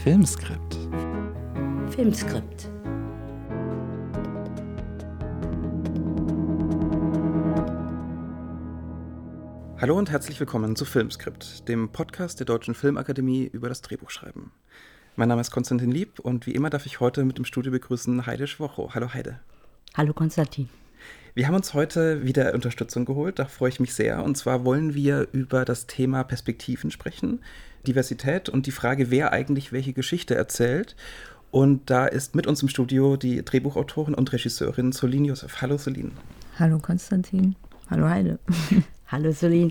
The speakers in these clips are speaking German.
Filmskript. Filmskript. Hallo und herzlich willkommen zu Filmskript, dem Podcast der Deutschen Filmakademie über das Drehbuchschreiben. Mein Name ist Konstantin Lieb und wie immer darf ich heute mit dem Studio begrüßen Heide Schwocho. Hallo Heide. Hallo Konstantin. Wir haben uns heute wieder Unterstützung geholt, da freue ich mich sehr. Und zwar wollen wir über das Thema Perspektiven sprechen, Diversität und die Frage, wer eigentlich welche Geschichte erzählt. Und da ist mit uns im Studio die Drehbuchautorin und Regisseurin Solin Josef. Hallo Solin. Hallo Konstantin. Hallo Heide. Hallo Solin.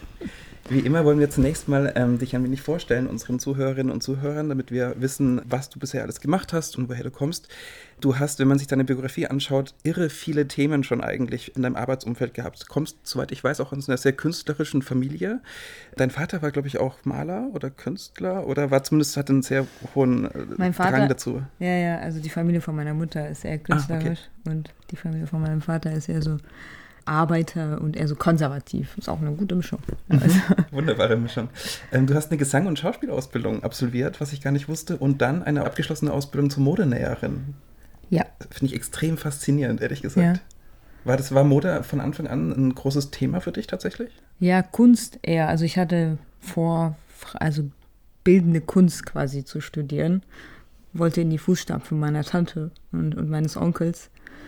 Wie immer wollen wir zunächst mal dich ein wenig vorstellen, unseren Zuhörerinnen und Zuhörern, damit wir wissen, was du bisher alles gemacht hast und woher du kommst. Du hast, wenn man sich deine Biografie anschaut, irre viele Themen schon eigentlich in deinem Arbeitsumfeld gehabt. Kommst, soweit ich weiß, auch aus einer sehr künstlerischen Familie. Dein Vater war, glaube ich, auch Maler oder Künstler oder war zumindest, hatte einen sehr hohen Drang dazu. Ja, also die Familie von meiner Mutter ist eher künstlerisch und die Familie von meinem Vater ist eher so Arbeiter und eher so konservativ. Ist auch eine gute Mischung. Also. Wunderbare Mischung. Du hast eine Gesang- und Schauspielausbildung absolviert, was ich gar nicht wusste, und dann eine abgeschlossene Ausbildung zur Modenäherin. Ja. Finde ich extrem faszinierend, ehrlich gesagt. Ja. War Mode von Anfang an ein großes Thema für dich tatsächlich? Ja, Kunst eher. Also ich hatte vor, bildende Kunst quasi zu studieren. Wollte in die Fußstapfen meiner Tante und meines Onkels.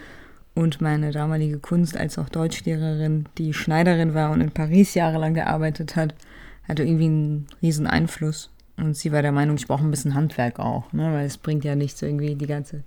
Und meine damalige Kunst- als auch Deutschlehrerin, die Schneiderin war und in Paris jahrelang gearbeitet hat, hatte irgendwie einen riesen Einfluss. Und sie war der Meinung, ich brauche ein bisschen Handwerk auch, ne? Weil es bringt ja nichts irgendwie die ganze...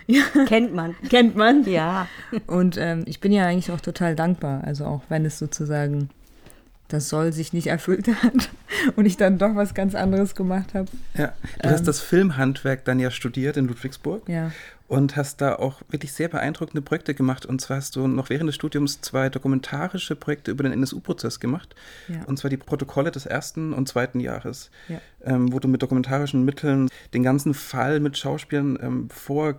Kennt man. Kennt man? Ja. Und ich bin ja eigentlich auch total dankbar, also auch wenn es sozusagen das Soll sich nicht erfüllt hat und ich dann doch was ganz anderes gemacht habe. Ja, du hast das Filmhandwerk dann ja studiert in Ludwigsburg. Ja. Und hast da auch wirklich sehr beeindruckende Projekte gemacht. Und zwar hast du noch während des Studiums 2 dokumentarische Projekte über den NSU-Prozess gemacht. Ja. Und zwar die Protokolle des 1. und 2. Jahres, wo du mit dokumentarischen Mitteln den ganzen Fall mit Schauspielern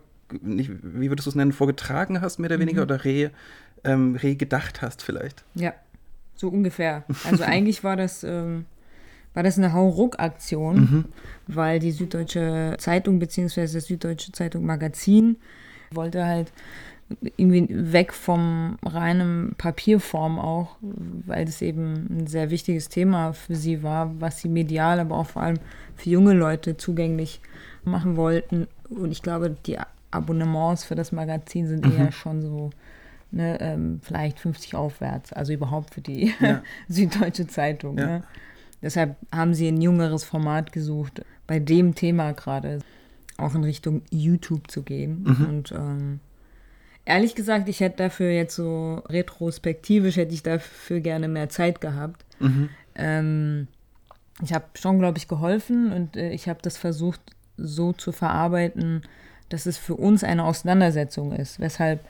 wie würdest du es nennen, vorgetragen hast, mehr oder weniger, oder gedacht hast vielleicht. Ja, so ungefähr. Also eigentlich war das eine Hauruck-Aktion, weil die Süddeutsche Zeitung bzw. das Süddeutsche Zeitung Magazin wollte halt irgendwie weg vom reinen Papierform auch, weil das eben ein sehr wichtiges Thema für sie war, was sie medial, aber auch vor allem für junge Leute zugänglich machen wollten. Und ich glaube, die Abonnements für das Magazin sind eher schon so vielleicht 50 aufwärts, also überhaupt für die Süddeutsche Zeitung. Ja. Ne? Deshalb haben sie ein jüngeres Format gesucht, bei dem Thema gerade auch in Richtung YouTube zu gehen. Und ehrlich gesagt, ich hätte dafür jetzt so retrospektivisch, hätte ich dafür gerne mehr Zeit gehabt. Ich habe schon, glaube ich, geholfen und ich habe das versucht so zu verarbeiten, dass es für uns eine Auseinandersetzung ist, weshalb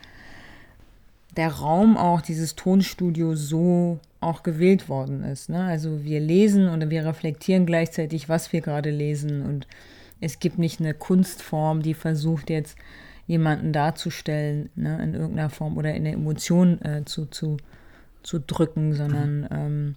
der Raum auch, dieses Tonstudio so auch gewählt worden ist. Ne? Also wir lesen und wir reflektieren gleichzeitig, was wir gerade lesen, und es gibt nicht eine Kunstform, die versucht jetzt jemanden darzustellen, ne, in irgendeiner Form oder in der Emotion zu drücken, sondern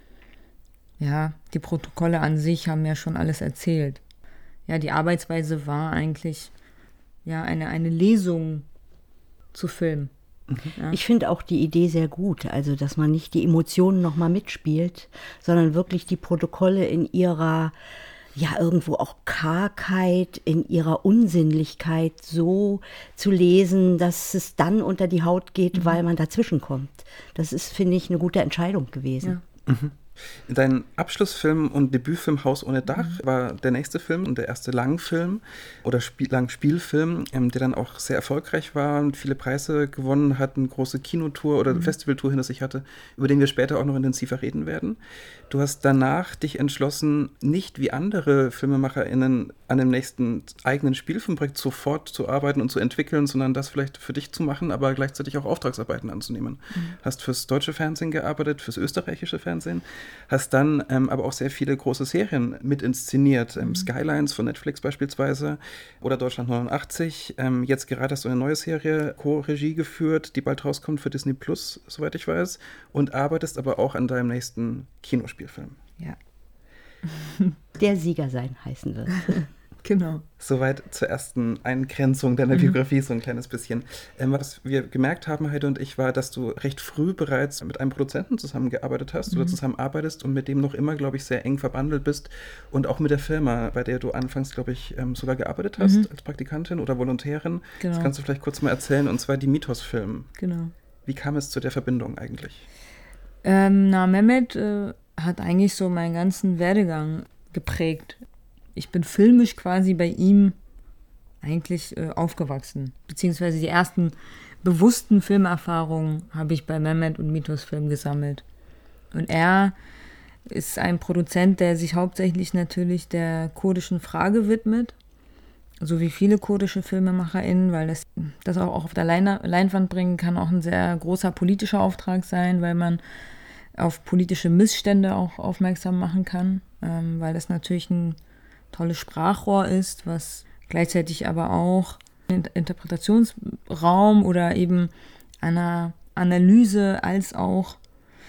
die Protokolle an sich haben ja schon alles erzählt. Ja, die Arbeitsweise war eigentlich eine Lesung zu filmen. Ja. Ich finde auch die Idee sehr gut, also dass man nicht die Emotionen nochmal mitspielt, sondern wirklich die Protokolle in ihrer, irgendwo auch Kargheit, in ihrer Unsinnlichkeit so zu lesen, dass es dann unter die Haut geht, weil man dazwischen kommt. Das ist, finde ich, eine gute Entscheidung gewesen. Ja. Dein Abschlussfilm und Debütfilm Haus ohne Dach war der nächste Film und der erste Langfilm oder Langspielfilm, der dann auch sehr erfolgreich war und viele Preise gewonnen hat, eine große Kinotour oder Festivaltour hinter sich hatte, über den wir später auch noch intensiver reden werden. Du hast danach dich entschlossen, nicht wie andere FilmemacherInnen an dem nächsten eigenen Spielfilmprojekt sofort zu arbeiten und zu entwickeln, sondern das vielleicht für dich zu machen, aber gleichzeitig auch Auftragsarbeiten anzunehmen. Hast fürs deutsche Fernsehen gearbeitet, fürs österreichische Fernsehen, hast dann aber auch sehr viele große Serien mit inszeniert. Skylines von Netflix beispielsweise oder Deutschland 89. Jetzt gerade hast du eine neue Serie Co-Regie geführt, die bald rauskommt für Disney Plus, soweit ich weiß, und arbeitest aber auch an deinem nächsten Kinospielfilm. Ja. Der Sieger sein heißen wird. Genau. Soweit zur ersten Eingrenzung deiner Biografie, so ein kleines bisschen. Was wir gemerkt haben, Heide und ich, war, dass du recht früh bereits mit einem Produzenten zusammengearbeitet hast oder zusammenarbeitest und mit dem noch immer, glaube ich, sehr eng verbandelt bist und auch mit der Firma, bei der du anfangs, glaube ich, sogar gearbeitet hast als Praktikantin oder Volontärin. Genau. Das kannst du vielleicht kurz mal erzählen, und zwar die Mythos-Film. Genau. Wie kam es zu der Verbindung eigentlich? Mehmet hat eigentlich so meinen ganzen Werdegang geprägt. Ich bin filmisch quasi bei ihm eigentlich aufgewachsen. Beziehungsweise die ersten bewussten Filmerfahrungen habe ich bei Mehmet und Mythos Film gesammelt. Und er ist ein Produzent, der sich hauptsächlich natürlich der kurdischen Frage widmet. So wie viele kurdische FilmemacherInnen, weil das auch auf der Leinwand bringen kann auch ein sehr großer politischer Auftrag sein, weil man auf politische Missstände auch aufmerksam machen kann, weil das natürlich ein tolles Sprachrohr ist, was gleichzeitig aber auch einen Interpretationsraum oder eben einer Analyse als auch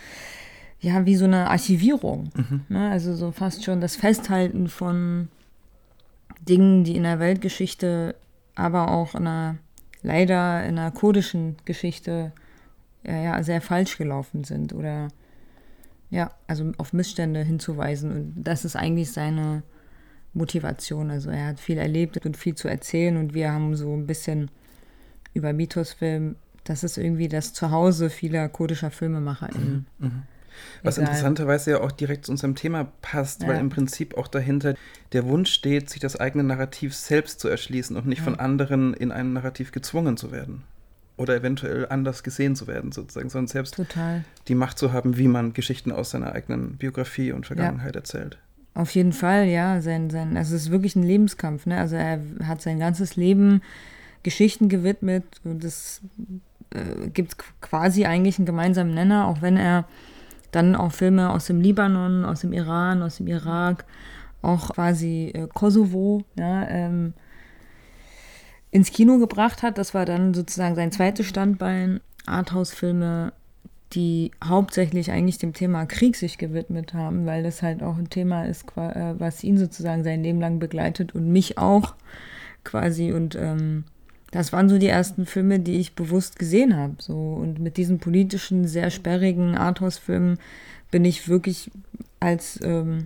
ja wie so eine Archivierung, ne? Also so fast schon das Festhalten von Dingen, die in der Weltgeschichte, aber auch leider in der kurdischen Geschichte ja sehr falsch gelaufen sind oder ja, also auf Missstände hinzuweisen, und das ist eigentlich seine Motivation. Also er hat viel erlebt und viel zu erzählen, und wir haben so ein bisschen über Mythos-Film, das ist irgendwie das Zuhause vieler kurdischer FilmemacherInnen. Was interessanterweise ja auch direkt zu unserem Thema passt, weil im Prinzip auch dahinter der Wunsch steht, sich das eigene Narrativ selbst zu erschließen und nicht von anderen in einem Narrativ gezwungen zu werden. Oder eventuell anders gesehen zu werden, sozusagen, sondern selbst die Macht zu haben, wie man Geschichten aus seiner eigenen Biografie und Vergangenheit erzählt. Auf jeden Fall, ja. Also es ist wirklich ein Lebenskampf, ne? Also er hat sein ganzes Leben Geschichten gewidmet, und es gibt quasi eigentlich einen gemeinsamen Nenner, auch wenn er dann auch Filme aus dem Libanon, aus dem Iran, aus dem Irak, auch quasi Kosovo, ja, ins Kino gebracht hat. Das war dann sozusagen sein zweites Standbein. Arthouse-Filme, die hauptsächlich eigentlich dem Thema Krieg sich gewidmet haben, weil das halt auch ein Thema ist, was ihn sozusagen sein Leben lang begleitet und mich auch quasi. Und das waren so die ersten Filme, die ich bewusst gesehen habe. So. Und mit diesen politischen, sehr sperrigen Arthouse-Filmen bin ich wirklich als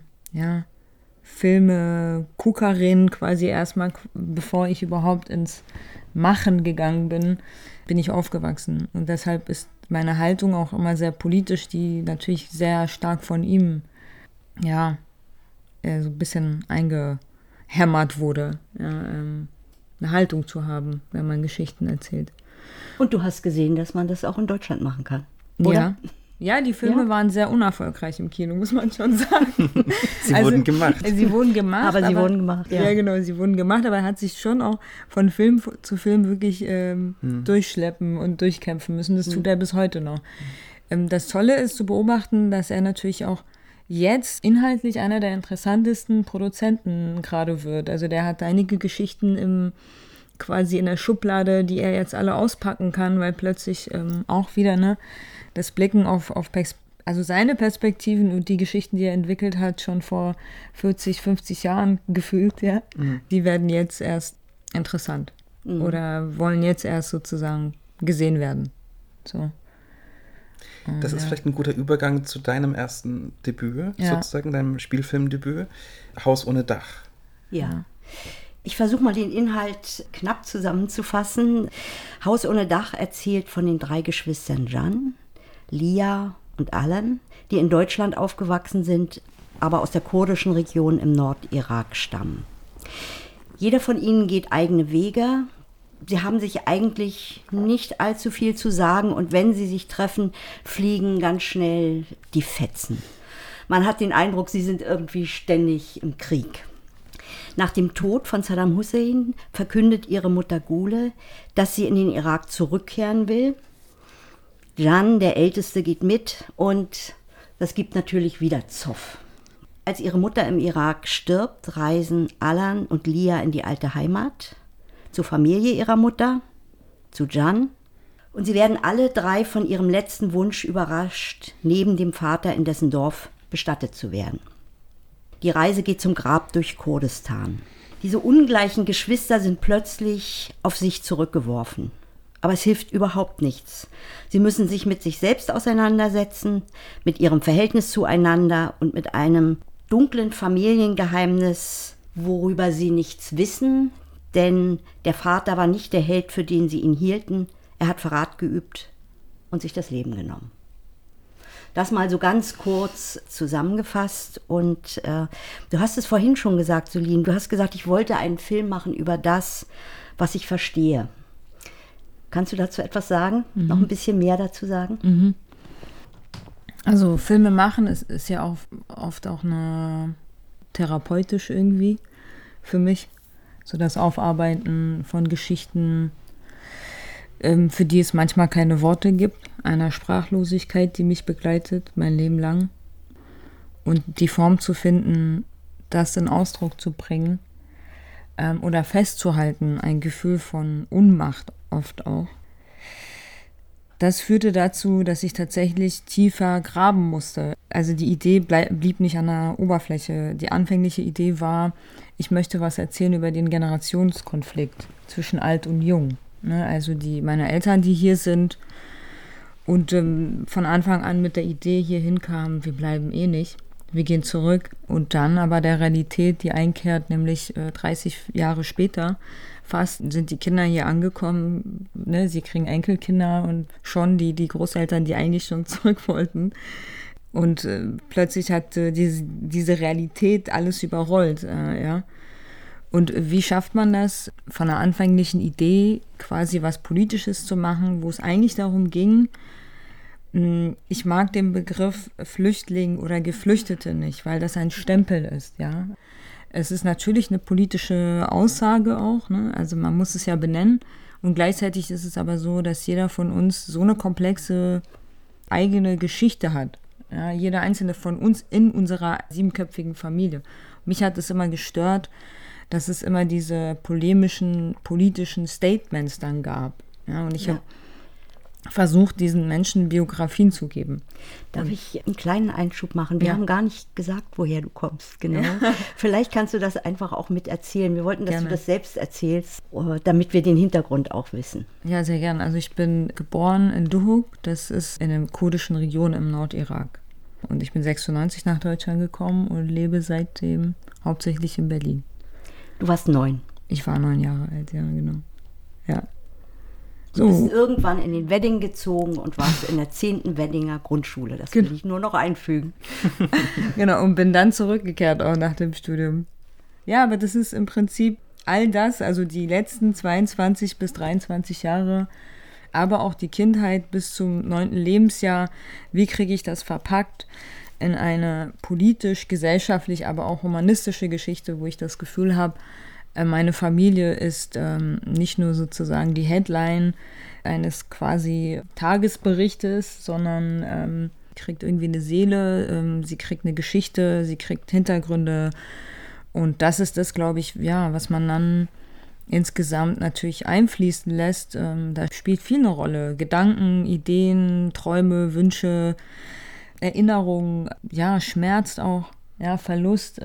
Filme-Guckerin quasi erstmal, bevor ich überhaupt ins Machen gegangen bin, bin ich aufgewachsen. Und deshalb ist meine Haltung auch immer sehr politisch, die natürlich sehr stark von ihm, ja, so ein bisschen eingehämmert wurde, ja, eine Haltung zu haben, wenn man Geschichten erzählt. Und du hast gesehen, dass man das auch in Deutschland machen kann, oder? Ja, die Filme waren sehr unerfolgreich im Kino, muss man schon sagen. Sie wurden gemacht. Sie wurden gemacht. Aber sie wurden gemacht, ja. Ja, genau, sie wurden gemacht, aber er hat sich schon auch von Film zu Film wirklich durchschleppen und durchkämpfen müssen. Das tut er bis heute noch. Das Tolle ist zu beobachten, dass er natürlich auch jetzt inhaltlich einer der interessantesten Produzenten gerade wird. Also der hat einige Geschichten quasi in der Schublade, die er jetzt alle auspacken kann, weil plötzlich auch wieder das Blicken auf also seine Perspektiven und die Geschichten, die er entwickelt hat, schon vor 40, 50 Jahren gefühlt, ja, die werden jetzt erst interessant oder wollen jetzt erst sozusagen gesehen werden. So. Das ist vielleicht ein guter Übergang zu deinem ersten Debüt, sozusagen, deinem Spielfilmdebüt, Haus ohne Dach. Ja. Ich versuche mal den Inhalt knapp zusammenzufassen. Haus ohne Dach erzählt von den 3 Geschwistern Can, Lia und Alan, die in Deutschland aufgewachsen sind, aber aus der kurdischen Region im Nordirak stammen. Jeder von ihnen geht eigene Wege. Sie haben sich eigentlich nicht allzu viel zu sagen, und wenn sie sich treffen, fliegen ganz schnell die Fetzen. Man hat den Eindruck, sie sind irgendwie ständig im Krieg. Nach dem Tod von Saddam Hussein verkündet ihre Mutter Gule, dass sie in den Irak zurückkehren will. Can, der Älteste, geht mit, und das gibt natürlich wieder Zoff. Als ihre Mutter im Irak stirbt, reisen Alan und Lia in die alte Heimat, zur Familie ihrer Mutter, zu Can. Und sie werden alle 3 von ihrem letzten Wunsch überrascht, neben dem Vater in dessen Dorf bestattet zu werden. Die Reise geht zum Grab durch Kurdistan. Diese ungleichen Geschwister sind plötzlich auf sich zurückgeworfen. Aber es hilft überhaupt nichts. Sie müssen sich mit sich selbst auseinandersetzen, mit ihrem Verhältnis zueinander und mit einem dunklen Familiengeheimnis, worüber sie nichts wissen, denn der Vater war nicht der Held, für den sie ihn hielten. Er hat Verrat geübt und sich das Leben genommen. Das mal so ganz kurz zusammengefasst. Und du hast es vorhin schon gesagt, Solin, du hast gesagt, ich wollte einen Film machen über das, was ich verstehe. Kannst du dazu etwas sagen? Noch ein bisschen mehr dazu sagen? Also Filme machen ist ja auch oft auch therapeutisch irgendwie für mich. So das Aufarbeiten von Geschichten, für die es manchmal keine Worte gibt, einer Sprachlosigkeit, die mich begleitet, mein Leben lang. Und die Form zu finden, das in Ausdruck zu bringen oder festzuhalten, ein Gefühl von Unmacht oft auch. Das führte dazu, dass ich tatsächlich tiefer graben musste. Also die Idee blieb nicht an der Oberfläche. Die anfängliche Idee war, ich möchte was erzählen über den Generationskonflikt zwischen alt und jung. Ne? Also meine Eltern, die hier sind und von Anfang an mit der Idee hier hinkamen, wir bleiben eh nicht, wir gehen zurück. Und dann aber der Realität, die einkehrt, nämlich 30 Jahre später, fast sind die Kinder hier angekommen, ne? Sie kriegen Enkelkinder und schon die Großeltern, die eigentlich schon zurück wollten. Und plötzlich hat diese Realität alles überrollt. Ja. Und wie schafft man das, von einer anfänglichen Idee quasi was Politisches zu machen, wo es eigentlich darum ging, ich mag den Begriff Flüchtling oder Geflüchtete nicht, weil das ein Stempel ist, ja. Es ist natürlich eine politische Aussage auch, ne? Also man muss es ja benennen. Und gleichzeitig ist es aber so, dass jeder von uns so eine komplexe eigene Geschichte hat. Ja? Jeder einzelne von uns in unserer 7-köpfigen Familie. Mich hat es immer gestört, dass es immer diese polemischen, politischen Statements dann gab. Ja? Und ich habe versucht, diesen Menschen Biografien zu geben. Darf ich einen kleinen Einschub machen? Wir haben gar nicht gesagt, woher du kommst, genau. Vielleicht kannst du das einfach auch mit erzählen. Wir wollten, dass du das selbst erzählst, damit wir den Hintergrund auch wissen. Ja, sehr gern. Also ich bin geboren in Duhok, das ist in einer kurdischen Region im Nordirak. Und ich bin 96 nach Deutschland gekommen und lebe seitdem hauptsächlich in Berlin. Du warst 9. Ich war 9 Jahre alt, ja, genau. Ja. Du bist irgendwann in den Wedding gezogen und warst in der 10. Weddinger Grundschule. Das will ich nur noch einfügen. Genau, und bin dann zurückgekehrt auch nach dem Studium. Ja, aber das ist im Prinzip all das, also die letzten 22 bis 23 Jahre, aber auch die Kindheit bis zum 9. Lebensjahr. Wie kriege ich das verpackt in eine politisch, gesellschaftlich, aber auch humanistische Geschichte, wo ich das Gefühl habe, meine Familie ist nicht nur sozusagen die Headline eines quasi Tagesberichtes, sondern kriegt irgendwie eine Seele, sie kriegt eine Geschichte, sie kriegt Hintergründe. Und das ist das, glaube ich, ja, was man dann insgesamt natürlich einfließen lässt. Da spielt viel eine Rolle. Gedanken, Ideen, Träume, Wünsche, Erinnerungen, ja, Schmerz auch, ja, Verlust.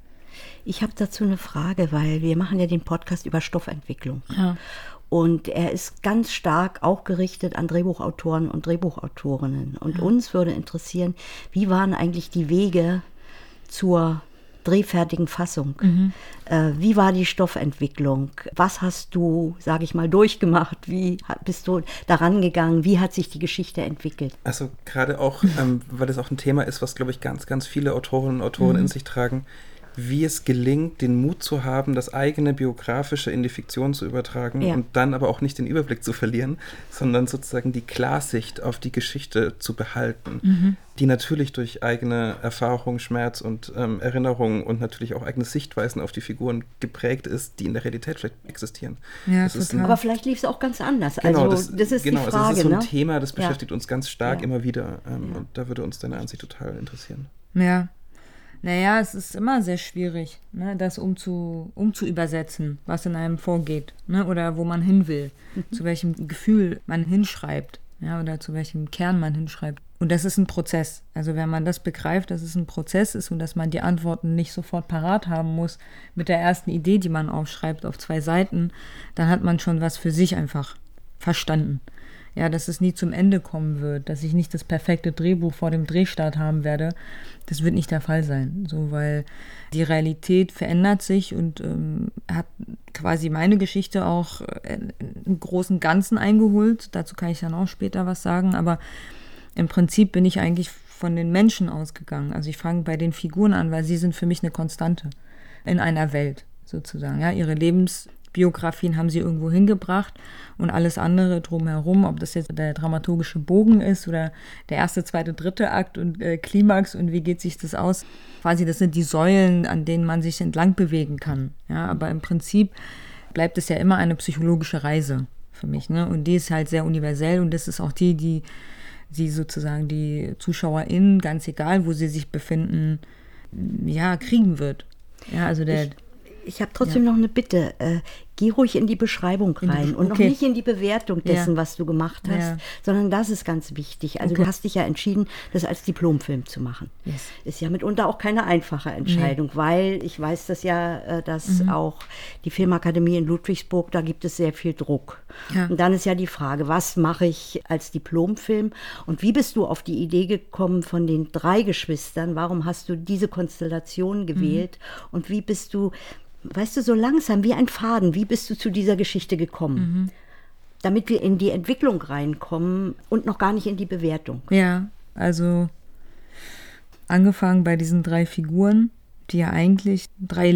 Ich habe dazu eine Frage, weil wir machen ja den Podcast über Stoffentwicklung. Ja. Und er ist ganz stark auch gerichtet an Drehbuchautoren und Drehbuchautorinnen. Und uns würde interessieren, wie waren eigentlich die Wege zur drehfertigen Fassung? Wie war die Stoffentwicklung? Was hast du, sage ich mal, durchgemacht? Wie bist du daran gegangen? Wie hat sich die Geschichte entwickelt? Also gerade auch, weil das auch ein Thema ist, was, glaube ich, ganz, ganz viele Autorinnen und Autoren in sich tragen, wie es gelingt, den Mut zu haben, das eigene Biografische in die Fiktion zu übertragen und dann aber auch nicht den Überblick zu verlieren, sondern sozusagen die Klarsicht auf die Geschichte zu behalten, die natürlich durch eigene Erfahrung, Schmerz und Erinnerung und natürlich auch eigene Sichtweisen auf die Figuren geprägt ist, die in der Realität vielleicht existieren. Ja, aber vielleicht lief es auch ganz anders. Genau, also, das ist die Frage. Das ist so ein Thema, das beschäftigt uns ganz stark immer wieder. Und da würde uns deine Ansicht total interessieren. Ja. Naja, es ist immer sehr schwierig, ne, das zu übersetzen, was in einem vorgeht, ne, oder wo man hin will, zu welchem Gefühl man hinschreibt, ja, oder zu welchem Kern man hinschreibt. Und das ist ein Prozess. Also wenn man das begreift, dass es ein Prozess ist und dass man die Antworten nicht sofort parat haben muss mit der ersten Idee, die man aufschreibt auf 2 Seiten, dann hat man schon was für sich einfach verstanden. Ja, dass es nie zum Ende kommen wird, dass ich nicht das perfekte Drehbuch vor dem Drehstart haben werde, das wird nicht der Fall sein. So, weil die Realität verändert sich und hat quasi meine Geschichte auch im großen Ganzen eingeholt. Dazu kann ich dann auch später was sagen, aber im Prinzip bin ich eigentlich von den Menschen ausgegangen. Also ich fange bei den Figuren an, weil sie sind für mich eine Konstante in einer Welt sozusagen. Ja, ihre Lebensbiografien haben sie irgendwo hingebracht und alles andere drumherum, ob das jetzt der dramaturgische Bogen ist oder der 1., 2., 3. Akt und Klimax und wie geht sich das aus. Quasi das sind die Säulen, an denen man sich entlang bewegen kann. Ja, aber im Prinzip bleibt es ja immer eine psychologische Reise für mich. Ne? Und die ist halt sehr universell und das ist auch die sozusagen die ZuschauerInnen, ganz egal, wo sie sich befinden, ja, kriegen wird. Ja, also ich habe trotzdem noch eine Bitte. Geh ruhig in die Beschreibung rein und noch nicht in die Bewertung dessen, was du gemacht hast, sondern das ist ganz wichtig. Also du hast dich ja entschieden, das als Diplomfilm zu machen. Yes. Ist ja mitunter auch keine einfache Entscheidung, weil ich weiß das ja, dass auch die Filmakademie in Ludwigsburg, da gibt es sehr viel Druck. Ja. Und dann ist ja die Frage, was mache ich als Diplomfilm und wie bist du auf die Idee gekommen von den 3 Geschwistern? Warum hast du diese Konstellation gewählt und wie bist du, weißt du, so langsam wie ein Faden, wie bist du zu dieser Geschichte gekommen? Damit wir in die Entwicklung reinkommen und noch gar nicht in die Bewertung. Ja, also angefangen bei diesen 3 Figuren, die ja eigentlich 3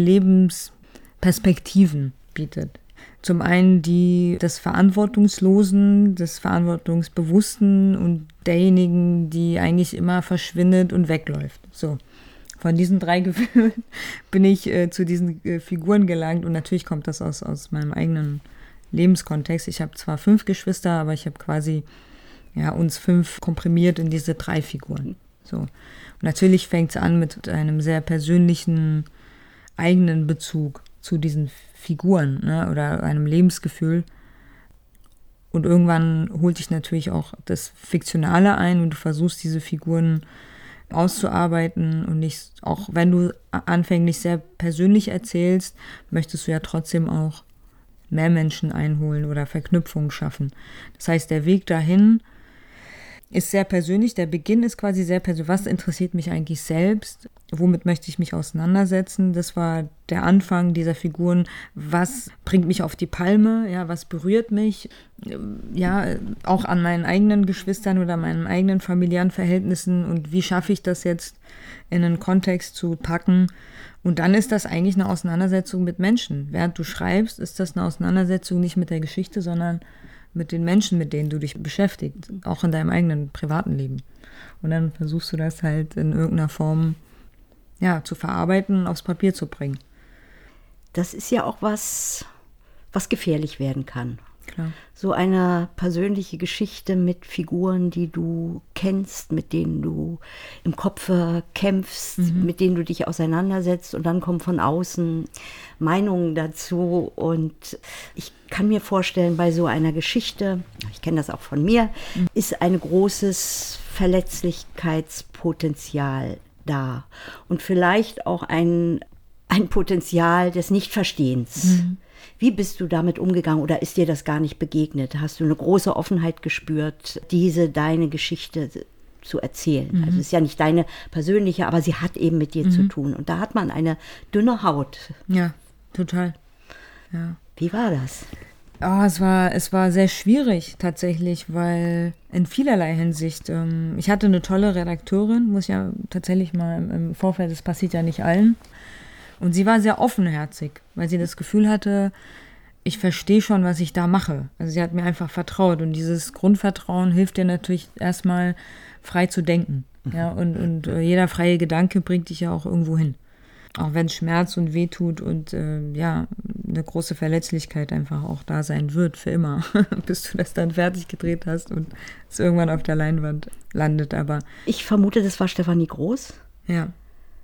Lebensperspektiven bietet. Zum einen die des Verantwortungslosen, des Verantwortungsbewussten und derjenigen, die eigentlich immer verschwindet und wegläuft. So. Von diesen 3 Gefühlen bin ich zu diesen Figuren gelangt und natürlich kommt das aus meinem eigenen Lebenskontext. Ich habe zwar 5 Geschwister, aber ich habe quasi uns 5 komprimiert in diese 3 Figuren. So. Und natürlich fängt es an mit einem sehr persönlichen eigenen Bezug zu diesen Figuren, ne, oder einem Lebensgefühl. Und irgendwann holt dich natürlich auch das Fiktionale ein und du versuchst diese Figuren auszuarbeiten und nicht, auch wenn du anfänglich sehr persönlich erzählst, möchtest du ja trotzdem auch mehr Menschen einholen oder Verknüpfungen schaffen. Das heißt, der Weg dahin ist sehr persönlich, der Beginn ist quasi sehr persönlich. Was interessiert mich eigentlich selbst? Womit möchte ich mich auseinandersetzen? Das war der Anfang dieser Figuren. Was bringt mich auf die Palme? Ja, was berührt mich? Ja, auch an meinen eigenen Geschwistern oder meinen eigenen familiären Verhältnissen und wie schaffe ich das jetzt in einen Kontext zu packen? Und dann ist das eigentlich eine Auseinandersetzung mit Menschen. Während du schreibst, ist das eine Auseinandersetzung nicht mit der Geschichte, sondern mit den Menschen, mit denen du dich beschäftigst, auch in deinem eigenen privaten Leben. Und dann versuchst du das halt in irgendeiner Form zu verarbeiten, aufs Papier zu bringen. Das ist ja auch was gefährlich werden kann. Klar. So eine persönliche Geschichte mit Figuren, die du kennst, mit denen du im Kopf kämpfst, mit denen du dich auseinandersetzt und dann kommen von außen Meinungen dazu. Und ich kann mir vorstellen, bei so einer Geschichte, ich kenne das auch von mir, ist ein großes Verletzlichkeitspotenzial da und vielleicht auch ein Potenzial des Nichtverstehens. Wie bist du damit umgegangen oder ist dir das gar nicht begegnet? Hast du eine große Offenheit gespürt, deine Geschichte zu erzählen? Also es ist ja nicht deine persönliche, aber sie hat eben mit dir zu tun. Und da hat man eine dünne Haut. Ja, total. Ja. Wie war das? Oh, es war sehr schwierig tatsächlich, weil in vielerlei Hinsicht, ich hatte eine tolle Redakteurin, muss ja tatsächlich mal im Vorfeld, das passiert ja nicht allen. Und sie war sehr offenherzig, weil sie das Gefühl hatte, ich verstehe schon, was ich da mache. Also sie hat mir einfach vertraut und dieses Grundvertrauen hilft dir natürlich erstmal frei zu denken. Ja, und jeder freie Gedanke bringt dich ja auch irgendwo hin. Auch wenn es Schmerz und weh tut und eine große Verletzlichkeit einfach auch da sein wird für immer, bis du das dann fertig gedreht hast und es irgendwann auf der Leinwand landet. Aber ich vermute, das war Stefanie Groß. Ja.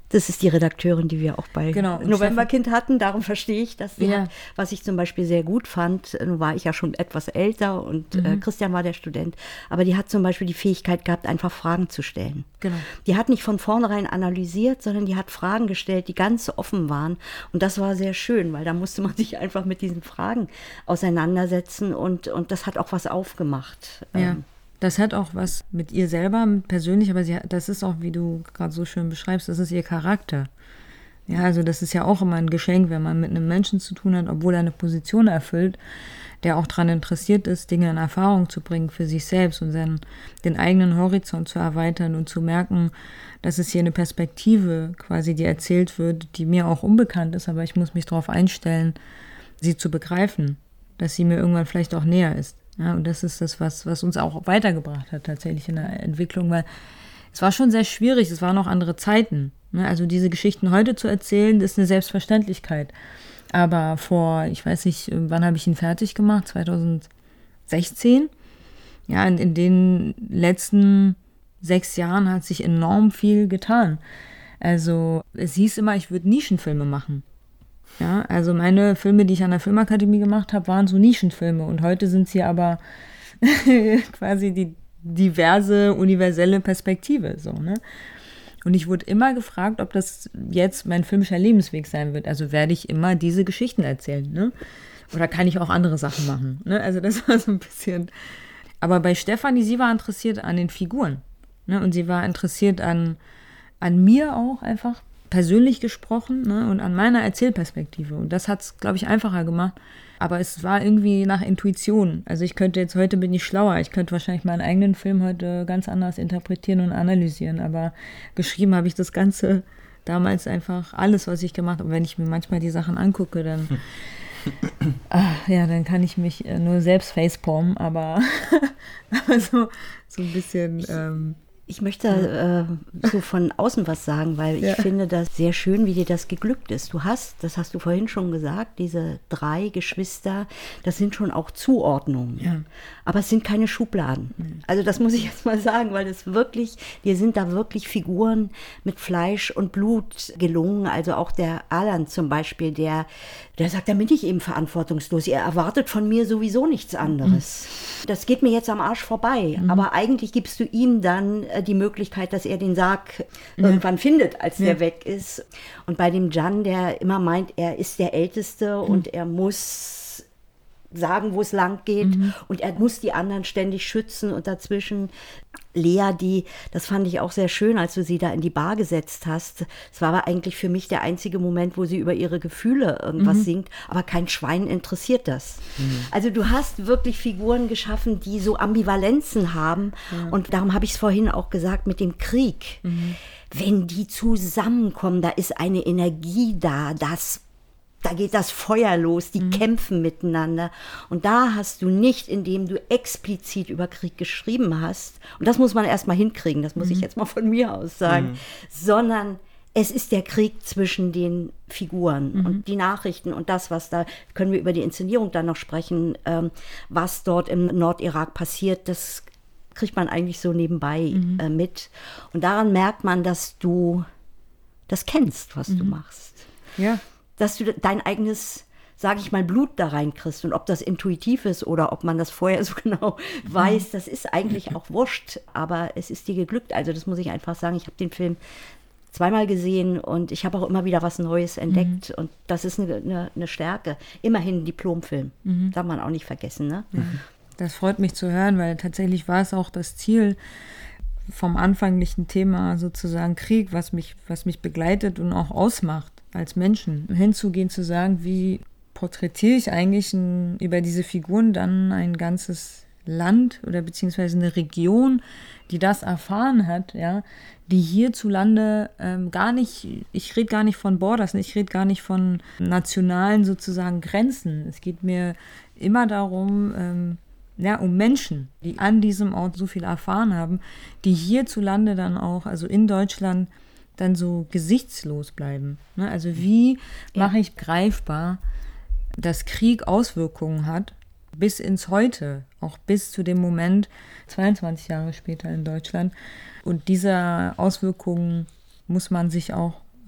Das ist die Redakteurin, die wir auch bei Genau, Novemberkind hatten. Darum verstehe ich das. Ja. Was ich zum Beispiel sehr gut fand, nun war ich ja schon etwas älter und Christian war der Student, aber die hat zum Beispiel die Fähigkeit gehabt, einfach Fragen zu stellen. Genau. Die hat nicht von vornherein analysiert, sondern die hat Fragen gestellt, die ganz offen waren. Und das war sehr schön, weil da musste man sich einfach mit diesen Fragen auseinandersetzen und das hat auch was aufgemacht. Ja. Das hat auch was mit ihr selber persönlich, aber das ist auch, wie du gerade so schön beschreibst, das ist ihr Charakter. Ja, also das ist ja auch immer ein Geschenk, wenn man mit einem Menschen zu tun hat, obwohl er eine Position erfüllt, der auch daran interessiert ist, Dinge in Erfahrung zu bringen für sich selbst und den eigenen Horizont zu erweitern und zu merken, dass es hier eine Perspektive quasi, die erzählt wird, die mir auch unbekannt ist, aber ich muss mich darauf einstellen, sie zu begreifen, dass sie mir irgendwann vielleicht auch näher ist. Ja, und das ist das, was uns auch weitergebracht hat tatsächlich in der Entwicklung, weil es war schon sehr schwierig, es waren auch andere Zeiten. Ne? Also diese Geschichten heute zu erzählen, ist eine Selbstverständlichkeit. Aber ich weiß nicht, wann habe ich ihn fertig gemacht? 2016? Ja, in den letzten 6 Jahren hat sich enorm viel getan. Also es hieß immer, ich würde Nischenfilme machen. Ja, also meine Filme, die ich an der Filmakademie gemacht habe, waren so Nischenfilme. Und heute sind sie aber quasi die diverse, universelle Perspektive. So, ne? Und ich wurde immer gefragt, ob das jetzt mein filmischer Lebensweg sein wird. Also werde ich immer diese Geschichten erzählen. Ne? Oder kann ich auch andere Sachen machen? Ne? Also das war so ein bisschen... Aber bei Stefanie, sie war interessiert an den Figuren. Ne? Und sie war interessiert an mir auch einfach. Persönlich gesprochen, ne, und an meiner Erzählperspektive. Und das hat es, glaube ich, einfacher gemacht. Aber es war irgendwie nach Intuition. Also heute bin ich schlauer. Ich könnte wahrscheinlich meinen eigenen Film heute ganz anders interpretieren und analysieren. Aber geschrieben habe ich das Ganze damals einfach, alles, was ich gemacht habe. Und wenn ich mir manchmal die Sachen angucke, dann dann kann ich mich nur selbst facepalmen. Aber so ein bisschen... Ich möchte so von außen was sagen, weil ich finde das sehr schön, wie dir das geglückt ist. Das hast du vorhin schon gesagt, diese 3 Geschwister, das sind schon auch Zuordnungen. Ja. Aber es sind keine Schubladen. Also das muss ich jetzt mal sagen, weil dir sind da wirklich Figuren mit Fleisch und Blut gelungen. Also auch der Alan zum Beispiel, der sagt, da bin ich eben verantwortungslos. Ihr erwartet von mir sowieso nichts anderes. Das geht mir jetzt am Arsch vorbei. Aber eigentlich gibst du ihm dann die Möglichkeit, dass er den Sarg irgendwann findet, als der weg ist. Und bei dem Jan, der immer meint, er ist der Älteste und er muss sagen, wo es lang geht und er muss die anderen ständig schützen und dazwischen Lea, das fand ich auch sehr schön, als du sie da in die Bar gesetzt hast. Es war aber eigentlich für mich der einzige Moment, wo sie über ihre Gefühle irgendwas singt, aber kein Schwein interessiert das. Also du hast wirklich Figuren geschaffen, die so Ambivalenzen haben und darum habe ich es vorhin auch gesagt mit dem Krieg. Wenn die zusammenkommen, da ist eine Energie da, da geht das Feuer los, die kämpfen miteinander. Und da hast du nicht, indem du explizit über Krieg geschrieben hast, und das muss man erstmal hinkriegen, das muss ich jetzt mal von mir aus sagen, sondern es ist der Krieg zwischen den Figuren und die Nachrichten und das, was da, können wir über die Inszenierung dann noch sprechen, was dort im Nordirak passiert, das kriegt man eigentlich so nebenbei mit. Und daran merkt man, dass du das kennst, was du machst. Ja. Dass du dein eigenes, sage ich mal, Blut da reinkriegst. Und ob das intuitiv ist oder ob man das vorher so genau weiß, das ist eigentlich auch wurscht. Aber es ist dir geglückt. Also das muss ich einfach sagen. Ich habe den Film 2-mal gesehen und ich habe auch immer wieder was Neues entdeckt. Und das ist eine Stärke. Immerhin ein Diplomfilm. Darf man auch nicht vergessen, ne? Das freut mich zu hören, weil tatsächlich war es auch das Ziel vom anfänglichen Thema sozusagen Krieg, was mich begleitet und auch ausmacht als Menschen, hinzugehen, zu sagen, wie porträtiere ich eigentlich über diese Figuren dann ein ganzes Land oder beziehungsweise eine Region, die das erfahren hat, ja, die hierzulande gar nicht, ich rede gar nicht von Borders, ich rede gar nicht von nationalen sozusagen Grenzen. Es geht mir immer darum, um Menschen, die an diesem Ort so viel erfahren haben, die hierzulande dann auch, also in Deutschland, dann so gesichtslos bleiben. Ne? Also wie mache ich greifbar, dass Krieg Auswirkungen hat bis ins Heute, auch bis zu dem Moment, 22 Jahre später in Deutschland. Und diese Auswirkungen muss man sich auch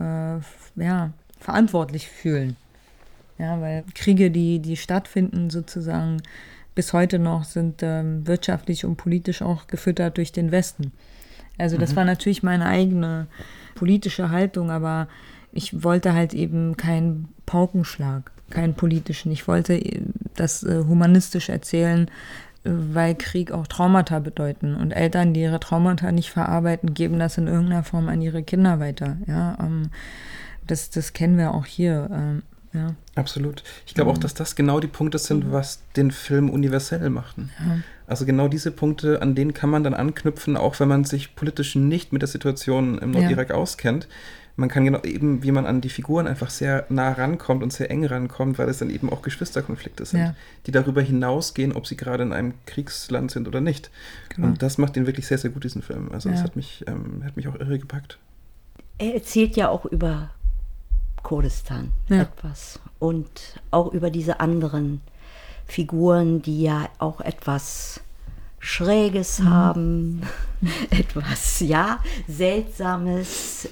verantwortlich fühlen. Ja, weil Kriege, die stattfinden sozusagen bis heute noch, sind wirtschaftlich und politisch auch gefüttert durch den Westen. Also das war natürlich meine eigene politische Haltung, aber ich wollte halt eben keinen Paukenschlag, keinen politischen. Ich wollte das humanistisch erzählen, weil Krieg auch Traumata bedeuten. Und Eltern, die ihre Traumata nicht verarbeiten, geben das in irgendeiner Form an ihre Kinder weiter. Ja, das kennen wir auch hier. Ja. Absolut. Ich glaube auch, dass das genau die Punkte sind, was den Film universell machen. Ja. Also genau diese Punkte, an denen kann man dann anknüpfen, auch wenn man sich politisch nicht mit der Situation im Nordirak auskennt. Man kann genau eben, wie man an die Figuren einfach sehr nah rankommt und sehr eng rankommt, weil es dann eben auch Geschwisterkonflikte sind, die darüber hinausgehen, ob sie gerade in einem Kriegsland sind oder nicht. Genau. Und das macht ihn wirklich sehr, sehr gut, diesen Film. Also das hat mich auch irre gepackt. Er erzählt ja auch über Kurdistan etwas und auch über diese anderen Figuren, die ja auch etwas Schräges haben, etwas, Seltsames.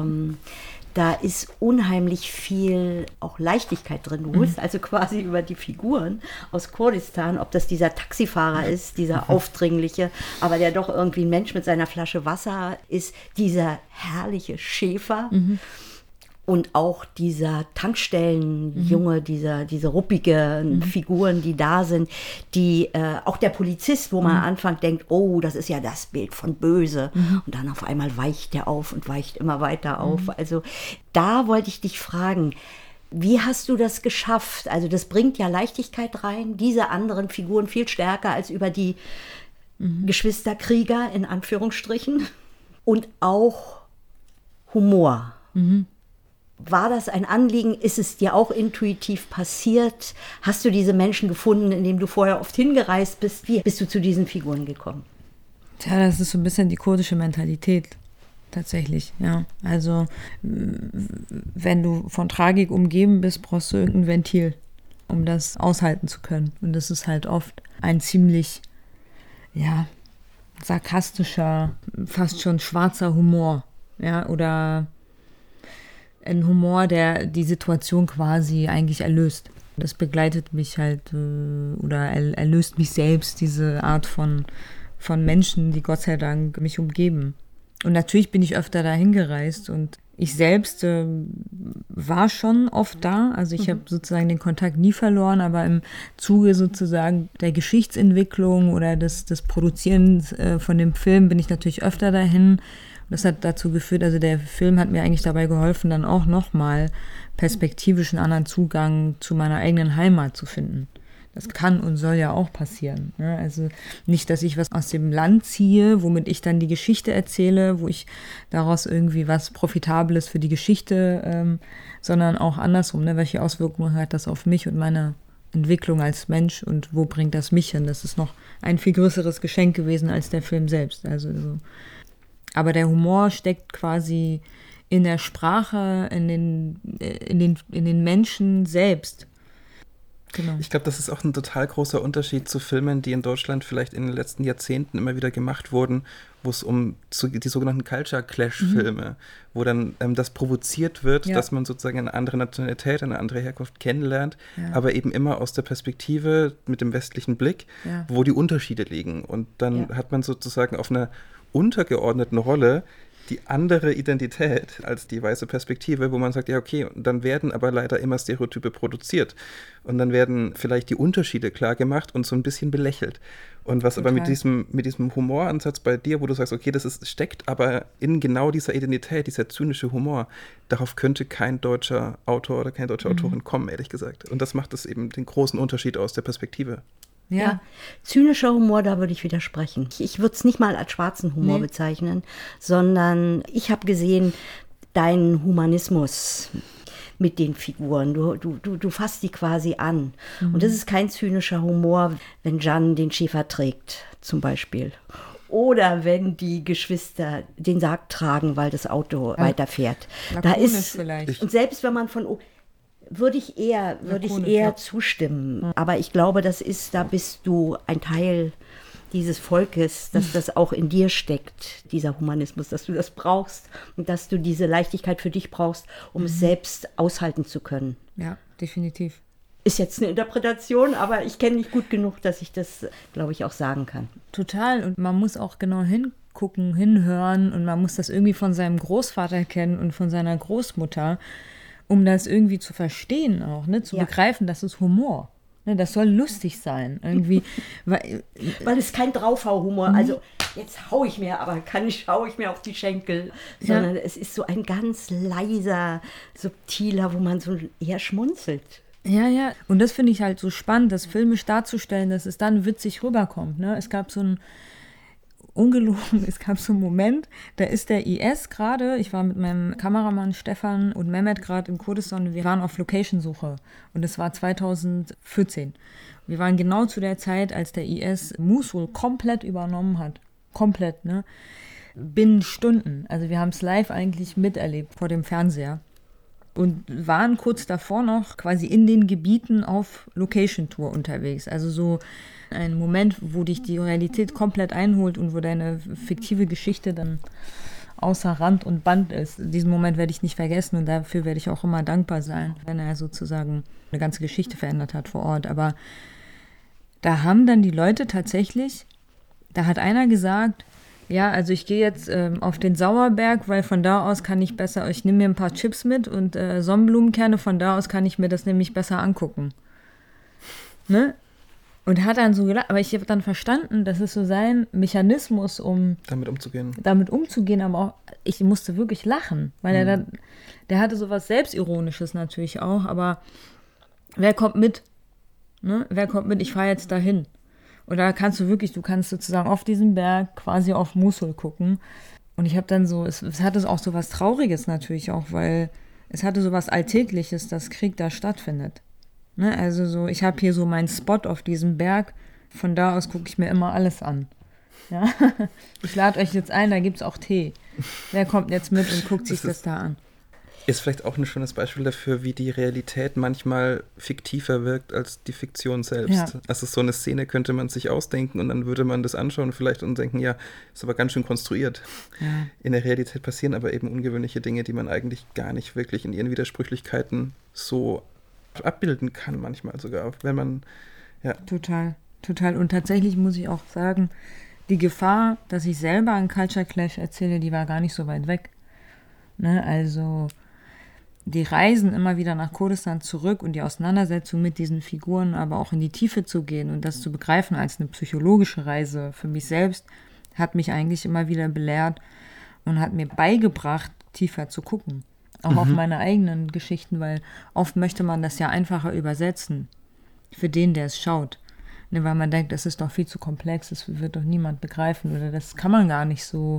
Da ist unheimlich viel auch Leichtigkeit drin. Du holst also quasi über die Figuren aus Kurdistan, ob das dieser Taxifahrer ist, dieser aufdringliche, aber der doch irgendwie ein Mensch mit seiner Flasche Wasser ist, dieser herrliche Schäfer. Und auch dieser Tankstellenjunge, diese ruppigen Figuren, die da sind, die auch der Polizist, wo man am Anfang denkt, oh, das ist ja das Bild von böse. Und dann auf einmal weicht der auf und weicht immer weiter auf. Also da wollte ich dich fragen, wie hast du das geschafft? Also das bringt ja Leichtigkeit rein, diese anderen Figuren viel stärker als über die Geschwisterkrieger in Anführungsstrichen und auch Humor. War das ein Anliegen? Ist es dir auch intuitiv passiert? Hast du diese Menschen gefunden, indem du vorher oft hingereist bist? Wie bist du zu diesen Figuren gekommen? Tja, das ist so ein bisschen die kurdische Mentalität. Tatsächlich, ja. Also, wenn du von Tragik umgeben bist, brauchst du irgendein Ventil, um das aushalten zu können. Und das ist halt oft ein ziemlich, sarkastischer, fast schon schwarzer Humor. Ja, oder ein Humor, der die Situation quasi eigentlich erlöst. Das begleitet mich halt oder erlöst mich selbst, diese Art von Menschen, die Gott sei Dank mich umgeben. Und natürlich bin ich öfter dahin gereist und ich selbst war schon oft da. Also ich habe sozusagen den Kontakt nie verloren, aber im Zuge sozusagen der Geschichtsentwicklung oder des Produzierens von dem Film bin ich natürlich öfter dahin. Das hat dazu geführt, also der Film hat mir eigentlich dabei geholfen, dann auch nochmal perspektivisch einen anderen Zugang zu meiner eigenen Heimat zu finden. Das kann und soll ja auch passieren. Ne? Also nicht, dass ich was aus dem Land ziehe, womit ich dann die Geschichte erzähle, wo ich daraus irgendwie was Profitables für die Geschichte, sondern auch andersrum. Ne? Welche Auswirkungen hat das auf mich und meine Entwicklung als Mensch und wo bringt das mich hin? Das ist noch ein viel größeres Geschenk gewesen als der Film selbst. Also aber der Humor steckt quasi in der Sprache, in den Menschen selbst. Genau. Ich glaube, das ist auch ein total großer Unterschied zu Filmen, die in Deutschland vielleicht in den letzten Jahrzehnten immer wieder gemacht wurden, wo es um die sogenannten Culture Clash-Filme, wo dann das provoziert wird, dass man sozusagen eine andere Nationalität, eine andere Herkunft kennenlernt, aber eben immer aus der Perspektive mit dem westlichen Blick, wo die Unterschiede liegen. Und dann hat man sozusagen auf einer untergeordneten Rolle die andere Identität als die weiße Perspektive, wo man sagt, ja okay, dann werden aber leider immer Stereotype produziert und dann werden vielleicht die Unterschiede klar gemacht und so ein bisschen belächelt. Und was aber mit diesem Humoransatz bei dir, wo du sagst, okay, steckt aber in genau dieser Identität, dieser zynische Humor, darauf könnte kein deutscher Autor oder keine deutsche Autorin kommen, ehrlich gesagt. Und das macht es eben den großen Unterschied aus der Perspektive. Ja, zynischer Humor, da würde ich widersprechen. Ich würde es nicht mal als schwarzen Humor bezeichnen, sondern ich habe gesehen, deinen Humanismus mit den Figuren. Du fasst die quasi an. Und das ist kein zynischer Humor, wenn Jan den Schäfer trägt, zum Beispiel. Oder wenn die Geschwister den Sarg tragen, weil das Auto weiterfährt. Da ist vielleicht. Und selbst wenn man würde ich eher zustimmen. Aber ich glaube, da bist du ein Teil dieses Volkes, dass das auch in dir steckt, dieser Humanismus, dass du das brauchst und dass du diese Leichtigkeit für dich brauchst, um es selbst aushalten zu können. Ja, definitiv. Ist jetzt eine Interpretation, aber ich kenne dich gut genug, dass ich das, glaube ich, auch sagen kann. Total. Und man muss auch genau hingucken, hinhören und man muss das irgendwie von seinem Großvater kennen und von seiner Großmutter, um das irgendwie zu verstehen auch, ne? Zu begreifen, das ist Humor. Ne? Das soll lustig sein. Irgendwie. Weil es kein Draufhau-Humor, also jetzt hau ich mir auf die Schenkel, sondern es ist so ein ganz leiser, subtiler, wo man so eher schmunzelt. Ja. Und das finde ich halt so spannend, das filmisch darzustellen, dass es dann witzig rüberkommt. Ne? Es gab so einen Moment, da ist der IS gerade, ich war mit meinem Kameramann Stefan und Mehmet gerade in Kurdistan und wir waren auf Location-Suche. Und es war 2014. Wir waren genau zu der Zeit, als der IS Mosul komplett übernommen hat. Komplett, ne? Binnen Stunden. Also wir haben es live eigentlich miterlebt vor dem Fernseher. Und waren kurz davor noch quasi in den Gebieten auf Location-Tour unterwegs. Also so ein Moment, wo dich die Realität komplett einholt und wo deine fiktive Geschichte dann außer Rand und Band ist. Diesen Moment werde ich nicht vergessen und dafür werde ich auch immer dankbar sein, wenn er sozusagen eine ganze Geschichte verändert hat vor Ort. Aber da haben dann die Leute tatsächlich, da hat einer gesagt, ja, also ich gehe jetzt auf den Sauerberg, weil von da aus kann ich besser, ich nehme mir ein paar Chips mit und Sonnenblumenkerne, von da aus kann ich mir das nämlich besser angucken. Ne? Und hat dann so gedacht, aber ich habe dann verstanden, das ist so sein Mechanismus, um damit umzugehen, aber auch, ich musste wirklich lachen, weil der hatte sowas Selbstironisches natürlich auch, aber wer kommt mit? Ne? Wer kommt mit? Ich fahre jetzt dahin. Und da kannst du kannst sozusagen auf diesem Berg quasi auf Mosul gucken. Und ich habe dann so, es hatte auch so was Trauriges natürlich auch, weil es hatte so was Alltägliches, dass Krieg da stattfindet. Ne? Also so, ich habe hier so meinen Spot auf diesem Berg, von da aus gucke ich mir immer alles an. Ja? Ich lade euch jetzt ein, da gibt es auch Tee. Wer kommt jetzt mit und guckt sich das da an? Ist vielleicht auch ein schönes Beispiel dafür, wie die Realität manchmal fiktiver wirkt als die Fiktion selbst. Ja. Also so eine Szene könnte man sich ausdenken und dann würde man das anschauen vielleicht und denken, ja, ist aber ganz schön konstruiert. Ja. In der Realität passieren aber eben ungewöhnliche Dinge, die man eigentlich gar nicht wirklich in ihren Widersprüchlichkeiten so abbilden kann, manchmal sogar, wenn man, ja. Total. Und tatsächlich muss ich auch sagen, die Gefahr, dass ich selber einen Culture Clash erzähle, die war gar nicht so weit weg. Ne? Also die Reisen immer wieder nach Kurdistan zurück und die Auseinandersetzung mit diesen Figuren, aber auch in die Tiefe zu gehen und das zu begreifen als eine psychologische Reise für mich selbst, hat mich eigentlich immer wieder belehrt und hat mir beigebracht, tiefer zu gucken. Auch auf meine eigenen Geschichten, weil oft möchte man das ja einfacher übersetzen für den, der es schaut. Ne, weil man denkt, das ist doch viel zu komplex, das wird doch niemand begreifen oder das kann man gar nicht so,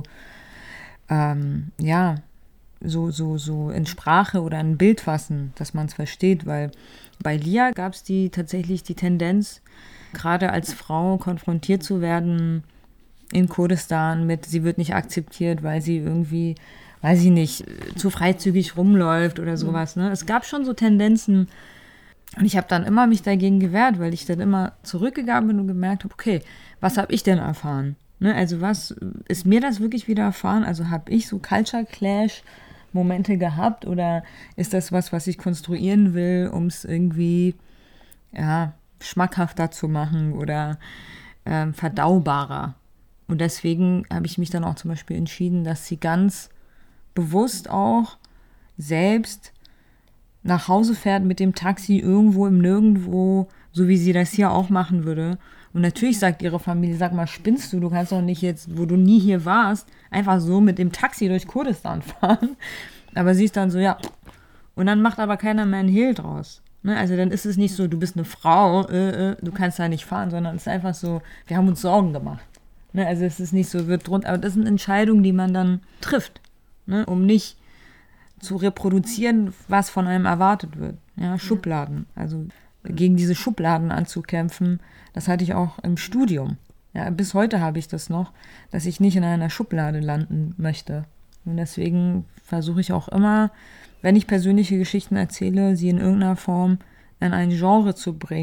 so in Sprache oder in Bild fassen, dass man es versteht, weil bei Lia gab es tatsächlich die Tendenz, gerade als Frau konfrontiert zu werden in Kurdistan mit, sie wird nicht akzeptiert, weil sie irgendwie, weiß ich nicht, zu freizügig rumläuft oder sowas. Ne? Es gab schon so Tendenzen und ich habe dann immer mich dagegen gewehrt, weil ich dann immer zurückgegangen bin und gemerkt habe, okay, was habe ich denn erfahren? Ne? Also was ist mir das wirklich widerfahren? Also habe ich so Culture Clash Momente gehabt oder ist das was ich konstruieren will, um es irgendwie schmackhafter zu machen oder verdaubarer? Und deswegen habe ich mich dann auch zum Beispiel entschieden, dass sie ganz bewusst auch selbst nach Hause fährt mit dem Taxi irgendwo im Nirgendwo, so wie sie das hier auch machen würde. Und natürlich sagt ihre Familie, sag mal, spinnst du? Du kannst doch nicht jetzt, wo du nie hier warst, einfach so mit dem Taxi durch Kurdistan fahren. Aber sie ist dann so, ja. Und dann macht aber keiner mehr einen Hehl draus. Ne? Also dann ist es nicht so, du bist eine Frau, du kannst da nicht fahren, sondern es ist einfach so, wir haben uns Sorgen gemacht. Ne? Also es ist nicht so, wird drunter, aber das sind Entscheidungen, die man dann trifft, ne? Um nicht zu reproduzieren, was von einem erwartet wird. Ja? Schubladen, also gegen diese Schubladen anzukämpfen, das hatte ich auch im Studium. Ja, bis heute habe ich das noch, dass ich nicht in einer Schublade landen möchte. Und deswegen versuche ich auch immer, wenn ich persönliche Geschichten erzähle, sie in irgendeiner Form in ein Genre zu bringen,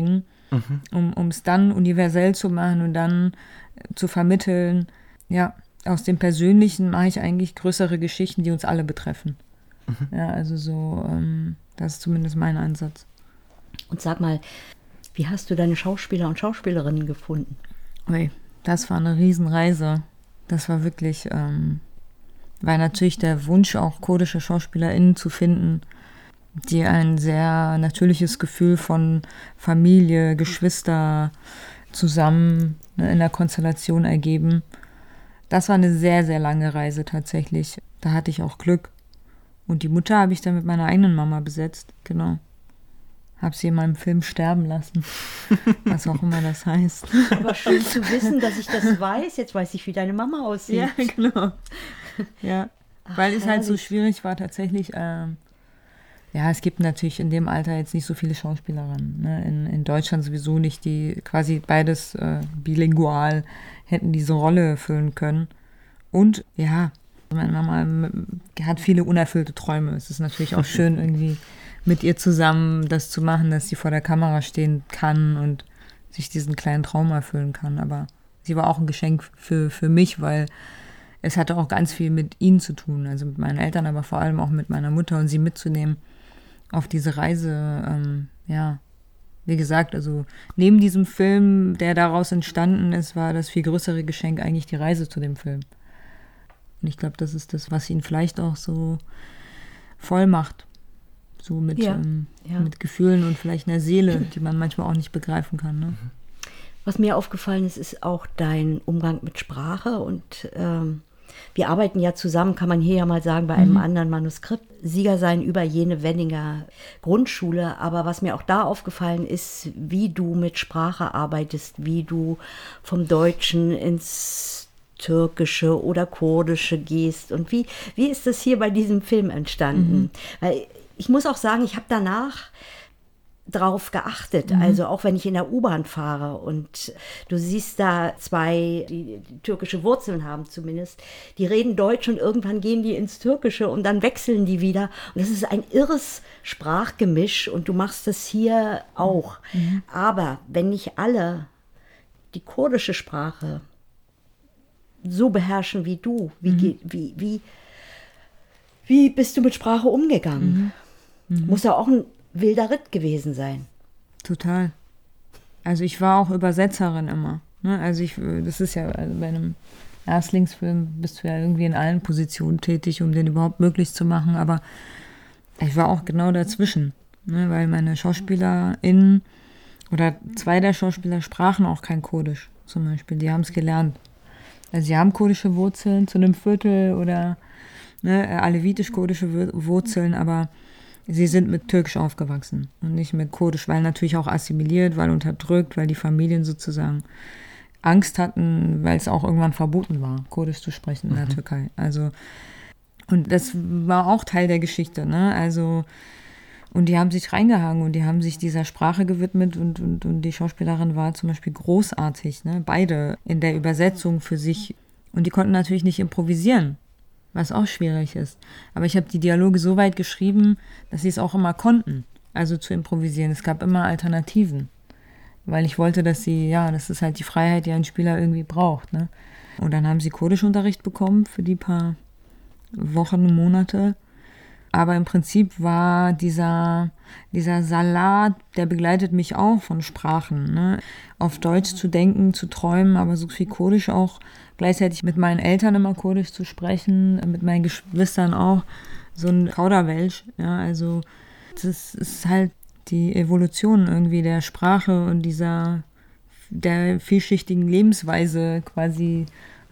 um es dann universell zu machen und dann zu vermitteln. Ja, aus dem Persönlichen mache ich eigentlich größere Geschichten, die uns alle betreffen. Ja, also so, das ist zumindest mein Ansatz. Und sag mal, wie hast du deine Schauspieler und Schauspielerinnen gefunden? Ui, das war eine Riesenreise. Das war wirklich, war natürlich der Wunsch, auch kurdische SchauspielerInnen zu finden, die ein sehr natürliches Gefühl von Familie, Geschwister zusammen in der Konstellation ergeben. Das war eine sehr, sehr lange Reise tatsächlich. Da hatte ich auch Glück. Und die Mutter habe ich dann mit meiner eigenen Mama besetzt, genau. Habe sie in meinem Film sterben lassen, was auch immer das heißt. Aber schön zu wissen, dass ich das weiß. Jetzt weiß ich, wie deine Mama aussieht. Ja, genau. Ja, weil es halt so herrlich. schwierig war tatsächlich. Ja, es gibt natürlich in dem Alter jetzt nicht so viele Schauspielerinnen. Ne? In Deutschland sowieso nicht, die quasi beides bilingual hätten diese Rolle erfüllen können. Und ja, meine Mama hat viele unerfüllte Träume. Es ist natürlich auch schön, irgendwie mit ihr zusammen das zu machen, dass sie vor der Kamera stehen kann und sich diesen kleinen Traum erfüllen kann. Aber sie war auch ein Geschenk für mich, weil es hatte auch ganz viel mit ihnen zu tun. Also mit meinen Eltern, aber vor allem auch mit meiner Mutter und sie mitzunehmen auf diese Reise. Ja, wie gesagt, also neben diesem Film, der daraus entstanden ist, war das viel größere Geschenk eigentlich die Reise zu dem Film. Und ich glaube, das ist das, was ihn vielleicht auch so voll macht. So mit Gefühlen und vielleicht einer Seele, die man manchmal auch nicht begreifen kann. Ne? Was mir aufgefallen ist, ist auch dein Umgang mit Sprache. Und wir arbeiten ja zusammen, kann man hier ja mal sagen, bei einem anderen Manuskript. Sieger sein über jene Wenninger Grundschule. Aber was mir auch da aufgefallen ist, wie du mit Sprache arbeitest, wie du vom Deutschen ins Türkische oder Kurdische gehst. Und wie ist das hier bei diesem Film entstanden? Weil ich muss auch sagen, ich habe danach drauf geachtet, also auch wenn ich in der U-Bahn fahre und du siehst da zwei, die türkische Wurzeln haben zumindest, die reden Deutsch und irgendwann gehen die ins Türkische und dann wechseln die wieder und das ist ein irres Sprachgemisch und du machst das hier auch. Aber wenn nicht alle die kurdische Sprache so beherrschen wie du, wie bist du mit Sprache umgegangen? Muss ja auch ein wilder Ritt gewesen sein. Total. Also ich war auch Übersetzerin immer. Ne? Also das ist ja, also bei einem Erstlingsfilm bist du ja irgendwie in allen Positionen tätig, um den überhaupt möglich zu machen. Aber ich war auch genau dazwischen. Ne? Weil meine SchauspielerInnen oder zwei der Schauspieler sprachen auch kein Kurdisch zum Beispiel. Die haben es gelernt. Also sie haben kurdische Wurzeln zu einem Viertel oder alevitisch-kurdische Wurzeln, aber sie sind mit Türkisch aufgewachsen und nicht mit Kurdisch, weil natürlich auch assimiliert, weil unterdrückt, weil die Familien sozusagen Angst hatten, weil es auch irgendwann verboten war, Kurdisch zu sprechen in der Türkei. Also, und das war auch Teil der Geschichte, ne? Also, und die haben sich reingehangen und die haben sich dieser Sprache gewidmet und die Schauspielerin war zum Beispiel großartig, ne? Beide in der Übersetzung für sich. Und die konnten natürlich nicht improvisieren, was auch schwierig ist. Aber ich habe die Dialoge so weit geschrieben, dass sie es auch immer konnten, also zu improvisieren. Es gab immer Alternativen, weil ich wollte, dass sie, das ist halt die Freiheit, die ein Spieler irgendwie braucht. Ne? Und dann haben sie Kurdischunterricht bekommen für die paar Wochen, Monate. Aber im Prinzip war dieser Salat, der begleitet mich auch von Sprachen. Ne? Auf Deutsch zu denken, zu träumen, aber so viel Kurdisch auch. Gleichzeitig mit meinen Eltern immer Kurdisch zu sprechen, mit meinen Geschwistern auch. So ein Kauderwelsch. Ja? Also das ist halt die Evolution irgendwie der Sprache und der vielschichtigen Lebensweise quasi.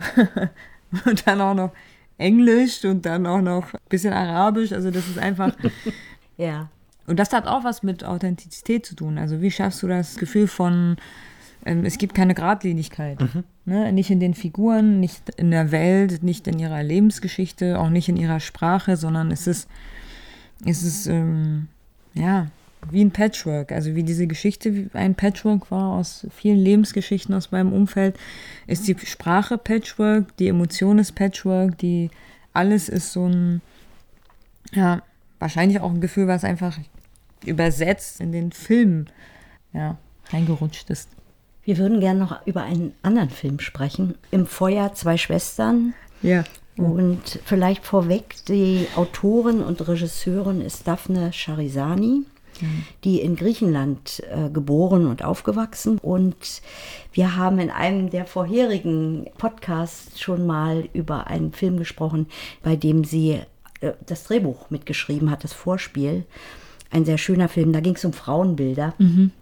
Und dann auch noch Englisch und dann auch noch ein bisschen Arabisch, also das ist einfach... Ja. Und das hat auch was mit Authentizität zu tun. Also wie schaffst du das Gefühl von, es gibt keine Geradlinigkeit. Ne? Nicht in den Figuren, nicht in der Welt, nicht in ihrer Lebensgeschichte, auch nicht in ihrer Sprache, sondern es ist wie ein Patchwork. Also wie diese Geschichte wie ein Patchwork war aus vielen Lebensgeschichten aus meinem Umfeld, ist die Sprache Patchwork, die Emotion ist Patchwork, alles ist so ein, wahrscheinlich auch ein Gefühl, was einfach übersetzt in den Film, reingerutscht ist. Wir würden gerne noch über einen anderen Film sprechen. Im Feuer 2 Schwestern. Ja. Und vielleicht vorweg, die Autorin und Regisseurin ist Daphne Charizani, die in Griechenland geboren und aufgewachsen. Und wir haben in einem der vorherigen Podcasts schon mal über einen Film gesprochen, bei dem sie das Drehbuch mitgeschrieben hat, das Vorspiel. Ein sehr schöner Film, da ging es um Frauenbilder.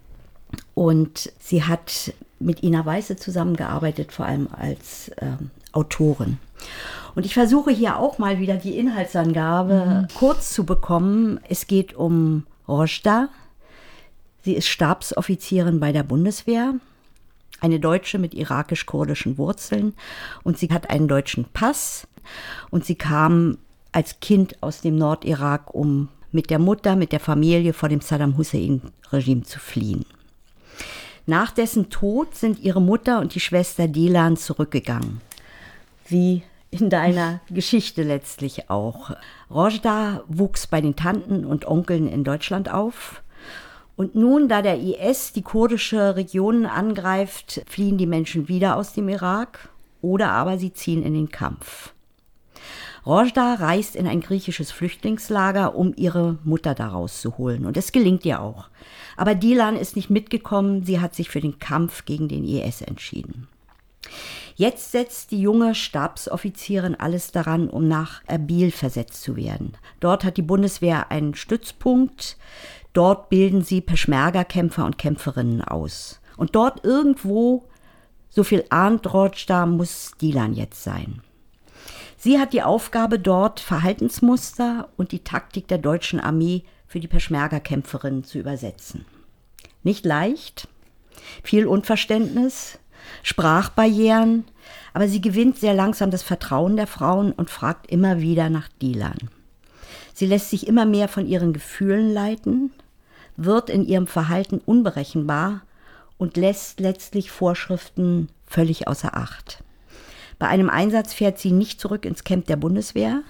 Und sie hat mit Ina Weiße zusammengearbeitet, vor allem als Autorin. Und ich versuche hier auch mal wieder die Inhaltsangabe kurz zu bekommen. Es geht um Rojda. Sie ist Stabsoffizierin bei der Bundeswehr, eine Deutsche mit irakisch-kurdischen Wurzeln. Und sie hat einen deutschen Pass. Und sie kam als Kind aus dem Nordirak, um mit der Mutter, mit der Familie vor dem Saddam Hussein-Regime zu fliehen. Nach dessen Tod sind ihre Mutter und die Schwester Dilan zurückgegangen. Wie in deiner Geschichte letztlich auch. Rojda wuchs bei den Tanten und Onkeln in Deutschland auf. Und nun, da der IS die kurdische Regionen angreift, fliehen die Menschen wieder aus dem Irak oder aber sie ziehen in den Kampf. Rojda reist in ein griechisches Flüchtlingslager, um ihre Mutter da rauszuholen. Und es gelingt ihr auch. Aber Dilan ist nicht mitgekommen. Sie hat sich für den Kampf gegen den IS entschieden. Jetzt setzt die junge Stabsoffizierin alles daran, um nach Erbil versetzt zu werden. Dort hat die Bundeswehr einen Stützpunkt. Dort bilden sie Peschmerga-Kämpfer und Kämpferinnen aus. Und dort irgendwo, so viel ahnt Rojda, muss Dilan jetzt sein. Sie hat die Aufgabe, dort Verhaltensmuster und die Taktik der deutschen Armee für die Peschmerga-Kämpferinnen zu übersetzen. Nicht leicht, viel Unverständnis, Sprachbarrieren, aber sie gewinnt sehr langsam das Vertrauen der Frauen und fragt immer wieder nach Dilan. Sie lässt sich immer mehr von ihren Gefühlen leiten, wird in ihrem Verhalten unberechenbar und lässt letztlich Vorschriften völlig außer Acht. Bei einem Einsatz fährt sie nicht zurück ins Camp der Bundeswehr.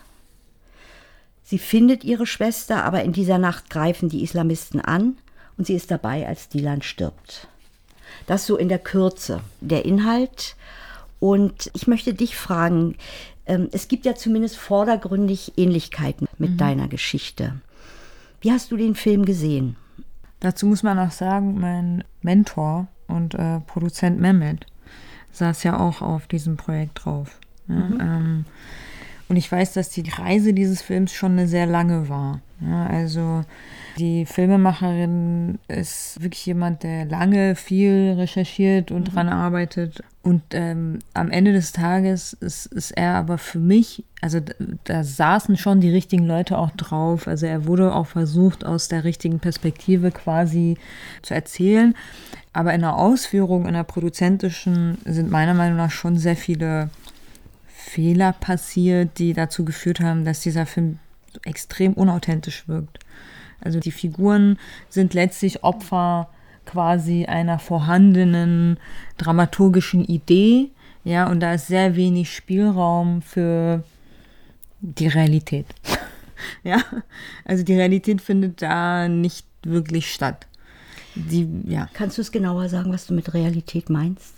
Sie findet ihre Schwester, aber in dieser Nacht greifen die Islamisten an und sie ist dabei, als Dilan stirbt. Das so in der Kürze, der Inhalt. Und ich möchte dich fragen, es gibt ja zumindest vordergründig Ähnlichkeiten mit deiner Geschichte. Wie hast du den Film gesehen? Dazu muss man auch sagen, mein Mentor und Produzent Mehmet saß ja auch auf diesem Projekt drauf. Ja, und ich weiß, dass die Reise dieses Films schon eine sehr lange war. Ja, also die Filmemacherin ist wirklich jemand, der lange viel recherchiert und dran arbeitet. Und am Ende des Tages ist er aber für mich, also da saßen schon die richtigen Leute auch drauf. Also er wurde auch versucht, aus der richtigen Perspektive quasi zu erzählen. Aber in der Ausführung, in der produzentischen, sind meiner Meinung nach schon sehr viele Fehler passiert, die dazu geführt haben, dass dieser Film extrem unauthentisch wirkt. Also die Figuren sind letztlich Opfer quasi einer vorhandenen dramaturgischen Idee, ja, und da ist sehr wenig Spielraum für die Realität. Ja, also die Realität findet da nicht wirklich statt. Kannst du es genauer sagen, was du mit Realität meinst?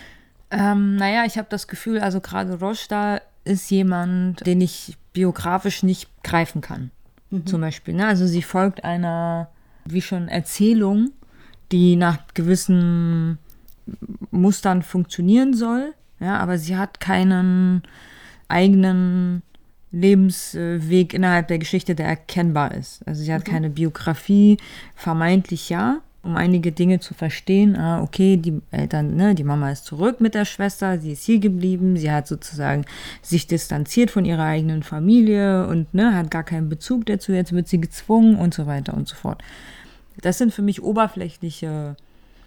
Ich habe das Gefühl, also gerade Rojda ist jemand, den ich biografisch nicht greifen kann, zum Beispiel. Ne? Also sie folgt einer, wie schon, Erzählung, die nach gewissen Mustern funktionieren soll, ja, aber sie hat keinen eigenen Lebensweg innerhalb der Geschichte, der erkennbar ist. Also sie hat keine Biografie, vermeintlich ja, um einige Dinge zu verstehen. Okay, die Eltern, ne, die Mama ist zurück mit der Schwester, sie ist hier geblieben, sie hat sozusagen sich distanziert von ihrer eigenen Familie und hat gar keinen Bezug dazu, jetzt wird sie gezwungen und so weiter und so fort. Das sind für mich oberflächliche,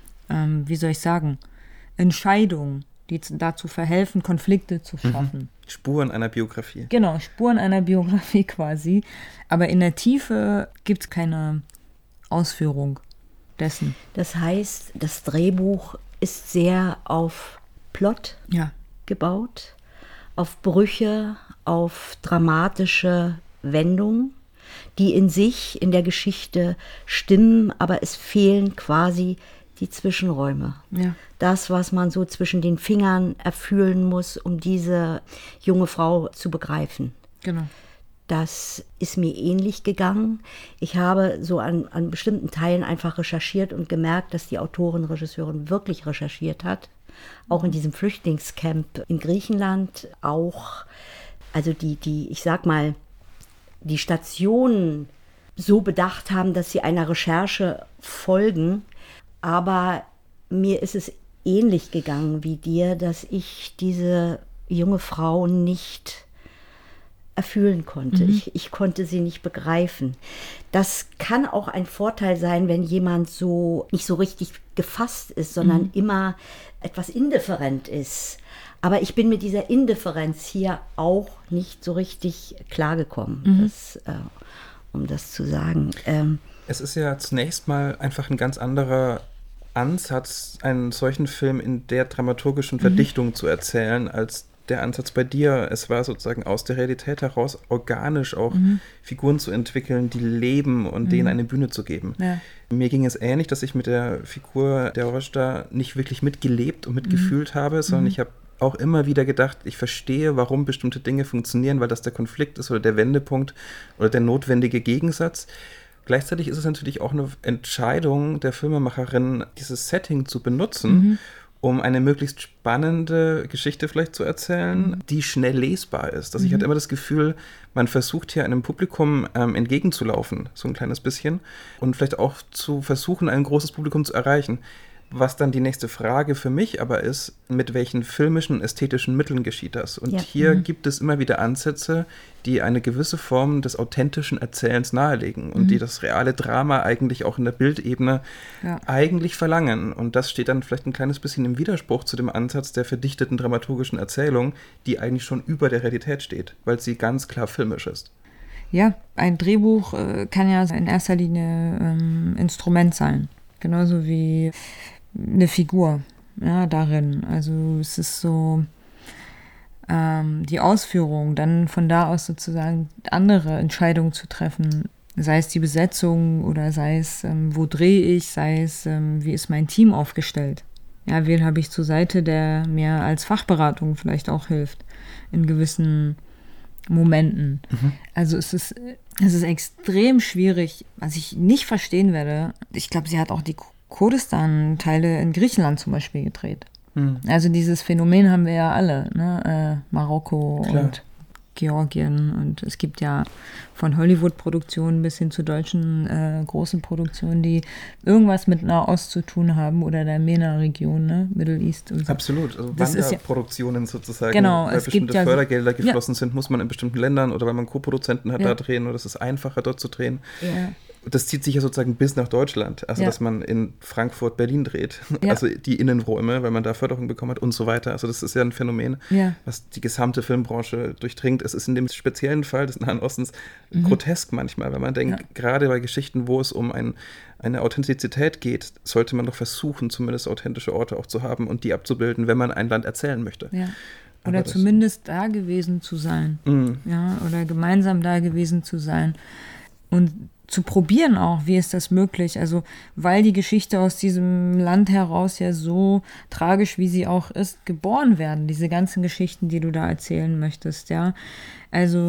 Entscheidungen, die dazu verhelfen, Konflikte zu schaffen. Spuren einer Biografie. Genau, Spuren einer Biografie quasi. Aber in der Tiefe gibt es keine Ausführung dessen. Das heißt, das Drehbuch ist sehr auf Plot gebaut, auf Brüche, auf dramatische Wendungen, die in sich in der Geschichte stimmen, aber es fehlen quasi die Zwischenräume. Ja. Das, was man so zwischen den Fingern erfühlen muss, um diese junge Frau zu begreifen. Genau. Das ist mir ähnlich gegangen. Ich habe so an bestimmten Teilen einfach recherchiert und gemerkt, dass die Autorin, Regisseurin wirklich recherchiert hat. Auch in diesem Flüchtlingscamp in Griechenland. Auch, also ich sag mal, die Stationen so bedacht haben, dass sie einer Recherche folgen. Aber mir ist es ähnlich gegangen wie dir, dass ich diese junge Frau nicht erfühlen konnte. Ich konnte sie nicht begreifen. Das kann auch ein Vorteil sein, wenn jemand so nicht so richtig gefasst ist, sondern immer etwas indifferent ist. Aber ich bin mit dieser Indifferenz hier auch nicht so richtig klargekommen, um das zu sagen. Es ist ja zunächst mal einfach ein ganz anderer Ansatz, einen solchen Film in der dramaturgischen Verdichtung zu erzählen, als der Ansatz bei dir. Es war sozusagen aus der Realität heraus organisch auch Figuren zu entwickeln, die leben und denen eine Bühne zu geben. Ja. Mir ging es ähnlich, dass ich mit der Figur der Rojda nicht wirklich mitgelebt und mitgefühlt habe, sondern ich habe auch immer wieder gedacht, ich verstehe, warum bestimmte Dinge funktionieren, weil das der Konflikt ist oder der Wendepunkt oder der notwendige Gegensatz. Gleichzeitig ist es natürlich auch eine Entscheidung der Filmemacherin, dieses Setting zu benutzen, um eine möglichst spannende Geschichte vielleicht zu erzählen, die schnell lesbar ist. Also ich hatte immer das Gefühl, man versucht hier einem Publikum entgegenzulaufen, so ein kleines bisschen, und vielleicht auch zu versuchen, ein großes Publikum zu erreichen. Was dann die nächste Frage für mich aber ist, mit welchen filmischen, ästhetischen Mitteln geschieht das? Und hier gibt es immer wieder Ansätze, die eine gewisse Form des authentischen Erzählens nahelegen und die das reale Drama eigentlich auch in der Bildebene eigentlich verlangen. Und das steht dann vielleicht ein kleines bisschen im Widerspruch zu dem Ansatz der verdichteten dramaturgischen Erzählung, die eigentlich schon über der Realität steht, weil sie ganz klar filmisch ist. Ja, ein Drehbuch kann ja in erster Linie Instrument sein. Genauso wie eine Figur, ja, darin. Also es ist so die Ausführung, dann von da aus sozusagen andere Entscheidungen zu treffen, sei es die Besetzung oder sei es, wo drehe ich, sei es, wie ist mein Team aufgestellt. Ja, wen habe ich zur Seite, der mir als Fachberatung vielleicht auch hilft in gewissen Momenten. Also es ist extrem schwierig, was ich nicht verstehen werde. Ich glaube, sie hat auch die Kurdistan-Teile in Griechenland zum Beispiel gedreht. Also dieses Phänomen haben wir ja alle, ne? Marokko und Georgien, und es gibt ja von Hollywood-Produktionen bis hin zu deutschen großen Produktionen, die irgendwas mit Nahost zu tun haben oder der MENA-Region, ne? Middle East. Und so. Absolut, also Wanderproduktionen sozusagen, genau, weil bestimmte Fördergelder geflossen sind, muss man in bestimmten Ländern oder weil man Co-Produzenten hat da drehen oder es ist einfacher dort zu drehen. Ja. Das zieht sich ja sozusagen bis nach Deutschland, also dass man in Frankfurt, Berlin dreht, also die Innenräume, weil man da Förderung bekommen hat und so weiter. Also das ist ja ein Phänomen, was die gesamte Filmbranche durchdringt. Es ist in dem speziellen Fall des Nahen Ostens grotesk manchmal, wenn man denkt, gerade bei Geschichten, wo es um eine Authentizität geht, sollte man doch versuchen, zumindest authentische Orte auch zu haben und die abzubilden, wenn man ein Land erzählen möchte. Ja. Oder zumindest da gewesen zu sein. Ja, oder gemeinsam da gewesen zu sein. Und zu probieren auch, wie ist das möglich? Also, weil die Geschichte aus diesem Land heraus ja so tragisch, wie sie auch ist, geboren werden. Diese ganzen Geschichten, die du da erzählen möchtest, ja. Also,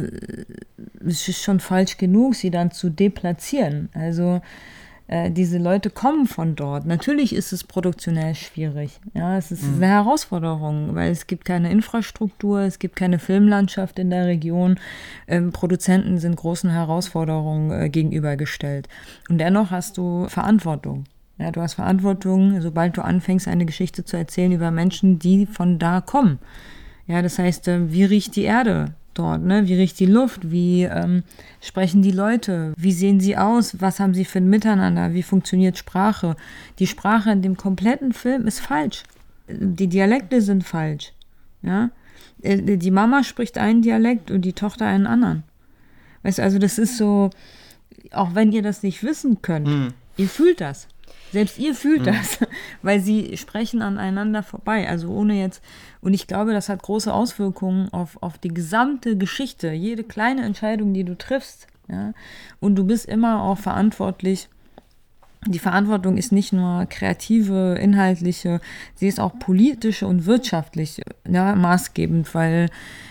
es ist schon falsch genug, sie dann zu deplatzieren. Also, diese Leute kommen von dort. Natürlich ist es produktionell schwierig. Ja, es ist eine Herausforderung, weil es gibt keine Infrastruktur, es gibt keine Filmlandschaft in der Region. Produzenten sind großen Herausforderungen gegenübergestellt. Und dennoch hast du Verantwortung. Ja, du hast Verantwortung, sobald du anfängst, eine Geschichte zu erzählen über Menschen, die von da kommen. Ja, das heißt, wie riecht die Erde dort, ne? Wie riecht die Luft? Wie sprechen die Leute? Wie sehen sie aus? Was haben sie für ein Miteinander? Wie funktioniert Sprache? Die Sprache in dem kompletten Film ist falsch. Die Dialekte sind falsch. Ja? Die Mama spricht einen Dialekt und die Tochter einen anderen. Weißt du, also das ist so, auch wenn ihr das nicht wissen könnt, ihr fühlt das. Selbst ihr fühlt das, weil sie sprechen aneinander vorbei, also ohne jetzt, und ich glaube, das hat große Auswirkungen auf die gesamte Geschichte, jede kleine Entscheidung, die du triffst, ja, und du bist immer auch verantwortlich die Verantwortung ist nicht nur kreative, inhaltliche, sie ist auch politische und wirtschaftlich maßgebend, weil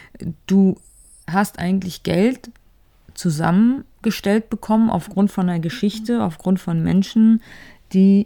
du hast eigentlich Geld zusammengestellt bekommen aufgrund von einer Geschichte, aufgrund von Menschen, die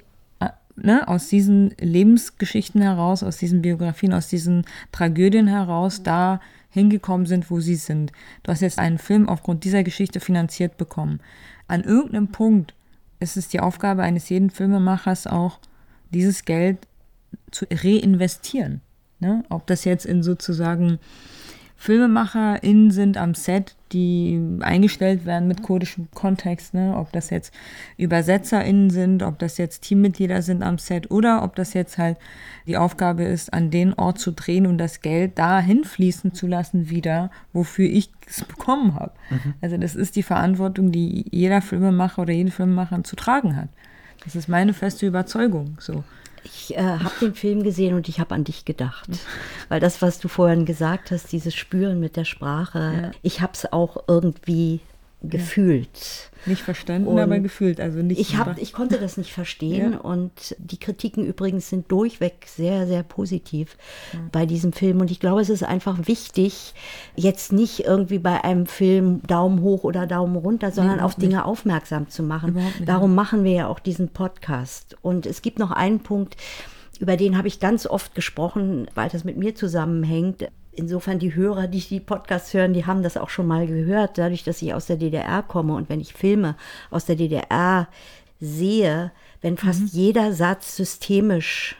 aus diesen Lebensgeschichten heraus, aus diesen Biografien, aus diesen Tragödien heraus da hingekommen sind, wo sie sind. Du hast jetzt einen Film aufgrund dieser Geschichte finanziert bekommen. An irgendeinem Punkt ist es die Aufgabe eines jeden Filmemachers auch, dieses Geld zu reinvestieren. Ne? Ob das jetzt in sozusagen FilmemacherInnen sind am Set, die eingestellt werden mit kurdischem Kontext, ne? Ob das jetzt ÜbersetzerInnen sind, ob das jetzt Teammitglieder sind am Set oder ob das jetzt halt die Aufgabe ist, an den Ort zu drehen und das Geld dahin fließen zu lassen wieder, wofür ich es bekommen habe. Also das ist die Verantwortung, die jeder Filmemacher oder jede Filmemacherin zu tragen hat. Das ist meine feste Überzeugung, so. Ich habe den Film gesehen und ich habe an dich gedacht. Weil das, was du vorhin gesagt hast, dieses Spüren mit der Sprache, ich habe es auch irgendwie gefühlt. Nicht verstanden, und aber gefühlt. Also nicht ich konnte das nicht verstehen und die Kritiken übrigens sind durchweg sehr, sehr positiv bei diesem Film. Und ich glaube, es ist einfach wichtig, jetzt nicht irgendwie bei einem Film Daumen hoch oder Daumen runter, sondern auf Dinge aufmerksam zu machen. Darum machen wir ja auch diesen Podcast. Und es gibt noch einen Punkt, über den habe ich ganz oft gesprochen, weil das mit mir zusammenhängt. Insofern die Hörer, die Podcasts hören, die haben das auch schon mal gehört, dadurch, dass ich aus der DDR komme und wenn ich Filme aus der DDR sehe, wenn fast jeder Satz systemisch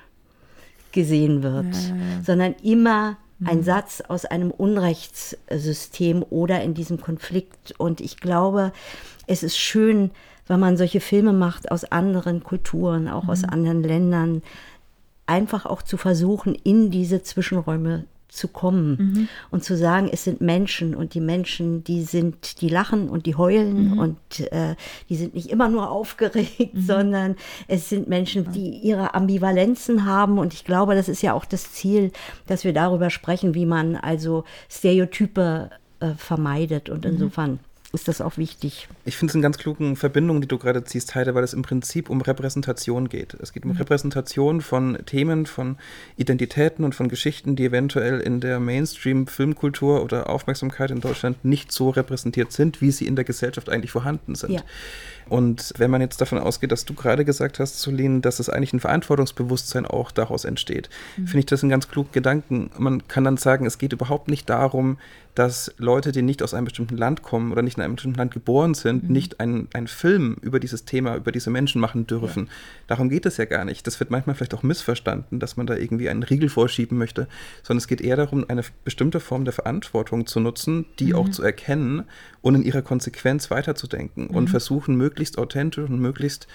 gesehen wird, sondern immer ein Satz aus einem Unrechtssystem oder in diesem Konflikt. Und ich glaube, es ist schön, wenn man solche Filme macht aus anderen Kulturen, auch aus anderen Ländern, einfach auch zu versuchen, in diese Zwischenräume zu kommen und zu sagen, es sind Menschen und die Menschen, die lachen und die heulen und die sind nicht immer nur aufgeregt, sondern es sind Menschen, die ihre Ambivalenzen haben und ich glaube, das ist ja auch das Ziel, dass wir darüber sprechen, wie man also Stereotype vermeidet und insofern ist das auch wichtig. Ich finde es eine ganz kluge Verbindung, die du gerade ziehst, Heide, weil es im Prinzip um Repräsentation geht. Es geht um Repräsentation von Themen, von Identitäten und von Geschichten, die eventuell in der Mainstream-Filmkultur oder Aufmerksamkeit in Deutschland nicht so repräsentiert sind, wie sie in der Gesellschaft eigentlich vorhanden sind. Ja. Und wenn man jetzt davon ausgeht, dass du gerade gesagt hast, Solin, dass es eigentlich ein Verantwortungsbewusstsein auch daraus entsteht, finde ich das einen ganz klugen Gedanken. Man kann dann sagen, es geht überhaupt nicht darum, dass Leute, die nicht aus einem bestimmten Land kommen oder nicht in einem bestimmten Land geboren sind, nicht einen Film über dieses Thema, über diese Menschen machen dürfen. Ja. Darum geht es ja gar nicht. Das wird manchmal vielleicht auch missverstanden, dass man da irgendwie einen Riegel vorschieben möchte, sondern es geht eher darum, eine bestimmte Form der Verantwortung zu nutzen, die auch zu erkennen und in ihrer Konsequenz weiterzudenken und versuchen, möglichst authentisch und möglichst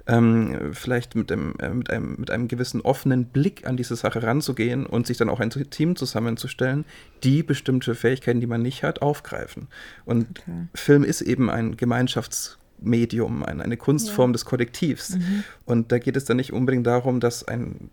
vielleicht mit einem gewissen offenen Blick an diese Sache ranzugehen und sich dann auch ein Team zusammenzustellen, die bestimmte Fähigkeiten, die man nicht hat, aufgreifen. Und Film ist eben ein Gemeinschaftsmedium, eine Kunstform des Kollektivs. Und da geht es dann nicht unbedingt darum, dass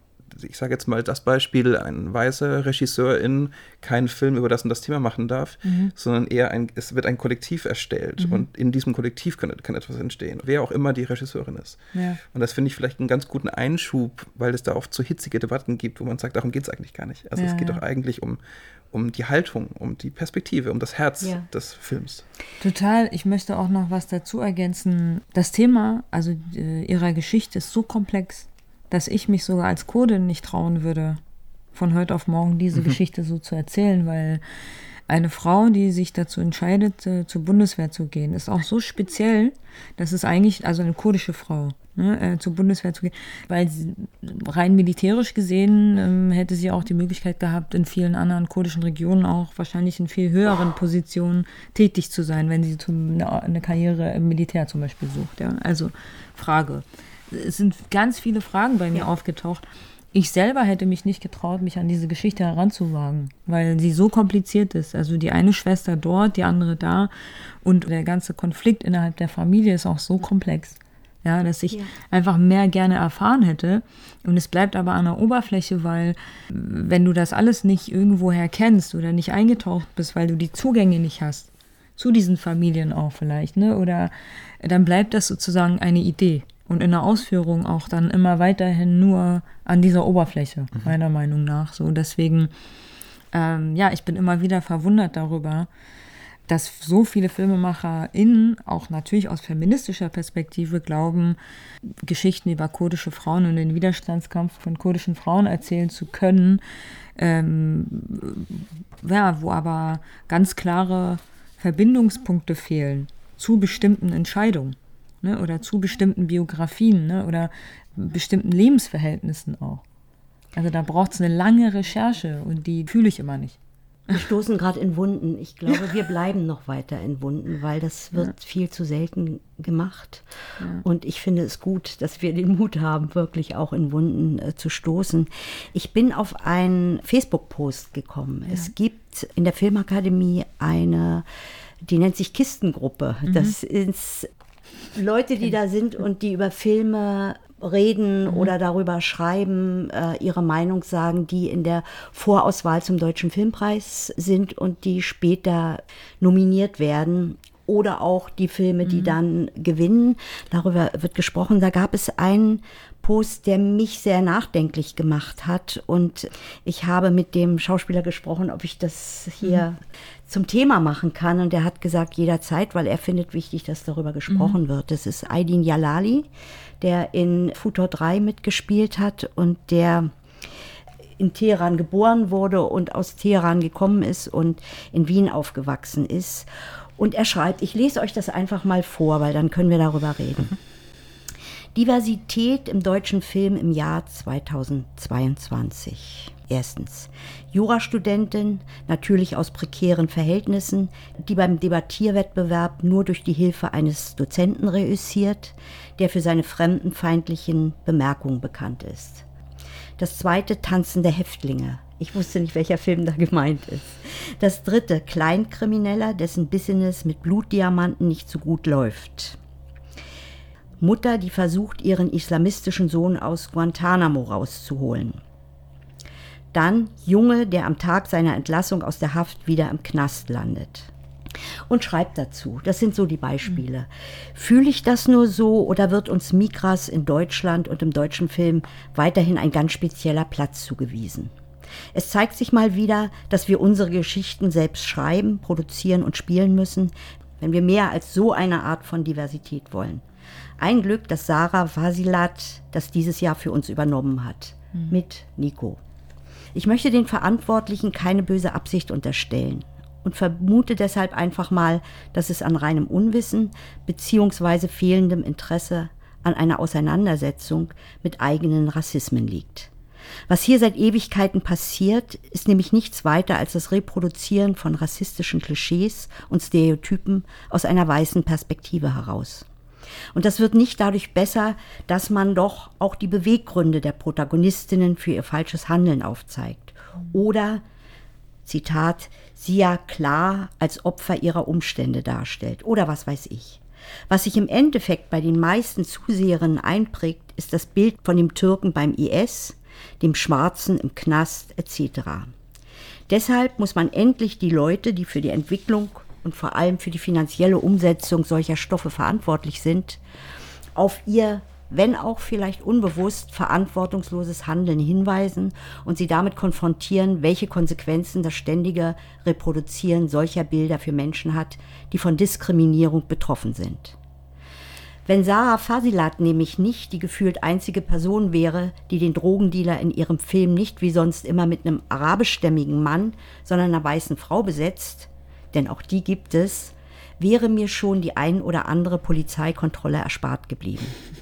ich sage jetzt mal das Beispiel, ein weißer Regisseurin keinen Film über das und das Thema machen darf, sondern eher es wird ein Kollektiv erstellt und in diesem Kollektiv kann etwas entstehen, wer auch immer die Regisseurin ist. Ja. Und das finde ich vielleicht einen ganz guten Einschub, weil es da oft so hitzige Debatten gibt, wo man sagt, darum geht es eigentlich gar nicht. Also es geht doch eigentlich um die Haltung, um die Perspektive, um das Herz des Films. Total. Ich möchte auch noch was dazu ergänzen. Das Thema, also ihrer Geschichte, ist so komplex, dass ich mich sogar als Kurdin nicht trauen würde, von heute auf morgen diese Geschichte so zu erzählen, weil eine Frau, die sich dazu entscheidet, zur Bundeswehr zu gehen, ist auch so speziell, dass es eigentlich, also eine kurdische Frau, zur Bundeswehr zu gehen, weil sie, rein militärisch gesehen hätte sie auch die Möglichkeit gehabt, in vielen anderen kurdischen Regionen auch wahrscheinlich in viel höheren Positionen tätig zu sein, wenn sie eine Karriere im Militär zum Beispiel sucht. Ja? Also Frage. Es sind ganz viele Fragen bei mir aufgetaucht. Ich selber hätte mich nicht getraut, mich an diese Geschichte heranzuwagen, weil sie so kompliziert ist. Also die eine Schwester dort, die andere da und der ganze Konflikt innerhalb der Familie ist auch so komplex, ja, dass ich einfach mehr gerne erfahren hätte. Und es bleibt aber an der Oberfläche, weil wenn du das alles nicht irgendwoher kennst oder nicht eingetaucht bist, weil du die Zugänge nicht hast, zu diesen Familien auch vielleicht, oder dann bleibt das sozusagen eine Idee. und in der Ausführung auch dann immer weiterhin nur an dieser Oberfläche, meiner Meinung nach. So, deswegen, ich bin immer wieder verwundert darüber, dass so viele FilmemacherInnen, auch natürlich aus feministischer Perspektive, glauben, Geschichten über kurdische Frauen und den Widerstandskampf von kurdischen Frauen erzählen zu können, wo aber ganz klare Verbindungspunkte fehlen zu bestimmten Entscheidungen, ne, oder zu bestimmten Biografien, ne, oder bestimmten Lebensverhältnissen auch. Also da braucht es eine lange Recherche und die fühle ich immer nicht. Wir stoßen gerade in Wunden. Ich glaube, wir bleiben noch weiter in Wunden, weil das wird viel zu selten gemacht. Ja. Und ich finde es gut, dass wir den Mut haben, wirklich auch in Wunden zu stoßen. Ich bin auf einen Facebook-Post gekommen. Ja. Es gibt in der Filmakademie eine, die nennt sich Kistengruppe. Das ist Leute, die da sind und die über Filme reden oder darüber schreiben, ihre Meinung sagen, die in der Vorauswahl zum Deutschen Filmpreis sind und die später nominiert werden. Oder auch die Filme, die dann gewinnen. Darüber wird gesprochen. Da gab es einen Post, der mich sehr nachdenklich gemacht hat. Und ich habe mit dem Schauspieler gesprochen, ob ich das hier zum Thema machen kann. Und der hat gesagt, jederzeit, weil er findet wichtig, dass darüber gesprochen wird. Das ist Aydin Jalali, der in Futur 3 mitgespielt hat und der in Teheran geboren wurde und aus Teheran gekommen ist und in Wien aufgewachsen ist. Und er schreibt, ich lese euch das einfach mal vor, weil dann können wir darüber reden. Diversität im deutschen Film im Jahr 2022. Erstens, Jurastudentin, natürlich aus prekären Verhältnissen, die beim Debattierwettbewerb nur durch die Hilfe eines Dozenten reüssiert, der für seine fremdenfeindlichen Bemerkungen bekannt ist. Das zweite, tanzende Häftlinge. Ich wusste nicht, welcher Film da gemeint ist. Das dritte, Kleinkrimineller, dessen Business mit Blutdiamanten nicht so gut läuft. Mutter, die versucht, ihren islamistischen Sohn aus Guantanamo rauszuholen. Dann Junge, der am Tag seiner Entlassung aus der Haft wieder im Knast landet. Und schreibt dazu, das sind so die Beispiele. Fühle ich das nur so oder wird uns Migras in Deutschland und im deutschen Film weiterhin ein ganz spezieller Platz zugewiesen? Es zeigt sich mal wieder, dass wir unsere Geschichten selbst schreiben, produzieren und spielen müssen, wenn wir mehr als so eine Art von Diversität wollen. Ein Glück, dass Sarah Fasilat das dieses Jahr für uns übernommen hat, mit Nico. Ich möchte den Verantwortlichen keine böse Absicht unterstellen und vermute deshalb einfach mal, dass es an reinem Unwissen bzw. fehlendem Interesse an einer Auseinandersetzung mit eigenen Rassismen liegt. Was hier seit Ewigkeiten passiert, ist nämlich nichts weiter als das Reproduzieren von rassistischen Klischees und Stereotypen aus einer weißen Perspektive heraus. Und das wird nicht dadurch besser, dass man doch auch die Beweggründe der Protagonistinnen für ihr falsches Handeln aufzeigt. Oder, Zitat, sie ja klar als Opfer ihrer Umstände darstellt. Oder was weiß ich. Was sich im Endeffekt bei den meisten Zuseherinnen einprägt, ist das Bild von dem Türken beim IS, dem Schwarzen im Knast etc. Deshalb muss man endlich die Leute, die für die Entwicklung und vor allem für die finanzielle Umsetzung solcher Stoffe verantwortlich sind, auf ihr, wenn auch vielleicht unbewusst, verantwortungsloses Handeln hinweisen und sie damit konfrontieren, welche Konsequenzen das ständige Reproduzieren solcher Bilder für Menschen hat, die von Diskriminierung betroffen sind. Wenn Sarah Fasilat nämlich nicht die gefühlt einzige Person wäre, die den Drogendealer in ihrem Film nicht wie sonst immer mit einem arabischstämmigen Mann, sondern einer weißen Frau besetzt, denn auch die gibt es, wäre mir schon die ein oder andere Polizeikontrolle erspart geblieben.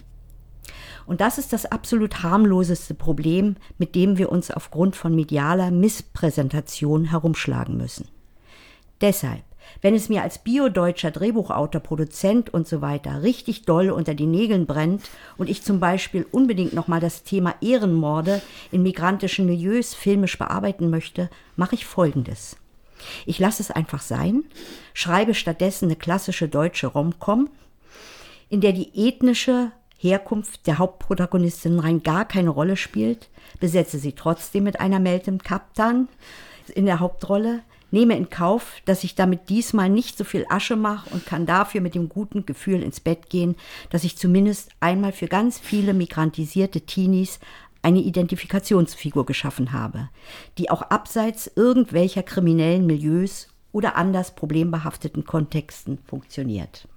Und das ist das absolut harmloseste Problem, mit dem wir uns aufgrund von medialer Misspräsentation herumschlagen müssen. Deshalb, wenn es mir als biodeutscher Drehbuchautor, Produzent und so weiter richtig doll unter die Nägeln brennt und ich zum Beispiel unbedingt nochmal das Thema Ehrenmorde in migrantischen Milieus filmisch bearbeiten möchte, mache ich Folgendes. Ich lasse es einfach sein, schreibe stattdessen eine klassische deutsche Rom-Com, in der die ethnische Herkunft der Hauptprotagonistin rein gar keine Rolle spielt, besetze sie trotzdem mit einer Meltem Kaptan in der Hauptrolle, nehme in Kauf, dass ich damit diesmal nicht so viel Asche mache und kann dafür mit dem guten Gefühl ins Bett gehen, dass ich zumindest einmal für ganz viele migrantisierte Teenies eine Identifikationsfigur geschaffen habe, die auch abseits irgendwelcher kriminellen Milieus oder anders problembehafteten Kontexten funktioniert.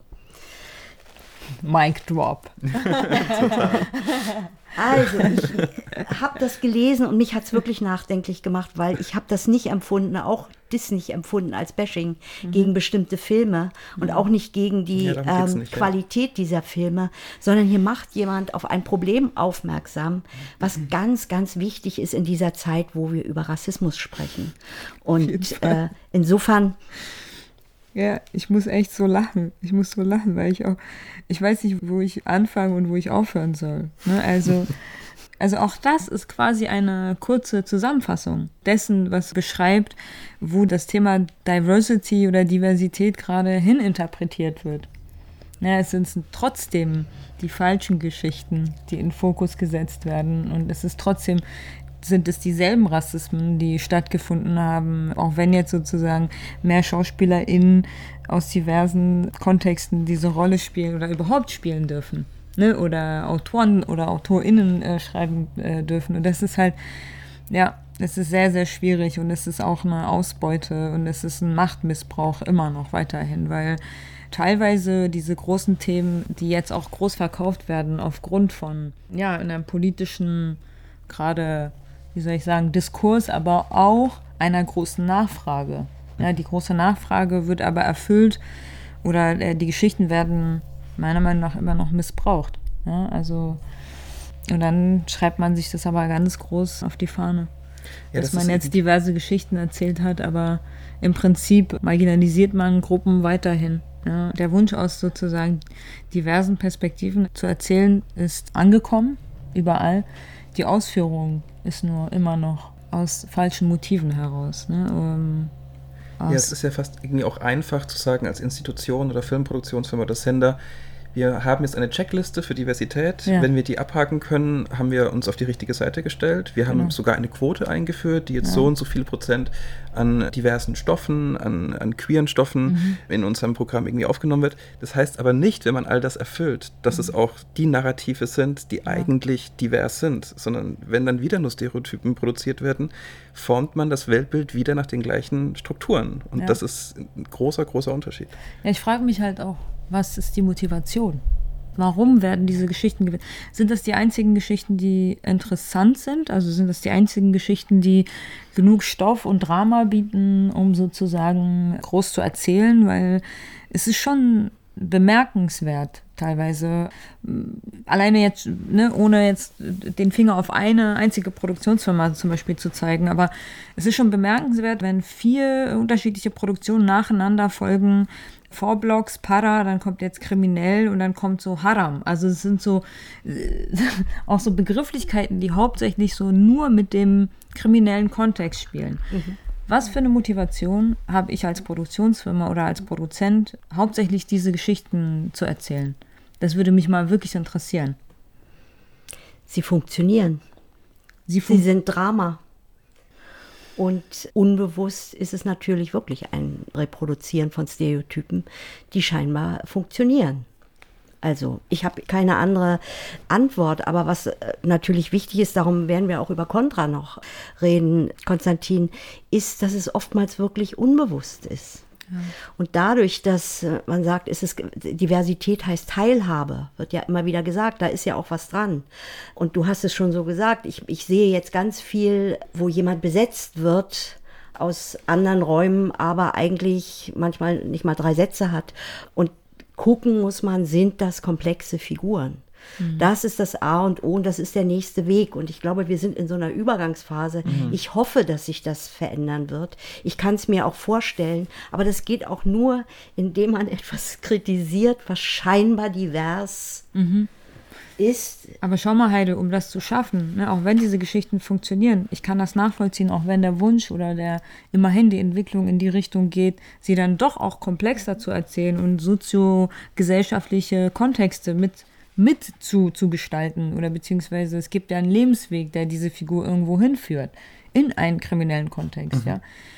Mic drop. Also, ich habe das gelesen und mich hat es wirklich nachdenklich gemacht, weil ich habe das nicht empfunden, auch das nicht empfunden als Bashing gegen bestimmte Filme und auch nicht gegen die Qualität dieser Filme, sondern hier macht jemand auf ein Problem aufmerksam, was ganz, ganz wichtig ist in dieser Zeit, wo wir über Rassismus sprechen. Und insofern... Ja, ich muss echt so lachen. Ich muss so lachen, weil ich weiß nicht, wo ich anfangen und wo ich aufhören soll. Ne? Also auch das ist quasi eine kurze Zusammenfassung dessen, was beschreibt, wo das Thema Diversity oder Diversität gerade hininterpretiert wird. Ja, es sind trotzdem die falschen Geschichten, die in Fokus gesetzt werden, und es ist trotzdem sind es dieselben Rassismen, die stattgefunden haben, auch wenn jetzt sozusagen mehr SchauspielerInnen aus diversen Kontexten diese Rolle spielen oder überhaupt spielen dürfen, ne? Oder Autoren oder AutorInnen schreiben dürfen. Und das ist halt, ja, es ist sehr, sehr schwierig, und es ist auch eine Ausbeute und es ist ein Machtmissbrauch immer noch weiterhin, weil teilweise diese großen Themen, die jetzt auch groß verkauft werden aufgrund von, ja, einer politischen, gerade, wie soll ich sagen, Diskurs, aber auch einer großen Nachfrage. Ja, die große Nachfrage wird aber erfüllt, oder die Geschichten werden meiner Meinung nach immer noch missbraucht. Ja, also, und dann schreibt man sich das aber ganz groß auf die Fahne. Ja, dass man jetzt diverse Geschichten erzählt hat, aber im Prinzip marginalisiert man Gruppen weiterhin. Ja, der Wunsch aus sozusagen diversen Perspektiven zu erzählen ist angekommen, überall. Die Ausführung ist nur immer noch aus falschen Motiven heraus. Ne? Ja, es ist ja fast irgendwie auch einfach zu sagen, als Institution oder Filmproduktionsfirma oder Sender, wir haben jetzt eine Checkliste für Diversität. Ja. Wenn wir die abhaken können, haben wir uns auf die richtige Seite gestellt. Wir haben sogar eine Quote eingeführt, die jetzt so und so viel Prozent an diversen Stoffen, an queeren Stoffen in unserem Programm irgendwie aufgenommen wird. Das heißt aber nicht, wenn man all das erfüllt, dass es auch die Narrative sind, die eigentlich divers sind, sondern wenn dann wieder nur Stereotypen produziert werden, formt man das Weltbild wieder nach den gleichen Strukturen. Und das ist ein großer, großer Unterschied. Ja, ich frage mich halt auch, was ist die Motivation? Warum werden diese Geschichten gewählt? Sind das die einzigen Geschichten, die interessant sind? Also sind das die einzigen Geschichten, die genug Stoff und Drama bieten, um sozusagen groß zu erzählen? Weil es ist schon bemerkenswert teilweise, alleine jetzt, ne, ohne jetzt den Finger auf eine einzige Produktionsfirma zum Beispiel zu zeigen, aber es ist schon bemerkenswert, wenn 4 unterschiedliche Produktionen nacheinander folgen, Vorblocks, Para, dann kommt jetzt Kriminell und dann kommt so Haram. Also es sind so auch so Begrifflichkeiten, die hauptsächlich so nur mit dem kriminellen Kontext spielen. Was für eine Motivation habe ich als Produktionsfirma oder als Produzent, hauptsächlich diese Geschichten zu erzählen? Das würde mich mal wirklich interessieren. Sie funktionieren. Sie sind Drama. Und unbewusst ist es natürlich wirklich ein Reproduzieren von Stereotypen, die scheinbar funktionieren. Also ich habe keine andere Antwort, aber was natürlich wichtig ist, darum werden wir auch über Contra noch reden, Konstantin, ist, dass es oftmals wirklich unbewusst ist. Ja. Und dadurch, dass man sagt, Diversität heißt Teilhabe, wird ja immer wieder gesagt, da ist ja auch was dran. Und du hast es schon so gesagt, ich sehe jetzt ganz viel, wo jemand besetzt wird aus anderen Räumen, aber eigentlich manchmal nicht mal 3 Sätze hat. Und gucken muss man, sind das komplexe Figuren? Das ist das A und O und das ist der nächste Weg. Und ich glaube, wir sind in so einer Übergangsphase. Ich hoffe, dass sich das verändern wird. Ich kann es mir auch vorstellen, aber das geht auch nur, indem man etwas kritisiert, was scheinbar divers ist. Aber schau mal, Heide, um das zu schaffen, ne, auch wenn diese Geschichten funktionieren, ich kann das nachvollziehen, auch wenn der Wunsch oder immerhin die Entwicklung in die Richtung geht, sie dann doch auch komplexer zu erzählen und soziogesellschaftliche Kontexte mit zu gestalten, oder beziehungsweise es gibt ja einen Lebensweg, der diese Figur irgendwo hinführt, in einen kriminellen Kontext, ja.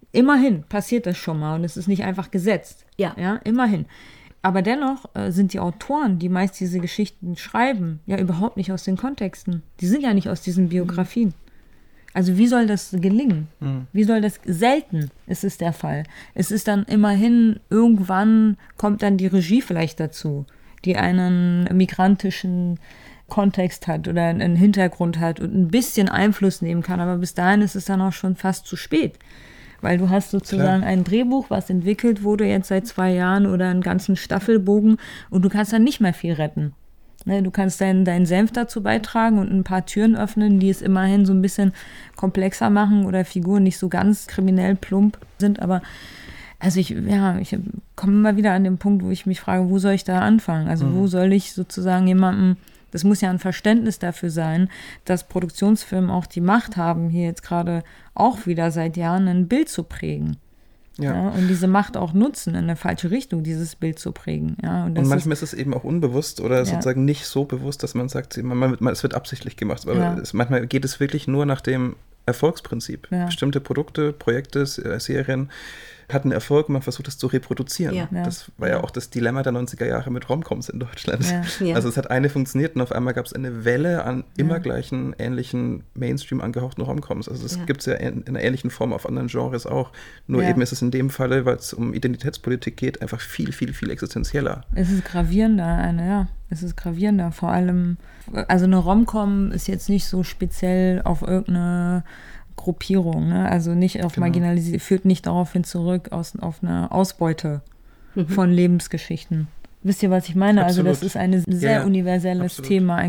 Immerhin passiert das schon mal und es ist nicht einfach gesetzt. Ja. Immerhin. Aber dennoch sind die Autoren, die meist diese Geschichten schreiben, ja überhaupt nicht aus den Kontexten. Die sind ja nicht aus diesen Biografien. Also wie soll das gelingen? Wie soll das? Selten ist es der Fall. Es ist dann immerhin, irgendwann kommt dann die Regie vielleicht dazu, die einen migrantischen Kontext hat oder einen Hintergrund hat und ein bisschen Einfluss nehmen kann. Aber bis dahin ist es dann auch schon fast zu spät. Weil du hast sozusagen ein Drehbuch, was entwickelt wurde jetzt seit 2 Jahren oder einen ganzen Staffelbogen und du kannst dann nicht mehr viel retten. Ne, du kannst deinen Senf dazu beitragen und ein paar Türen öffnen, die es immerhin so ein bisschen komplexer machen oder Figuren nicht so ganz kriminell plump sind. Aber also ich komme immer wieder an den Punkt, wo ich mich frage, wo soll ich da anfangen? Also wo soll ich sozusagen jemandem, das muss ja ein Verständnis dafür sein, dass Produktionsfirmen auch die Macht haben, hier jetzt gerade auch wieder seit Jahren ein Bild zu prägen. Ja, und diese Macht auch nutzen, in eine falsche Richtung dieses Bild zu prägen. Ja, und manchmal ist es eben auch unbewusst oder sozusagen nicht so bewusst, dass man sagt, es wird absichtlich gemacht. Aber manchmal geht es wirklich nur nach dem Erfolgsprinzip. Ja. Bestimmte Produkte, Projekte, Serien hatten Erfolg und man versucht es zu reproduzieren. Ja. Das war ja auch das Dilemma der 90er Jahre mit Romcoms in Deutschland. Ja. Also es hat eine funktioniert und auf einmal gab es eine Welle an immer gleichen, ähnlichen Mainstream angehauchten Romcoms. Also das gibt es ja in einer ähnlichen Form auf anderen Genres auch. Nur eben ist es in dem Falle, weil es um Identitätspolitik geht, einfach viel, viel, viel existenzieller. Es ist gravierender, es ist gravierender. Vor allem, also eine Romcom ist jetzt nicht so speziell auf irgendeine Gruppierung, ne? Also nicht auf marginalisiert, führt nicht darauf hin zurück auf eine Ausbeute von Lebensgeschichten. Wisst ihr, was ich meine? Absolut. Also das ist ein sehr universelles Thema.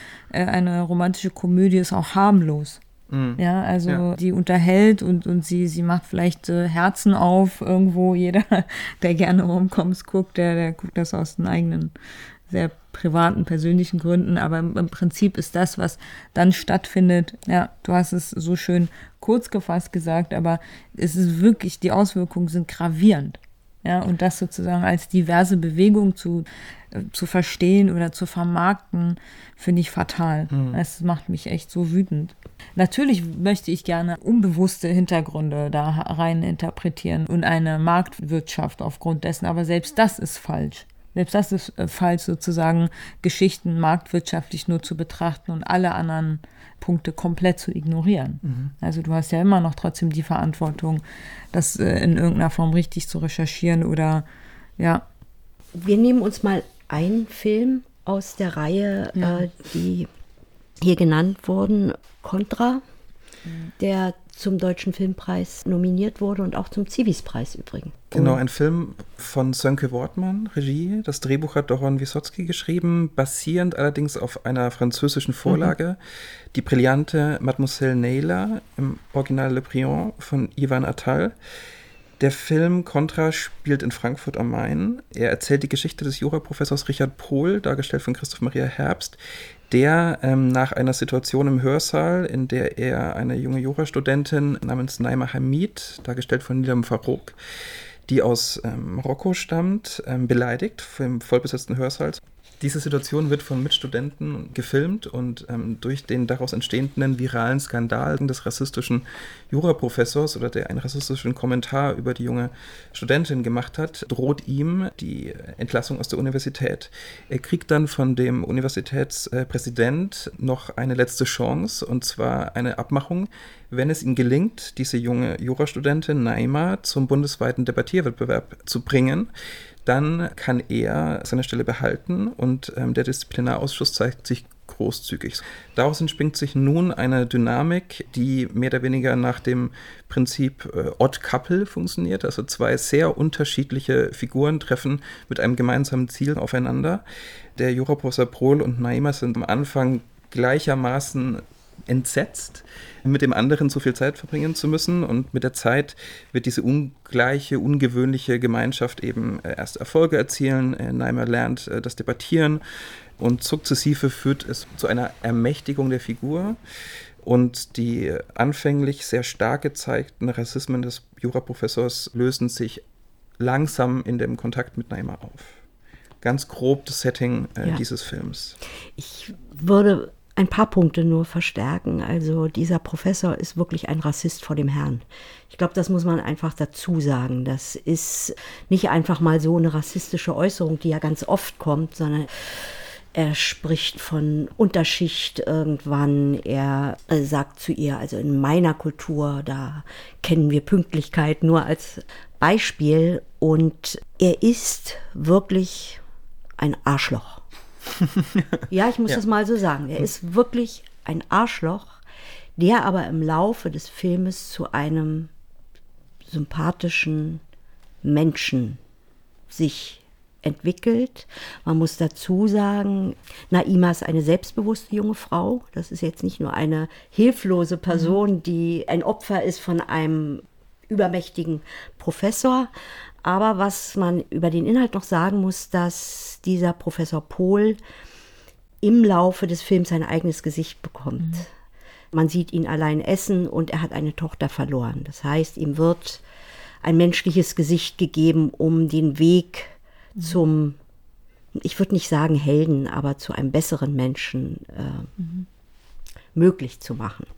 Eine romantische Komödie ist auch harmlos. Ja, also die unterhält und sie macht vielleicht Herzen auf irgendwo. Jeder, der gerne Romcoms guckt, der guckt das aus den eigenen sehr privaten, persönlichen Gründen, aber im Prinzip ist das, was dann stattfindet, du hast es so schön kurz gefasst gesagt, aber es ist wirklich, die Auswirkungen sind gravierend. Ja, und das sozusagen als diverse Bewegung zu verstehen oder zu vermarkten, finde ich fatal. Es macht mich echt so wütend. Natürlich möchte ich gerne unbewusste Hintergründe da rein interpretieren und eine Marktwirtschaft aufgrund dessen, aber selbst das ist falsch. Selbst das ist falsch, sozusagen Geschichten marktwirtschaftlich nur zu betrachten und alle anderen Punkte komplett zu ignorieren. Also du hast ja immer noch trotzdem die Verantwortung, das in irgendeiner Form richtig zu recherchieren oder Wir nehmen uns mal einen Film aus der Reihe, die hier genannt wurden, Contra, der zum Deutschen Filmpreis nominiert wurde und auch zum Zivis-Preis übrigens. Genau, ein Film von Sönke Wortmann, Regie. Das Drehbuch hat Doron Wysocki geschrieben, basierend allerdings auf einer französischen Vorlage. Die brillante Mademoiselle Naylor, im Original Le Briand von Ivan Attal. Der Film Contra spielt in Frankfurt am Main. Er erzählt die Geschichte des Juraprofessors Richard Pohl, dargestellt von Christoph Maria Herbst, der nach einer Situation im Hörsaal, in der er eine junge Jurastudentin namens Naima Hamid, dargestellt von Nilam Farouk, die aus Marokko stammt, beleidigt im vollbesetzten Hörsaal. Diese Situation wird von Mitstudenten gefilmt und durch den daraus entstehenden viralen Skandal des rassistischen Juraprofessors oder der einen rassistischen Kommentar über die junge Studentin gemacht hat, droht ihm die Entlassung aus der Universität. Er kriegt dann von dem Universitätspräsident noch eine letzte Chance, und zwar eine Abmachung, wenn es ihm gelingt, diese junge Jurastudentin Naima zum bundesweiten Debattierwettbewerb zu bringen, dann kann er seine Stelle behalten und der Disziplinarausschuss zeigt sich großzügig. Daraus entspringt sich nun eine Dynamik, die mehr oder weniger nach dem Prinzip Odd Couple funktioniert. Also zwei sehr unterschiedliche Figuren treffen mit einem gemeinsamen Ziel aufeinander. Der Juraprofessor Pohl und Naima sind am Anfang gleichermaßen entsetzt, mit dem anderen so viel Zeit verbringen zu müssen, und mit der Zeit wird diese ungleiche, ungewöhnliche Gemeinschaft eben erst Erfolge erzielen. Naima lernt das Debattieren und sukzessive führt es zu einer Ermächtigung der Figur, und die anfänglich sehr stark gezeigten Rassismen des Juraprofessors lösen sich langsam in dem Kontakt mit Naima auf. Ganz grob das Setting dieses Films. Ich würde ein paar Punkte nur verstärken. Also dieser Professor ist wirklich ein Rassist vor dem Herrn. Ich glaube, das muss man einfach dazu sagen. Das ist nicht einfach mal so eine rassistische Äußerung, die ja ganz oft kommt, sondern er spricht von Unterschicht irgendwann. Er sagt zu ihr, also in meiner Kultur, da kennen wir Pünktlichkeit nur als Beispiel. Und er ist wirklich ein Arschloch. Ja, ich muss das mal so sagen. Er ist wirklich ein Arschloch, der aber im Laufe des Filmes zu einem sympathischen Menschen sich entwickelt. Man muss dazu sagen, Naima ist eine selbstbewusste junge Frau. Das ist jetzt nicht nur eine hilflose Person, die ein Opfer ist von einem übermächtigen Professor. Aber was man über den Inhalt noch sagen muss, dass dieser Professor Pohl im Laufe des Films sein eigenes Gesicht bekommt. Man sieht ihn allein essen und er hat eine Tochter verloren. Das heißt, ihm wird ein menschliches Gesicht gegeben, um den Weg zum, ich würde nicht sagen Helden, aber zu einem besseren Menschen möglich zu machen.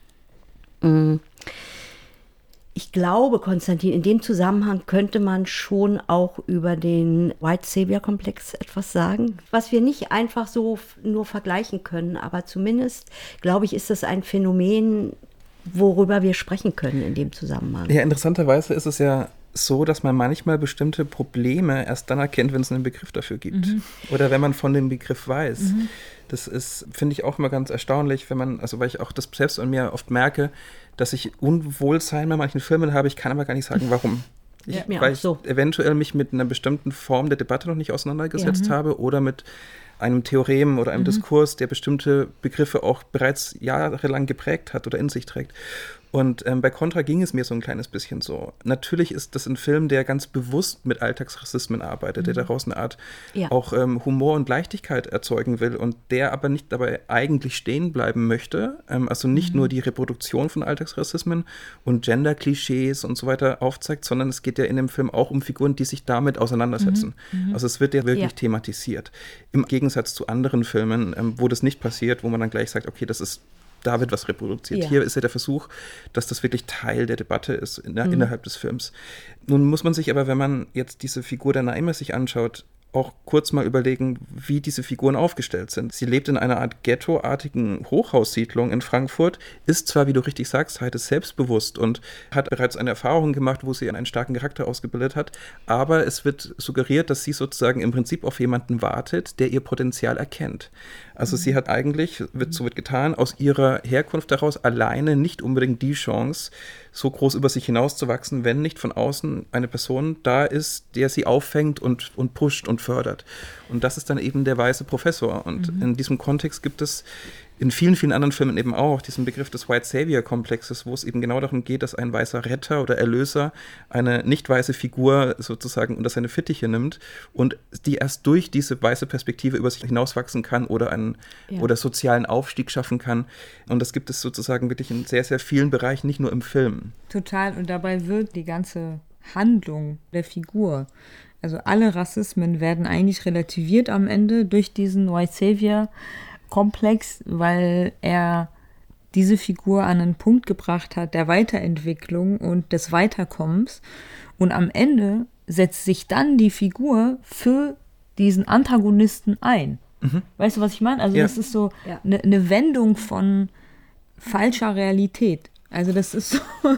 Ich glaube, Konstantin, in dem Zusammenhang könnte man schon auch über den White Savior-Komplex etwas sagen, was wir nicht einfach so nur vergleichen können, aber zumindest, glaube ich, ist das ein Phänomen, worüber wir sprechen können in dem Zusammenhang. Ja, interessanterweise ist es ja so, dass man manchmal bestimmte Probleme erst dann erkennt, wenn es einen Begriff dafür gibt. Oder wenn man von dem Begriff weiß. Das ist, finde ich, auch immer ganz erstaunlich, wenn man, also weil ich auch das selbst an mir oft merke, dass ich Unwohlsein bei manchen Filmen habe, ich kann aber gar nicht sagen, warum. Weil ich eventuell mich mit einer bestimmten Form der Debatte noch nicht auseinandergesetzt habe oder mit einem Theorem oder einem Diskurs, der bestimmte Begriffe auch bereits jahrelang geprägt hat oder in sich trägt. Und bei Contra ging es mir so ein kleines bisschen so. Natürlich ist das ein Film, der ganz bewusst mit Alltagsrassismen arbeitet, der daraus eine Art auch Humor und Leichtigkeit erzeugen will und der aber nicht dabei eigentlich stehen bleiben möchte. Also nicht nur die Reproduktion von Alltagsrassismen und Gender-Klischees und so weiter aufzeigt, sondern es geht ja in dem Film auch um Figuren, die sich damit auseinandersetzen. Also es wird ja wirklich thematisiert. Im Gegensatz zu anderen Filmen, wo das nicht passiert, wo man dann gleich sagt, okay, da wird was reproduziert. Hier ist ja der Versuch, dass das wirklich Teil der Debatte ist innerhalb des Films. Nun muss man sich aber, wenn man jetzt diese Figur der Naima sich anschaut, auch kurz mal überlegen, wie diese Figuren aufgestellt sind. Sie lebt in einer Art ghettoartigen Hochhaussiedlung in Frankfurt, ist zwar, wie du richtig sagst, heute selbstbewusst und hat bereits eine Erfahrung gemacht, wo sie einen starken Charakter ausgebildet hat, aber es wird suggeriert, dass sie sozusagen im Prinzip auf jemanden wartet, der ihr Potenzial erkennt. Also sie hat eigentlich, so wird getan, aus ihrer Herkunft heraus alleine nicht unbedingt die Chance, so groß über sich hinauszuwachsen, wenn nicht von außen eine Person da ist, der sie auffängt und pusht und fördert. Und das ist dann eben der weiße Professor. Und in diesem Kontext gibt es in vielen, vielen anderen Filmen eben auch diesen Begriff des White Savior-Komplexes, wo es eben genau darum geht, dass ein weißer Retter oder Erlöser eine nicht weiße Figur sozusagen unter seine Fittiche nimmt und die erst durch diese weiße Perspektive über sich hinauswachsen kann oder oder sozialen Aufstieg schaffen kann. Und das gibt es sozusagen wirklich in sehr, sehr vielen Bereichen, nicht nur im Film. Total. Und dabei wird die ganze Handlung der Figur, also alle Rassismen werden eigentlich relativiert am Ende durch diesen White Savior-Komplex, weil er diese Figur an einen Punkt gebracht hat der Weiterentwicklung und des Weiterkommens. Und am Ende setzt sich dann die Figur für diesen Antagonisten ein. Weißt du, was ich meine? Also das ist so eine Wendung von falscher Realität. Also das ist so,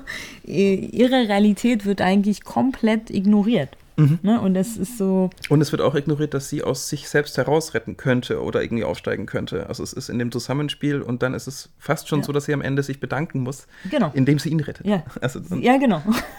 ihre Realität wird eigentlich komplett ignoriert. Ne? Und das ist so. Und es wird auch ignoriert, dass sie aus sich selbst herausretten könnte oder irgendwie aufsteigen könnte. Also es ist in dem Zusammenspiel und dann ist es fast schon so, dass sie am Ende sich bedanken muss, indem sie ihn rettet. Ja, also genau.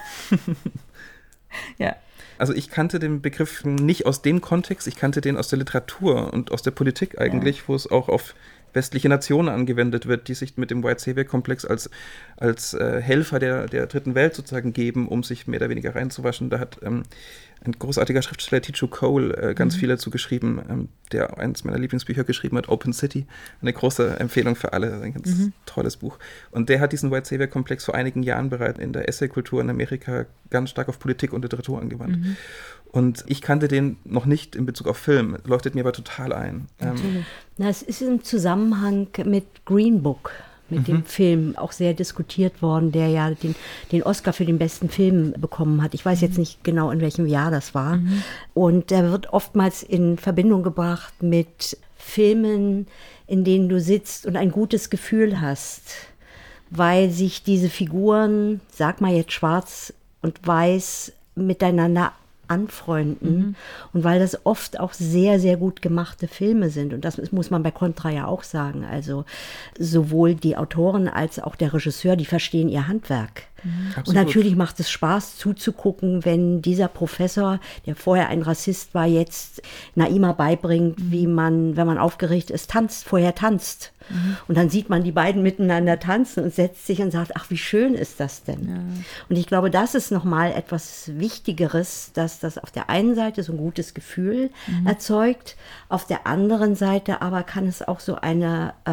Also ich kannte den Begriff nicht aus dem Kontext, ich kannte den aus der Literatur und aus der Politik eigentlich, wo es auch auf westliche Nationen angewendet wird, die sich mit dem White Savior-Komplex als Helfer der dritten Welt sozusagen geben, um sich mehr oder weniger reinzuwaschen. Da hat ein großartiger Schriftsteller, Teju Cole, ganz viel dazu geschrieben, der eines meiner Lieblingsbücher geschrieben hat, Open City. Eine große Empfehlung für alle, ein ganz tolles Buch. Und der hat diesen White Savior-Komplex vor einigen Jahren bereits in der Essay-Kultur in Amerika ganz stark auf Politik und Literatur angewandt. Und ich kannte den noch nicht in Bezug auf Film, leuchtet mir aber total ein. Es ist im Zusammenhang mit Green Book, mit dem Film auch sehr diskutiert worden, der ja den Oscar für den besten Film bekommen hat. Ich weiß jetzt nicht genau, in welchem Jahr das war. Und der wird oftmals in Verbindung gebracht mit Filmen, in denen du sitzt und ein gutes Gefühl hast, weil sich diese Figuren, sag mal jetzt schwarz und weiß, miteinander anfreunden und weil das oft auch sehr, sehr gut gemachte Filme sind und das muss man bei Contra ja auch sagen, also sowohl die Autoren als auch der Regisseur, die verstehen ihr Handwerk. Und natürlich macht es Spaß zuzugucken, wenn dieser Professor, der vorher ein Rassist war, jetzt Naima beibringt, wie man, wenn man aufgeregt ist, vorher tanzt. Und dann sieht man die beiden miteinander tanzen und setzt sich und sagt, ach, wie schön ist das denn? Ja. Und ich glaube, das ist nochmal etwas Wichtigeres, dass das auf der einen Seite so ein gutes Gefühl erzeugt, auf der anderen Seite aber kann es auch so ein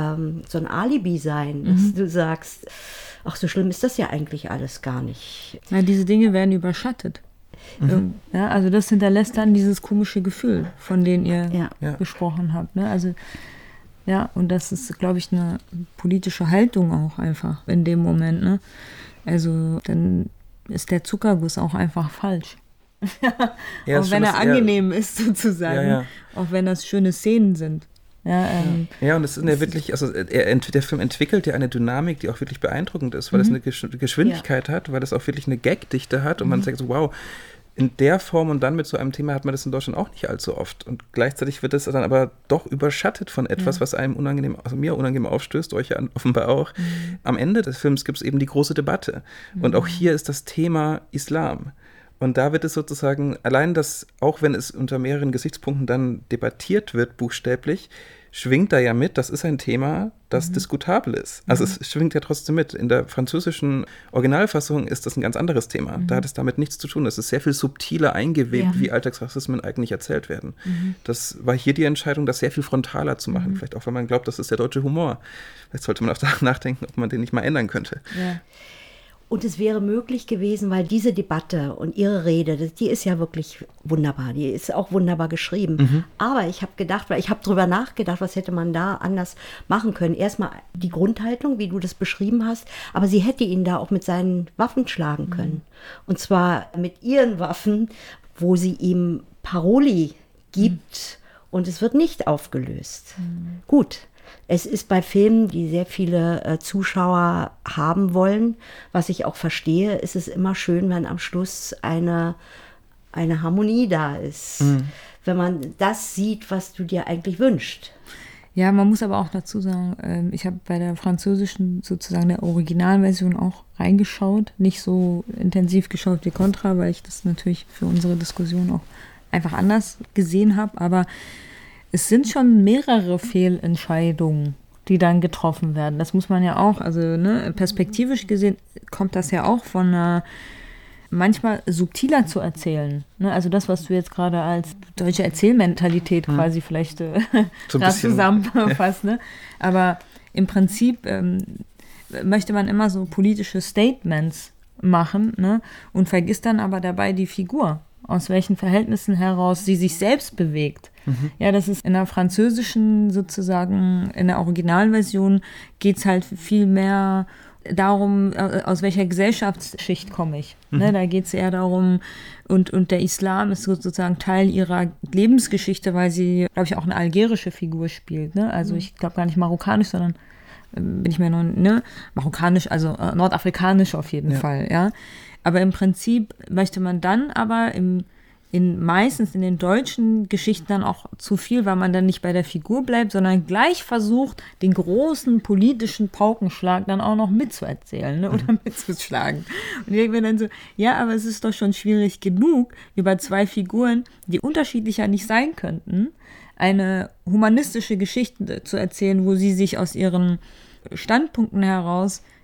Alibi sein, dass du sagst, ach, so schlimm ist das ja eigentlich alles gar nicht. Ja, diese Dinge werden überschattet. Ja, also das hinterlässt dann dieses komische Gefühl, von dem ihr gesprochen habt. Ne? Also ja, und das ist, glaube ich, eine politische Haltung auch einfach in dem Moment. Ne? Also dann ist der Zuckerguss auch einfach falsch. Auch wenn er angenehm ist sozusagen, auch wenn das schöne Szenen sind. Ja, und es ist ja wirklich, also der Film entwickelt ja eine Dynamik, die auch wirklich beeindruckend ist, weil es eine Geschwindigkeit hat, weil es auch wirklich eine Gagdichte hat und man sagt so, wow, in der Form und dann mit so einem Thema hat man das in Deutschland auch nicht allzu oft. Und gleichzeitig wird es dann aber doch überschattet von etwas, was einem unangenehm, also mir unangenehm aufstößt, euch ja offenbar auch. Am Ende des Films gibt es eben die große Debatte. Und auch hier ist das Thema Islam. Und da wird es sozusagen, allein das, auch wenn es unter mehreren Gesichtspunkten dann debattiert wird, buchstäblich, schwingt da ja mit, das ist ein Thema, das diskutabel ist. Also es schwingt ja trotzdem mit. In der französischen Originalfassung ist das ein ganz anderes Thema. Da hat es damit nichts zu tun. Es ist sehr viel subtiler eingewebt, wie Alltagsrassismen eigentlich erzählt werden. Das war hier die Entscheidung, das sehr viel frontaler zu machen. Vielleicht auch, wenn man glaubt, das ist der deutsche Humor. Vielleicht sollte man auch nachdenken, ob man den nicht mal ändern könnte. Ja. Und es wäre möglich gewesen, weil diese Debatte und ihre Rede, die ist ja wirklich wunderbar, die ist auch wunderbar geschrieben. Aber ich habe gedacht, weil ich habe drüber nachgedacht, was hätte man da anders machen können. Erstmal die Grundhaltung, wie du das beschrieben hast, aber sie hätte ihn da auch mit seinen Waffen schlagen können. Und zwar mit ihren Waffen, wo sie ihm Paroli gibt und es wird nicht aufgelöst. Gut. Es ist bei Filmen, die sehr viele Zuschauer haben wollen, was ich auch verstehe, ist es immer schön, wenn am Schluss eine Harmonie da ist. Wenn man das sieht, was du dir eigentlich wünschst. Ja, man muss aber auch dazu sagen, ich habe bei der französischen, sozusagen der Originalversion auch reingeschaut. Nicht so intensiv geschaut wie Contra, weil ich das natürlich für unsere Diskussion auch einfach anders gesehen habe. Aber es sind schon mehrere Fehlentscheidungen, die dann getroffen werden. Das muss man ja auch, also perspektivisch gesehen kommt das ja auch von einer manchmal subtiler zu erzählen. Ne? Also das, was du jetzt gerade als deutsche Erzählmentalität quasi vielleicht so zusammenfasst. Ne? Aber im Prinzip möchte man immer so politische Statements machen, ne? Und vergisst dann aber dabei die Figur, aus welchen Verhältnissen heraus sie sich selbst bewegt. Ja, das ist in der französischen sozusagen, in der Originalversion geht es halt viel mehr darum, aus welcher Gesellschaftsschicht komme ich. Ne, da geht es eher darum, und der Islam ist sozusagen Teil ihrer Lebensgeschichte, weil sie, glaube ich, auch eine algerische Figur spielt. Ne? Also ich glaube gar nicht marokkanisch, sondern bin ich mir noch, marokkanisch, also nordafrikanisch auf jeden Fall, ja. Aber im Prinzip möchte man dann aber meistens in den deutschen Geschichten dann auch zu viel, weil man dann nicht bei der Figur bleibt, sondern gleich versucht, den großen politischen Paukenschlag dann auch noch mitzuerzählen, oder mitzuschlagen. Und ich denke mir dann so, ja, aber es ist doch schon schwierig genug, über zwei Figuren, die unterschiedlicher nicht sein könnten, eine humanistische Geschichte zu erzählen, wo sie sich aus ihren Standpunkten heraus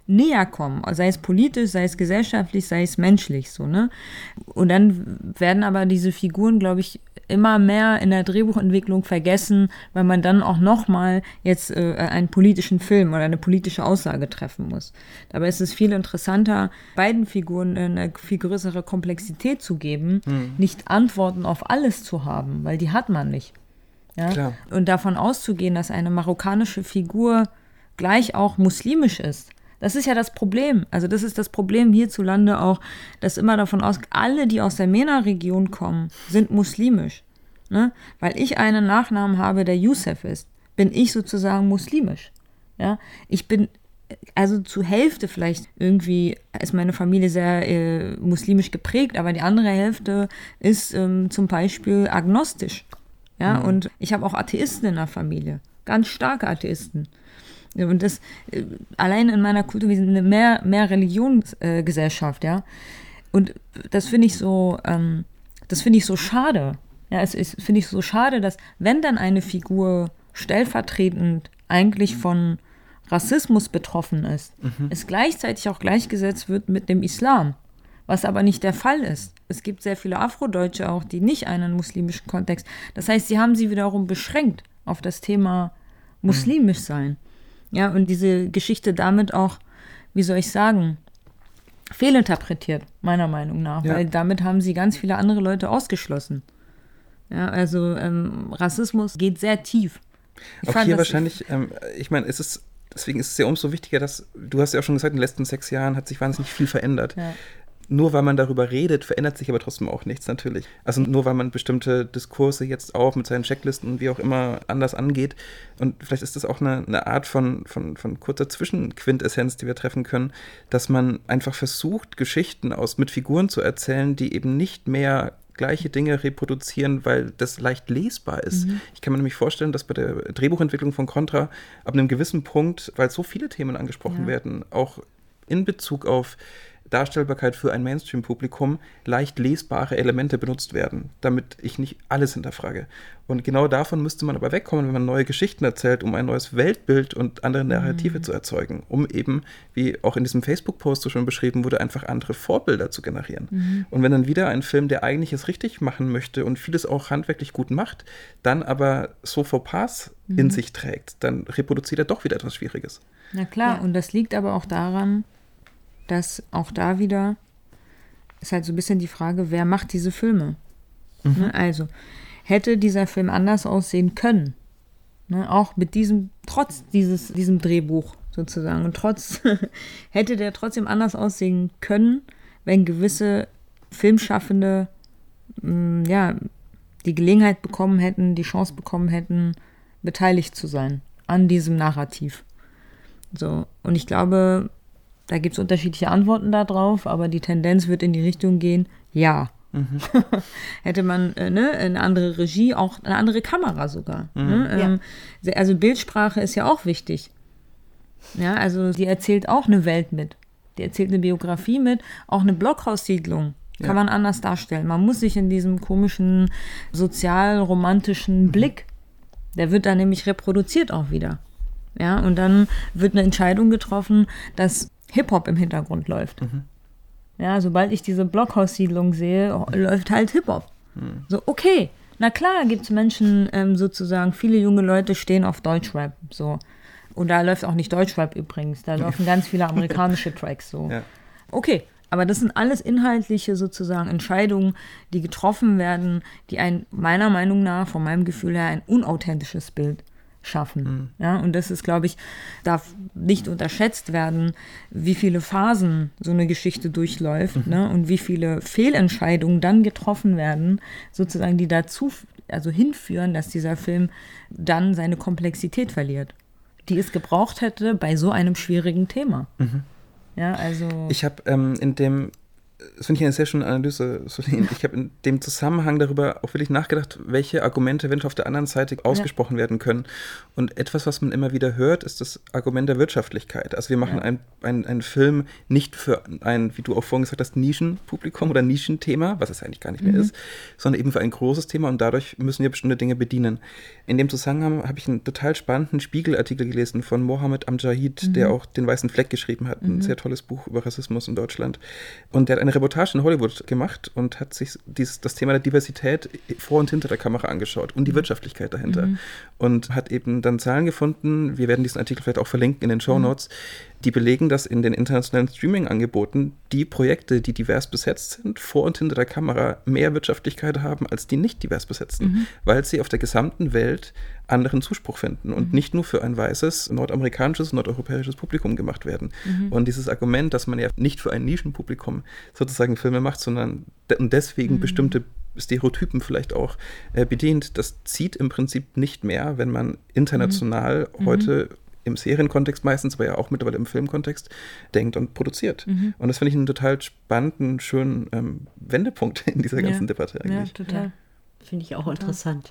näher kommen, sei es politisch, sei es gesellschaftlich, sei es menschlich, so, ne? Und dann werden aber diese Figuren, glaube ich, immer mehr in der Drehbuchentwicklung vergessen, weil man dann auch nochmal jetzt einen politischen Film oder eine politische Aussage treffen muss. Dabei ist es viel interessanter, beiden Figuren eine viel größere Komplexität zu geben, nicht Antworten auf alles zu haben, weil die hat man nicht. Ja? Klar. Und davon auszugehen, dass eine marokkanische Figur gleich auch muslimisch ist. Das ist ja das Problem. Also das ist das Problem hierzulande auch, dass immer davon ausgeht, alle, die aus der MENA-Region kommen, sind muslimisch. Ne? Weil ich einen Nachnamen habe, der Youssef ist, bin ich sozusagen muslimisch. Ja? Ich bin also zur Hälfte vielleicht irgendwie, ist meine Familie sehr muslimisch geprägt, aber die andere Hälfte ist zum Beispiel agnostisch. Ja? Und ich habe auch Atheisten in der Familie, ganz starke Atheisten. Und das, allein in meiner Kultur, wir sind eine mehr Religionsgesellschaft, ja. Und das finde ich so schade. Ja, finde ich so schade, dass, wenn dann eine Figur stellvertretend eigentlich von Rassismus betroffen ist, es gleichzeitig auch gleichgesetzt wird mit dem Islam, was aber nicht der Fall ist. Es gibt sehr viele Afrodeutsche auch, die nicht einen muslimischen Kontext. Das heißt, sie haben sie wiederum beschränkt auf das Thema muslimisch sein. Ja, und diese Geschichte damit auch, wie soll ich sagen, fehlinterpretiert, meiner Meinung nach. Ja. Weil damit haben sie ganz viele andere Leute ausgeschlossen. Ja, also Rassismus geht sehr tief. Auch hier wahrscheinlich, ich meine, deswegen ist es ja umso wichtiger, dass, du hast ja auch schon gesagt, in den letzten 6 Jahren hat sich wahnsinnig viel verändert. Ja. Nur weil man darüber redet, verändert sich aber trotzdem auch nichts natürlich. Also nur weil man bestimmte Diskurse jetzt auch mit seinen Checklisten und wie auch immer anders angeht. Und vielleicht ist das auch eine Art von kurzer Zwischenquintessenz, die wir treffen können, dass man einfach versucht, Geschichten mit Figuren zu erzählen, die eben nicht mehr gleiche Dinge reproduzieren, weil das leicht lesbar ist. Ich kann mir nämlich vorstellen, dass bei der Drehbuchentwicklung von Contra ab einem gewissen Punkt, weil so viele Themen angesprochen werden, auch in Bezug auf Darstellbarkeit für ein Mainstream-Publikum, leicht lesbare Elemente benutzt werden, damit ich nicht alles hinterfrage. Und genau davon müsste man aber wegkommen, wenn man neue Geschichten erzählt, um ein neues Weltbild und andere Narrative zu erzeugen, um eben, wie auch in diesem Facebook-Post so schon beschrieben wurde, einfach andere Vorbilder zu generieren. Und wenn dann wieder ein Film, der eigentlich es richtig machen möchte und vieles auch handwerklich gut macht, dann aber so Fauxpas in sich trägt, dann reproduziert er doch wieder etwas Schwieriges. Na klar, und das liegt aber auch daran, dass auch da wieder ist halt so ein bisschen die Frage, wer macht diese Filme? Ne? Also, hätte dieser Film anders aussehen können, ne? Auch mit trotz diesem Drehbuch sozusagen, und hätte der trotzdem anders aussehen können, wenn gewisse Filmschaffende die Gelegenheit bekommen hätten, die Chance bekommen hätten, beteiligt zu sein an diesem Narrativ. So, und ich glaube, da gibt es unterschiedliche Antworten darauf, aber die Tendenz wird in die Richtung gehen, ja. Hätte man eine andere Regie, auch eine andere Kamera sogar. Also Bildsprache ist ja auch wichtig. Ja, also die erzählt auch eine Welt mit. Die erzählt eine Biografie mit, auch eine Blockhaussiedlung kann man anders darstellen. Man muss sich in diesem komischen sozial-romantischen Blick, der wird dann nämlich reproduziert auch wieder. Ja, und dann wird eine Entscheidung getroffen, dass Hip-Hop im Hintergrund läuft. Ja, sobald ich diese Blockhaussiedlung sehe, läuft halt Hip-Hop. So, okay, na klar gibt es Menschen, sozusagen, viele junge Leute stehen auf Deutschrap, so. Und da läuft auch nicht Deutschrap übrigens, da laufen ganz viele amerikanische Tracks, so. Ja. Okay, aber das sind alles inhaltliche, sozusagen, Entscheidungen, die getroffen werden, die meiner Meinung nach, von meinem Gefühl her, ein unauthentisches Bild schaffen. Ja, und das ist, glaube ich, darf nicht unterschätzt werden, wie viele Phasen so eine Geschichte durchläuft, ne, und wie viele Fehlentscheidungen dann getroffen werden, sozusagen, die dazu hinführen, dass dieser Film dann seine Komplexität verliert, die es gebraucht hätte bei so einem schwierigen Thema. Ja, also ich habe in dem Das finde ich eine sehr schöne Analyse. Ich habe in dem Zusammenhang darüber auch wirklich nachgedacht, welche Argumente eventuell auf der anderen Seite ausgesprochen werden können. Und etwas, was man immer wieder hört, ist das Argument der Wirtschaftlichkeit. Also wir machen einen Film nicht für ein, wie du auch vorhin gesagt hast, Nischenpublikum oder Nischenthema, was es eigentlich gar nicht mehr ist, sondern eben für ein großes Thema und dadurch müssen wir bestimmte Dinge bedienen. In dem Zusammenhang habe ich einen total spannenden Spiegelartikel gelesen von Mohammed Amjahid, der auch Den Weißen Fleck geschrieben hat, ein sehr tolles Buch über Rassismus in Deutschland. Und der hat eine Reportage in Hollywood gemacht und hat sich das Thema der Diversität vor und hinter der Kamera angeschaut und die Wirtschaftlichkeit dahinter. Und hat eben dann Zahlen gefunden, wir werden diesen Artikel vielleicht auch verlinken in den Shownotes, die belegen, dass in den internationalen Streaming-Angeboten die Projekte, die divers besetzt sind, vor und hinter der Kamera mehr Wirtschaftlichkeit haben als die nicht divers besetzten, weil sie auf der gesamten Welt anderen Zuspruch finden und nicht nur für ein weißes, nordamerikanisches, nordeuropäisches Publikum gemacht werden. Und dieses Argument, dass man ja nicht für ein Nischenpublikum sozusagen Filme macht, sondern und deswegen bestimmte Stereotypen vielleicht auch bedient, das zieht im Prinzip nicht mehr, wenn man international heute im Serienkontext meistens, aber ja auch mittlerweile im Filmkontext denkt und produziert. Und das finde ich einen total spannenden, schönen Wendepunkt in dieser ganzen Debatte eigentlich. Ja, total. Finde ich auch interessant.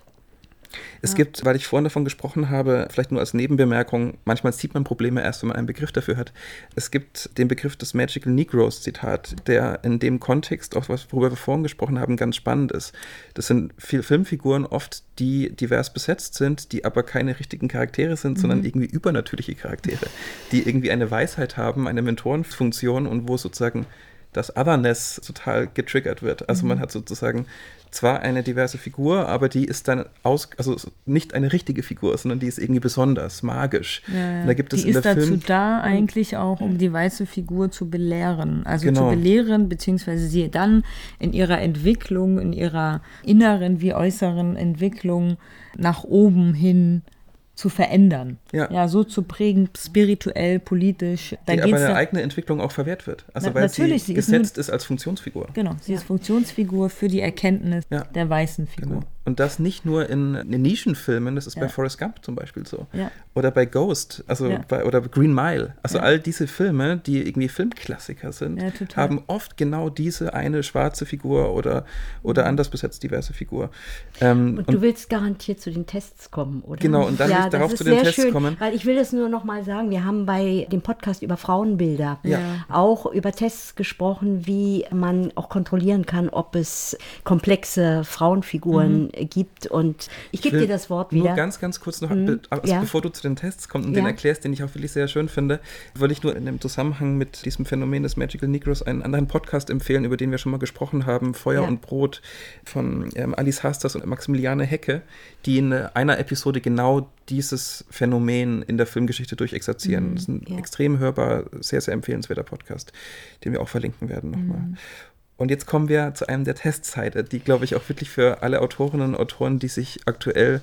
Es gibt, weil ich vorhin davon gesprochen habe, vielleicht nur als Nebenbemerkung, manchmal sieht man Probleme erst, wenn man einen Begriff dafür hat. Es gibt den Begriff des Magical Negroes, Zitat, der in dem Kontext, auch worüber wir vorhin gesprochen haben, ganz spannend ist. Das sind Filmfiguren oft, die divers besetzt sind, die aber keine richtigen Charaktere sind, sondern irgendwie übernatürliche Charaktere, die irgendwie eine Weisheit haben, eine Mentorenfunktion und wo sozusagen das Otherness total getriggert wird. Also man hat sozusagen zwar eine diverse Figur, aber die ist dann also nicht eine richtige Figur, sondern die ist irgendwie besonders, magisch. Ja. Und da gibt es die in ist der dazu Film da eigentlich auch, um die weiße Figur zu belehren. Also zu belehren, beziehungsweise sie dann in ihrer Entwicklung, in ihrer inneren wie äußeren Entwicklung nach oben hin zu verändern. Ja, so zu prägen, spirituell, politisch. Die aber eine eigene Entwicklung auch verwehrt wird. Also weil sie gesetzt ist als Funktionsfigur. Genau, sie ist Funktionsfigur für die Erkenntnis der weißen Figur. Genau. Und das nicht nur in Nischenfilmen, das ist bei Forrest Gump zum Beispiel so. Ja. Oder bei Ghost, oder Green Mile. Also all diese Filme, die irgendwie Filmklassiker sind, haben oft genau diese eine schwarze Figur oder anders besetzt diverse Figur. Und du willst garantiert zu den Tests kommen, oder? Genau, und dann will ich darauf zu den Tests kommen. Weil ich will das nur noch mal sagen, wir haben bei dem Podcast über Frauenbilder auch über Tests gesprochen, wie man auch kontrollieren kann, ob es komplexe Frauenfiguren gibt. Und ich gebe dir das Wort wieder. Nur ganz, ganz kurz noch, bevor du zu den Tests kommst und den erklärst, den ich auch wirklich sehr schön finde, wollte ich nur in dem Zusammenhang mit diesem Phänomen des Magical Negroes einen anderen Podcast empfehlen, über den wir schon mal gesprochen haben, Feuer und Brot von Alice Hasters und Maximiliane Hecke, die in einer Episode genau dieses Phänomen in der Filmgeschichte durchexerzieren. Das ist ein extrem hörbar, sehr, sehr empfehlenswerter Podcast, den wir auch verlinken werden nochmal. Und jetzt kommen wir zu einem der Testseite, die, glaube ich, auch wirklich für alle Autorinnen und Autoren, die sich aktuell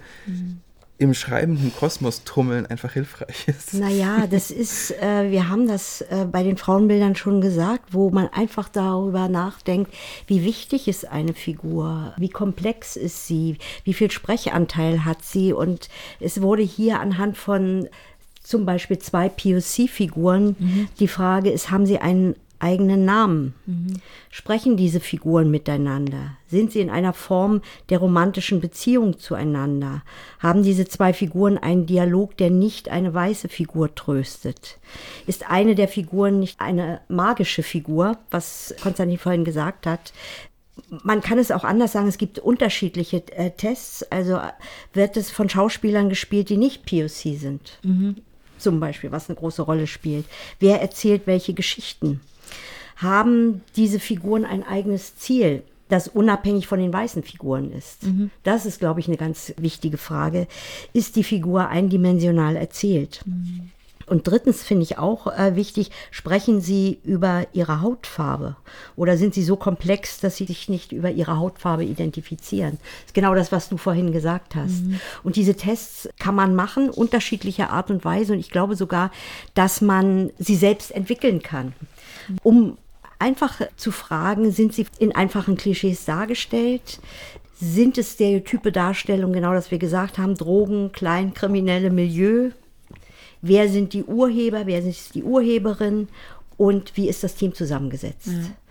im schreibenden Kosmos tummeln, einfach hilfreich ist. Naja, das ist, wir haben das bei den Frauenbildern schon gesagt, wo man einfach darüber nachdenkt, wie wichtig ist eine Figur, wie komplex ist sie, wie viel Sprechanteil hat sie. Und es wurde hier anhand von zum Beispiel 2 POC-Figuren die Frage ist, haben sie einen eigenen Namen? Sprechen diese Figuren miteinander? Sind sie in einer Form der romantischen Beziehung zueinander? Haben diese 2 Figuren einen Dialog, der nicht eine weiße Figur tröstet? Ist eine der Figuren nicht eine magische Figur, was Konstantin vorhin gesagt hat? Man kann es auch anders sagen, es gibt unterschiedliche Tests, also wird es von Schauspielern gespielt, die nicht POC sind. Zum Beispiel, was eine große Rolle spielt. Wer erzählt welche Geschichten? Haben diese Figuren ein eigenes Ziel, das unabhängig von den weißen Figuren ist? Das ist, glaube ich, eine ganz wichtige Frage. Ist die Figur eindimensional erzählt? Und drittens finde ich auch wichtig, sprechen Sie über Ihre Hautfarbe oder sind Sie so komplex, dass Sie sich nicht über Ihre Hautfarbe identifizieren? Das ist genau das, was du vorhin gesagt hast. Und diese Tests kann man machen, unterschiedlicher Art und Weise. Und ich glaube sogar, dass man sie selbst entwickeln kann, um einfach zu fragen, sind sie in einfachen Klischees dargestellt? Sind es stereotype Darstellungen, genau das wir gesagt haben, Drogen, kleinkriminelle Milieu? Wer sind die Urheber, wer ist die Urheberin und wie ist das Team zusammengesetzt?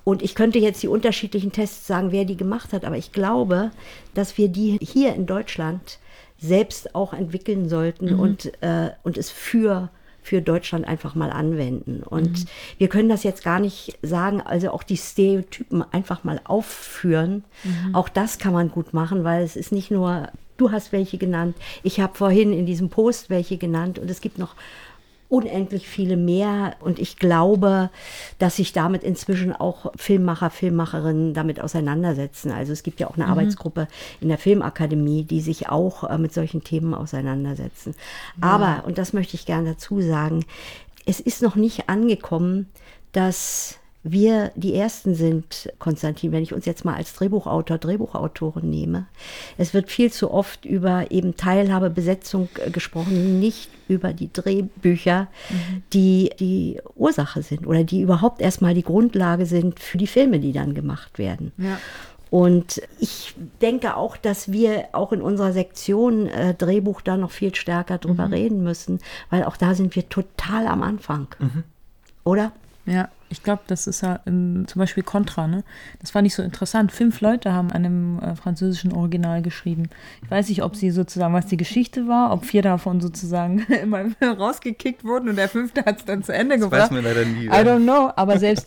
Und ich könnte jetzt die unterschiedlichen Tests sagen, wer die gemacht hat, aber ich glaube, dass wir die hier in Deutschland selbst auch entwickeln sollten und es für Deutschland einfach mal anwenden. Und wir können das jetzt gar nicht sagen, also auch die Stereotypen einfach mal aufführen. Auch das kann man gut machen, weil es ist nicht nur, du hast welche genannt, ich habe vorhin in diesem Post welche genannt und es gibt noch unendlich viele mehr. Und ich glaube, dass sich damit inzwischen auch Filmemacher, Filmemacherinnen damit auseinandersetzen. Also es gibt ja auch eine Arbeitsgruppe in der Filmakademie, die sich auch mit solchen Themen auseinandersetzen. Aber, und das möchte ich gerne dazu sagen, es ist noch nicht angekommen, dass wir die Ersten sind, Konstantin, wenn ich uns jetzt mal als Drehbuchautor, Drehbuchautorin nehme. Es wird viel zu oft über eben Teilhabe, Besetzung gesprochen, nicht über die Drehbücher, die die Ursache sind oder die überhaupt erstmal die Grundlage sind für die Filme, die dann gemacht werden. Ja. Und ich denke auch, dass wir auch in unserer Sektion Drehbuch da noch viel stärker drüber reden müssen, weil auch da sind wir total am Anfang. Oder? Ja, ich glaube, das ist ja zum Beispiel Contra, ne? Das fand ich so interessant. 5 Leute haben an einem französischen Original geschrieben. Ich weiß nicht, ob sie sozusagen, was die Geschichte war, ob 4 davon sozusagen immer rausgekickt wurden und der 5. hat es dann zu Ende gebracht. Das weiß man leider nie. I don't know, aber selbst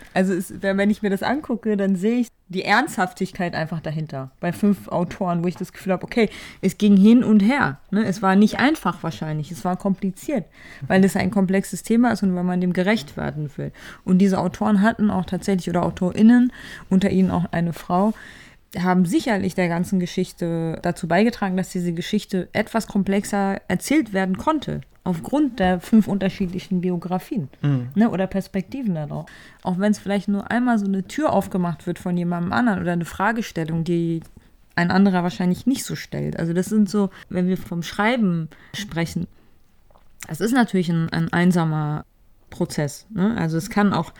wenn ich mir das angucke, dann sehe ich die Ernsthaftigkeit einfach dahinter. Bei 5 Autoren, wo ich das Gefühl habe, okay, es ging hin und her. Ne? Es war nicht einfach wahrscheinlich, es war kompliziert, weil es ein komplexes Thema ist und weil man dem gerecht werden will. Und diese Autoren hatten auch tatsächlich, oder AutorInnen, unter ihnen auch eine Frau, haben sicherlich der ganzen Geschichte dazu beigetragen, dass diese Geschichte etwas komplexer erzählt werden konnte. Aufgrund der 5 unterschiedlichen Biografien oder Perspektiven darauf. Auch wenn es vielleicht nur einmal so eine Tür aufgemacht wird von jemandem anderen oder eine Fragestellung, die ein anderer wahrscheinlich nicht so stellt. Also das sind so, wenn wir vom Schreiben sprechen, es ist natürlich ein einsamer Prozess. Ne? Also es kann auch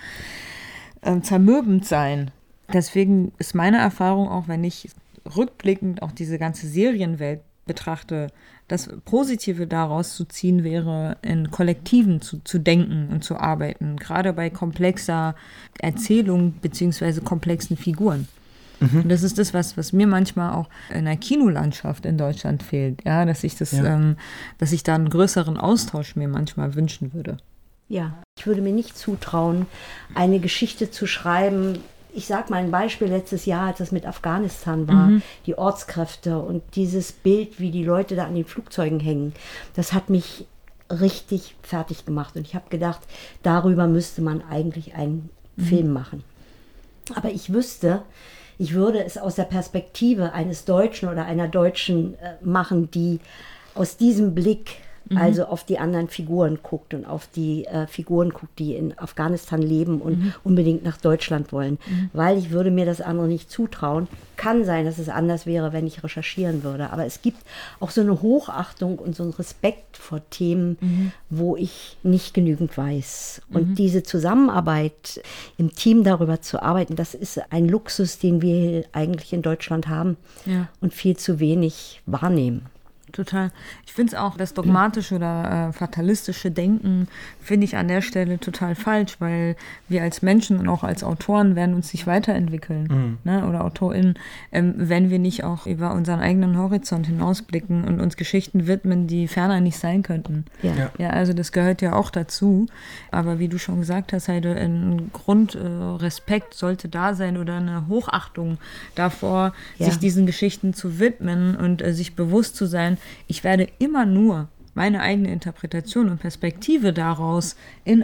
zermürbend sein. Deswegen ist meine Erfahrung auch, wenn ich rückblickend auch diese ganze Serienwelt betrachte, das Positive daraus zu ziehen wäre, in Kollektiven zu denken und zu arbeiten, gerade bei komplexer Erzählung beziehungsweise komplexen Figuren. Und das ist das, was mir manchmal auch in der Kinolandschaft in Deutschland fehlt, ja, dass ich dass ich da einen größeren Austausch mir manchmal wünschen würde. Ja, ich würde mir nicht zutrauen, eine Geschichte zu schreiben. Ich sage mal ein Beispiel letztes Jahr, als das mit Afghanistan war, die Ortskräfte und dieses Bild, wie die Leute da an den Flugzeugen hängen, das hat mich richtig fertig gemacht. Und ich habe gedacht, darüber müsste man eigentlich einen Film machen. Aber ich wüsste, ich würde es aus der Perspektive eines Deutschen oder einer Deutschen machen, die aus diesem Blick also auf die anderen Figuren guckt und auf die Figuren guckt, die in Afghanistan leben und unbedingt nach Deutschland wollen. Weil ich würde mir das andere nicht zutrauen. Kann sein, dass es anders wäre, wenn ich recherchieren würde. Aber es gibt auch so eine Hochachtung und so einen Respekt vor Themen, wo ich nicht genügend weiß. Und diese Zusammenarbeit im Team darüber zu arbeiten, das ist ein Luxus, den wir eigentlich in Deutschland haben und viel zu wenig wahrnehmen. Total. Ich finde es auch, das dogmatische oder fatalistische Denken finde ich an der Stelle total falsch, weil wir als Menschen und auch als Autoren werden uns nicht weiterentwickeln, ne? Oder AutorInnen, wenn wir nicht auch über unseren eigenen Horizont hinausblicken und uns Geschichten widmen, die ferner nicht sein könnten. Ja, also das gehört ja auch dazu. Aber wie du schon gesagt hast, Heide, ein Grundrespekt sollte da sein oder eine Hochachtung davor, sich diesen Geschichten zu widmen und sich bewusst zu sein, ich werde immer nur meine eigene Interpretation und Perspektive daraus in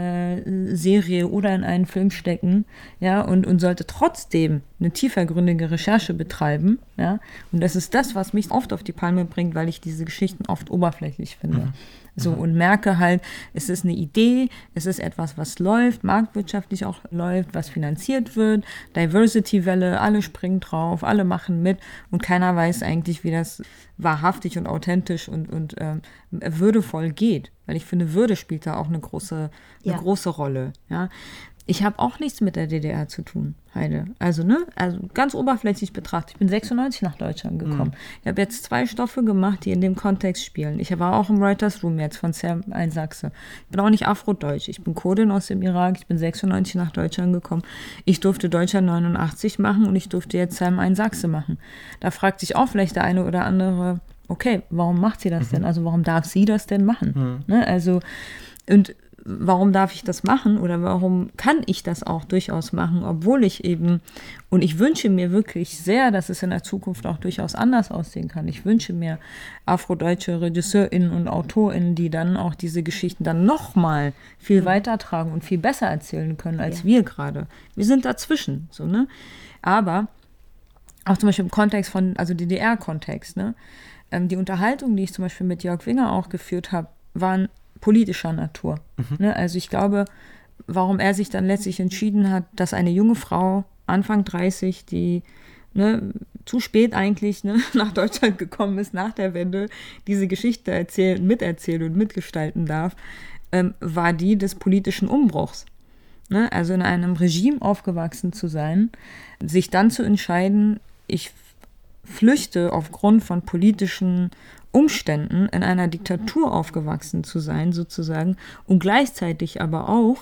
eine Serie oder in einen Film stecken, ja, und sollte trotzdem eine tiefergründige Recherche betreiben, ja, und das ist das, was mich oft auf die Palme bringt, weil ich diese Geschichten oft oberflächlich finde. So, und merke halt, es ist eine Idee, es ist etwas, was läuft, marktwirtschaftlich auch läuft, was finanziert wird, Diversity-Welle, alle springen drauf, alle machen mit und keiner weiß eigentlich, wie das wahrhaftig und authentisch und würdevoll geht. Weil ich finde, Würde spielt da auch eine große Rolle. Ja. Ich habe auch nichts mit der DDR zu tun, Heide. Also ganz oberflächlich betrachtet. Ich bin 96 nach Deutschland gekommen. Ich habe jetzt 2 Stoffe gemacht, die in dem Kontext spielen. Ich war auch im Writers Room jetzt von Sam Ein-Sachse. Ich bin auch nicht afrodeutsch. Ich bin Kurdin aus dem Irak. Ich bin 96 nach Deutschland gekommen. Ich durfte Deutschland 89 machen und ich durfte jetzt Sam Ein-Sachse machen. Da fragt sich auch vielleicht der eine oder andere, okay, warum macht sie das denn? Also warum darf sie das denn machen? Ne? Also, und warum darf ich das machen oder warum kann ich das auch durchaus machen, obwohl ich eben, und ich wünsche mir wirklich sehr, dass es in der Zukunft auch durchaus anders aussehen kann. Ich wünsche mir afrodeutsche RegisseurInnen und AutorInnen, die dann auch diese Geschichten dann nochmal viel weitertragen und viel besser erzählen können als wir gerade. Wir sind dazwischen, so, ne? Aber auch zum Beispiel im Kontext von, also DDR-Kontext, ne? Die Unterhaltung, die ich zum Beispiel mit Jörg Winger auch geführt habe, waren politischer Natur. Ne? Also ich glaube, warum er sich dann letztlich entschieden hat, dass eine junge Frau, Anfang 30, die zu spät eigentlich nach Deutschland gekommen ist, nach der Wende, diese Geschichte miterzählen und mitgestalten darf, war die des politischen Umbruchs. Ne? Also in einem Regime aufgewachsen zu sein, sich dann zu entscheiden, ich flüchte aufgrund von politischen Umständen in einer Diktatur aufgewachsen zu sein, sozusagen, und gleichzeitig aber auch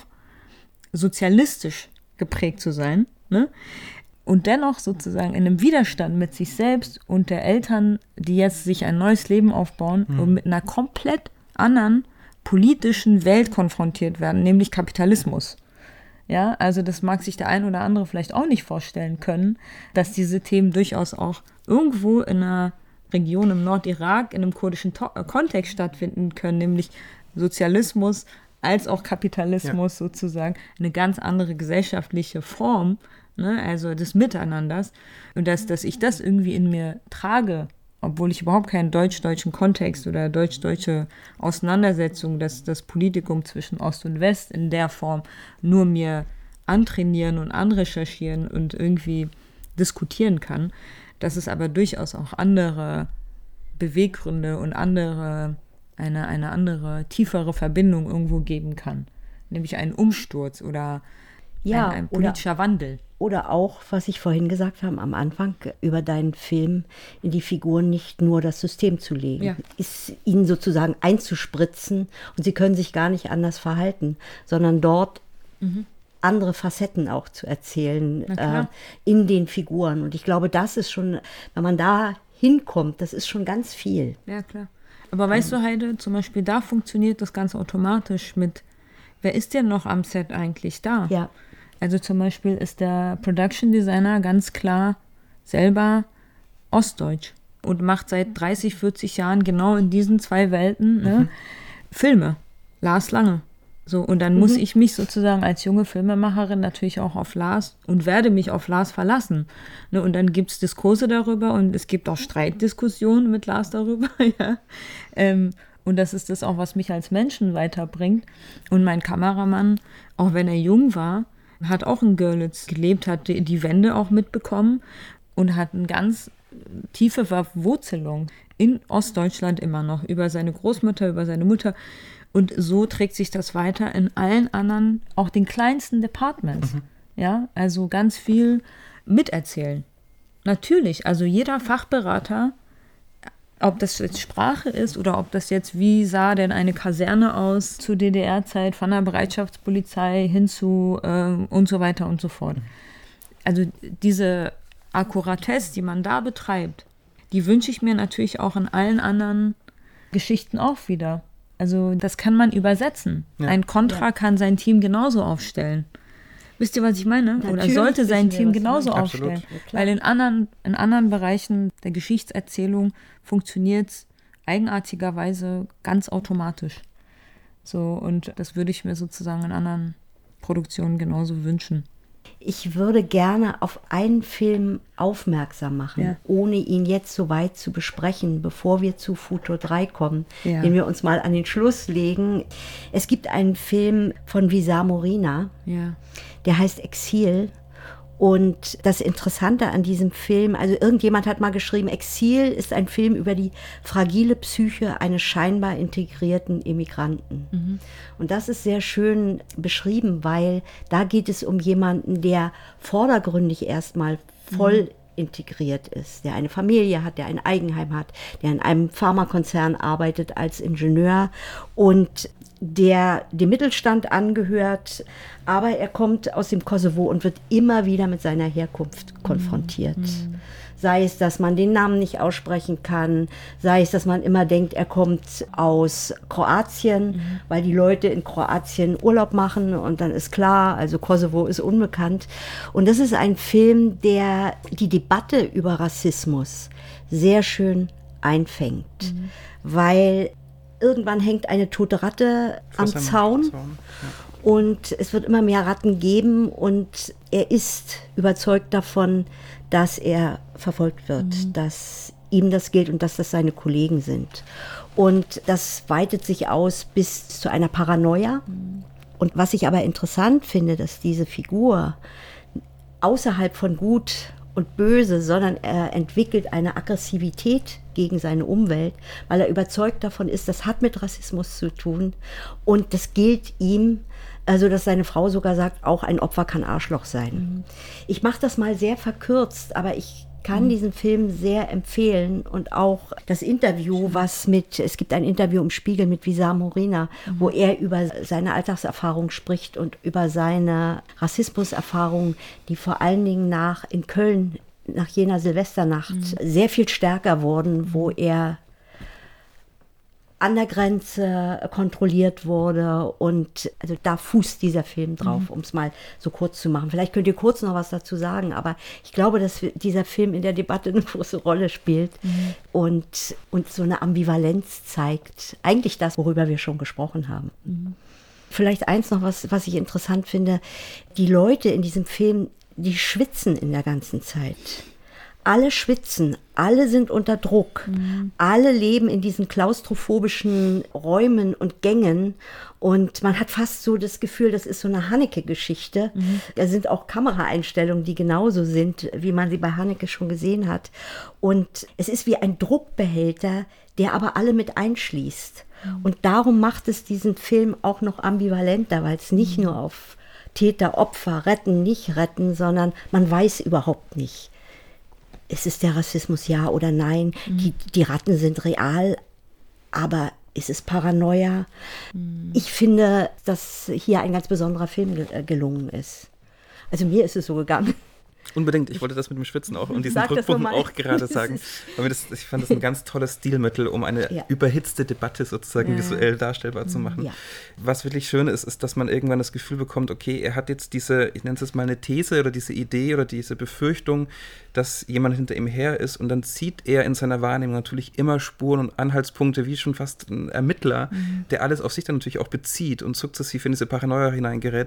sozialistisch geprägt zu sein, ne? Und dennoch sozusagen in einem Widerstand mit sich selbst und der Eltern, die jetzt sich ein neues Leben aufbauen und mit einer komplett anderen politischen Welt konfrontiert werden, nämlich Kapitalismus. Ja, also das mag sich der ein oder andere vielleicht auch nicht vorstellen können, dass diese Themen durchaus auch irgendwo in einer Region im Nordirak in einem kurdischen Kontext stattfinden können, nämlich Sozialismus als auch Kapitalismus sozusagen, eine ganz andere gesellschaftliche Form, ne, also des Miteinanders. Und dass ich das irgendwie in mir trage, obwohl ich überhaupt keinen deutsch-deutschen Kontext oder deutsch-deutsche Auseinandersetzung, das Politikum zwischen Ost und West in der Form nur mir antrainieren und anrecherchieren und irgendwie diskutieren kann, dass es aber durchaus auch andere Beweggründe und eine andere, tiefere Verbindung irgendwo geben kann. Nämlich einen Umsturz oder ein politischer Wandel. Oder auch, was ich vorhin gesagt habe am Anfang, über deinen Film in die Figuren nicht nur das System zu legen, ist ihnen sozusagen einzuspritzen und sie können sich gar nicht anders verhalten, sondern dort andere Facetten auch zu erzählen in den Figuren. Und ich glaube, das ist schon, wenn man da hinkommt, das ist schon ganz viel. Ja, klar. Aber weißt du, Heide, zum Beispiel da funktioniert das ganz automatisch mit, wer ist denn noch am Set eigentlich da? Ja. Also zum Beispiel ist der Production Designer ganz klar selber ostdeutsch und macht seit 30, 40 Jahren genau in diesen 2 Welten Filme. Lars Lange. So, und dann muss ich mich sozusagen als junge Filmemacherin natürlich auch auf Lars und werde mich auf Lars verlassen. Ne, und dann gibt es Diskurse darüber und es gibt auch Streitdiskussionen mit Lars darüber. Ja. Und das ist das auch, was mich als Menschen weiterbringt. Und mein Kameramann, auch wenn er jung war, hat auch in Görlitz gelebt, hat die Wende auch mitbekommen und hat eine ganz tiefe Verwurzelung in Ostdeutschland immer noch, über seine Großmutter, über seine Mutter. Und so trägt sich das weiter in allen anderen, auch den kleinsten Departments. Ja, also ganz viel miterzählen. Natürlich, also jeder Fachberater, ob das jetzt Sprache ist oder ob das jetzt, wie sah denn eine Kaserne aus zur DDR-Zeit, von der Bereitschaftspolizei hin zu und so weiter und so fort. Also diese Akkuratesse, die man da betreibt, die wünsche ich mir natürlich auch in allen anderen Geschichten auch wieder. Also das kann man übersetzen. Ja. Ein Contra kann sein Team genauso aufstellen. Wisst ihr, was ich meine? Natürlich oder sollte sein Team genauso aufstellen. Ja, weil in anderen Bereichen der Geschichtserzählung funktioniert es eigenartigerweise ganz automatisch. So, und das würde ich mir sozusagen in anderen Produktionen genauso wünschen. Ich würde gerne auf einen Film aufmerksam machen, ohne ihn jetzt so weit zu besprechen, bevor wir zu Futur 3 kommen, den wir uns mal an den Schluss legen. Es gibt einen Film von Visar Morina, der heißt Exil Und das Interessante an diesem Film, also irgendjemand hat mal geschrieben, Exil ist ein Film über die fragile Psyche eines scheinbar integrierten Immigranten. Und das ist sehr schön beschrieben, weil da geht es um jemanden, der vordergründig erstmal voll integriert ist, der eine Familie hat, der ein Eigenheim hat, der in einem Pharmakonzern arbeitet als Ingenieur und der dem Mittelstand angehört, aber er kommt aus dem Kosovo und wird immer wieder mit seiner Herkunft konfrontiert. Sei es, dass man den Namen nicht aussprechen kann, sei es, dass man immer denkt, er kommt aus Kroatien, weil die Leute in Kroatien Urlaub machen und dann ist klar, also Kosovo ist unbekannt. Und das ist ein Film, der die Debatte über Rassismus sehr schön einfängt, weil irgendwann hängt eine tote Ratte am Zaun. Ja. Und es wird immer mehr Ratten geben und er ist überzeugt davon, dass er verfolgt wird, dass ihm das gilt und dass das seine Kollegen sind. Und das weitet sich aus bis zu einer Paranoia. Und was ich aber interessant finde, dass diese Figur außerhalb von Gut und Böse, sondern er entwickelt eine Aggressivität gegen seine Umwelt, weil er überzeugt davon ist, das hat mit Rassismus zu tun und das gilt ihm, also dass seine Frau sogar sagt, auch ein Opfer kann Arschloch sein. Ich mache das mal sehr verkürzt, aber ich kann diesen Film sehr empfehlen und auch das Interview, es gibt ein Interview im Spiegel mit Wissam Morina, wo er über seine Alltagserfahrung spricht und über seine Rassismuserfahrung, die vor allen Dingen in Köln nach jener Silvesternacht sehr viel stärker wurden, wo er an der Grenze kontrolliert wurde und also da fußt dieser Film drauf, um es mal so kurz zu machen. Vielleicht könnt ihr kurz noch was dazu sagen, aber ich glaube, dass dieser Film in der Debatte eine große Rolle spielt und so eine Ambivalenz zeigt. Eigentlich das, worüber wir schon gesprochen haben. Vielleicht eins noch, was ich interessant finde. Die Leute in diesem Film, die schwitzen in der ganzen Zeit. Alle schwitzen, alle sind unter Druck, alle leben in diesen klaustrophobischen Räumen und Gängen und man hat fast so das Gefühl, das ist so eine Haneke-Geschichte. Da sind auch Kameraeinstellungen, die genauso sind, wie man sie bei Haneke schon gesehen hat. Und es ist wie ein Druckbehälter, der aber alle mit einschließt. Und darum macht es diesen Film auch noch ambivalenter, weil es nicht nur auf Täter, Opfer, retten, nicht retten, sondern man weiß überhaupt nicht. Ist es der Rassismus, ja oder nein? Die Ratten sind real, aber ist es Paranoia? Ich finde, dass hier ein ganz besonderer Film gelungen ist. Also mir ist es so gegangen. Unbedingt, ich wollte das mit dem Schwitzen auch und diesen Druckpunkten auch gerade sagen. Weil ich fand das ein ganz tolles Stilmittel, um eine überhitzte Debatte sozusagen visuell darstellbar zu machen. Ja. Was wirklich schön ist, dass man irgendwann das Gefühl bekommt, okay, er hat jetzt diese, ich nenne es jetzt mal eine These oder diese Idee oder diese Befürchtung, dass jemand hinter ihm her ist und dann zieht er in seiner Wahrnehmung natürlich immer Spuren und Anhaltspunkte, wie schon fast ein Ermittler, der alles auf sich dann natürlich auch bezieht und sukzessiv in diese Paranoia hineingerät,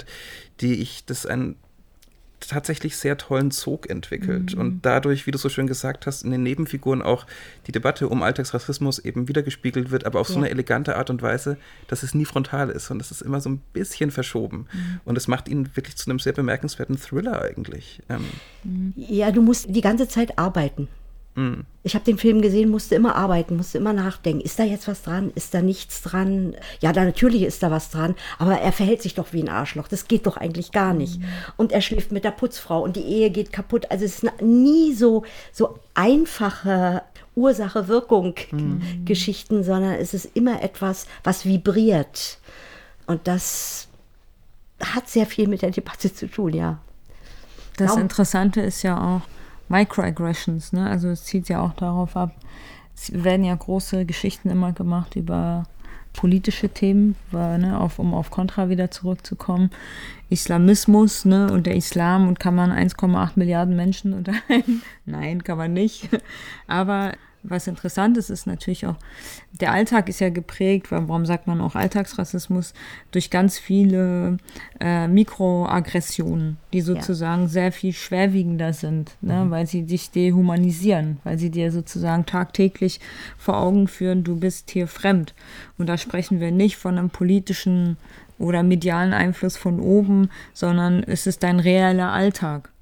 tatsächlich sehr tollen Sog entwickelt und dadurch, wie du so schön gesagt hast, in den Nebenfiguren auch die Debatte um Alltagsrassismus eben wiedergespiegelt wird, aber auf so eine elegante Art und Weise, dass es nie frontal ist und das ist immer so ein bisschen verschoben und es macht ihn wirklich zu einem sehr bemerkenswerten Thriller eigentlich. Ja, du musst die ganze Zeit arbeiten. Ich habe den Film gesehen, musste immer arbeiten, musste immer nachdenken. Ist da jetzt was dran? Ist da nichts dran? Ja, natürlich ist da was dran, aber er verhält sich doch wie ein Arschloch. Das geht doch eigentlich gar nicht. Und er schläft mit der Putzfrau und die Ehe geht kaputt. Also es ist nie so einfache Ursache-Wirkung-Geschichten, sondern es ist immer etwas, was vibriert. Und das hat sehr viel mit der Debatte zu tun, ja. Das Interessante ist ja auch, Microaggressions, ne? Also es zieht ja auch darauf ab, es werden ja große Geschichten immer gemacht über politische Themen, um auf Contra wieder zurückzukommen. Islamismus, ne? Und der Islam, und kann man 1,8 Milliarden Menschen unterhalten? Nein, kann man nicht. Aber was interessant ist natürlich auch, der Alltag ist ja geprägt, warum sagt man auch Alltagsrassismus, durch ganz viele Mikroaggressionen, die sozusagen sehr viel schwerwiegender sind, ne, weil sie dich dehumanisieren, weil sie dir sozusagen tagtäglich vor Augen führen, du bist hier fremd. Und da sprechen wir nicht von einem politischen oder medialen Einfluss von oben, sondern es ist dein reeller Alltag.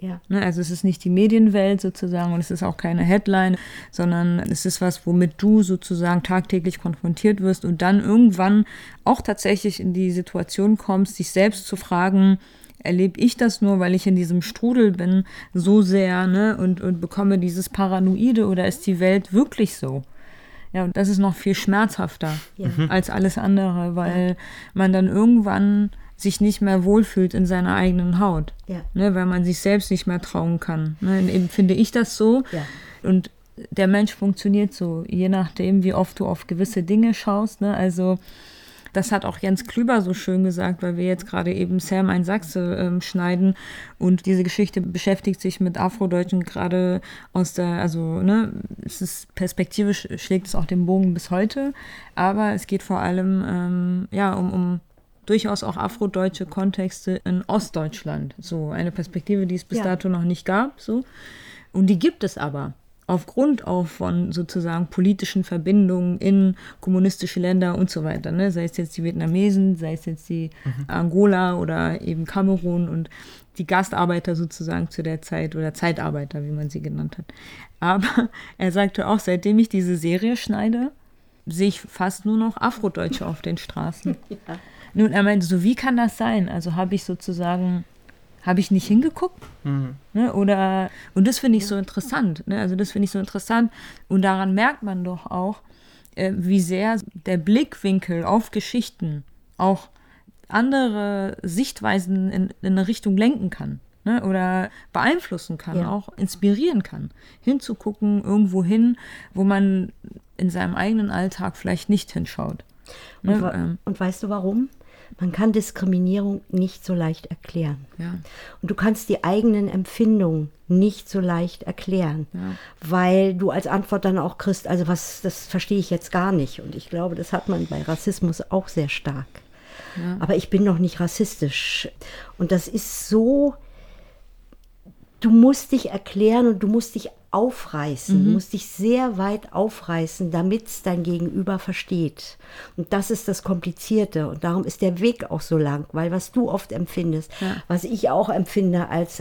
Ja. Ne, also es ist nicht die Medienwelt sozusagen und es ist auch keine Headline, sondern es ist was, womit du sozusagen tagtäglich konfrontiert wirst und dann irgendwann auch tatsächlich in die Situation kommst, dich selbst zu fragen, erlebe ich das nur, weil ich in diesem Strudel bin, so sehr, ne, und bekomme dieses Paranoide oder ist die Welt wirklich so? Ja, und das ist noch viel schmerzhafter als alles andere, weil man dann irgendwann sich nicht mehr wohlfühlt in seiner eigenen Haut, ne, weil man sich selbst nicht mehr trauen kann. Ne, eben finde ich das so. Ja. Und der Mensch funktioniert so, je nachdem, wie oft du auf gewisse Dinge schaust. Ne, also das hat auch Jens Klüber so schön gesagt, weil wir jetzt gerade eben Sam ein Sachse schneiden und diese Geschichte beschäftigt sich mit Afrodeutschen gerade aus der, also ne, es ist perspektivisch, schlägt es auch den Bogen bis heute, aber es geht vor allem um durchaus auch afrodeutsche Kontexte in Ostdeutschland. So eine Perspektive, die es bis dato noch nicht gab. So. Und die gibt es aber. Aufgrund auch von sozusagen politischen Verbindungen in kommunistische Länder und so weiter. Ne? Sei es jetzt die Vietnamesen, sei es jetzt die Angola oder eben Kamerun und die Gastarbeiter sozusagen zu der Zeit oder Zeitarbeiter, wie man sie genannt hat. Aber er sagte auch, seitdem ich diese Serie schneide, sehe ich fast nur noch Afrodeutsche auf den Straßen. Ja. Nun, er meinte, so wie kann das sein? Also habe ich nicht hingeguckt? Ne? Und das finde ich so interessant. Ne? Also das finde ich so interessant. Und daran merkt man doch auch, wie sehr der Blickwinkel auf Geschichten auch andere Sichtweisen in eine Richtung lenken kann. Ne? Oder beeinflussen kann, auch inspirieren kann. Hinzugucken, irgendwo hin, wo man in seinem eigenen Alltag vielleicht nicht hinschaut. Ne? Und weißt du warum? Man kann Diskriminierung nicht so leicht erklären. Ja. Und du kannst die eigenen Empfindungen nicht so leicht erklären, weil du als Antwort dann auch kriegst, also das verstehe ich jetzt gar nicht. Und ich glaube, das hat man bei Rassismus auch sehr stark. Ja. Aber ich bin noch nicht rassistisch. Und das ist so, du musst dich erklären und du musst dich aufreißen, du musst dich sehr weit aufreißen, damit es dein Gegenüber versteht. Und das ist das Komplizierte. Und darum ist der Weg auch so lang, weil was du oft empfindest, was ich auch empfinde als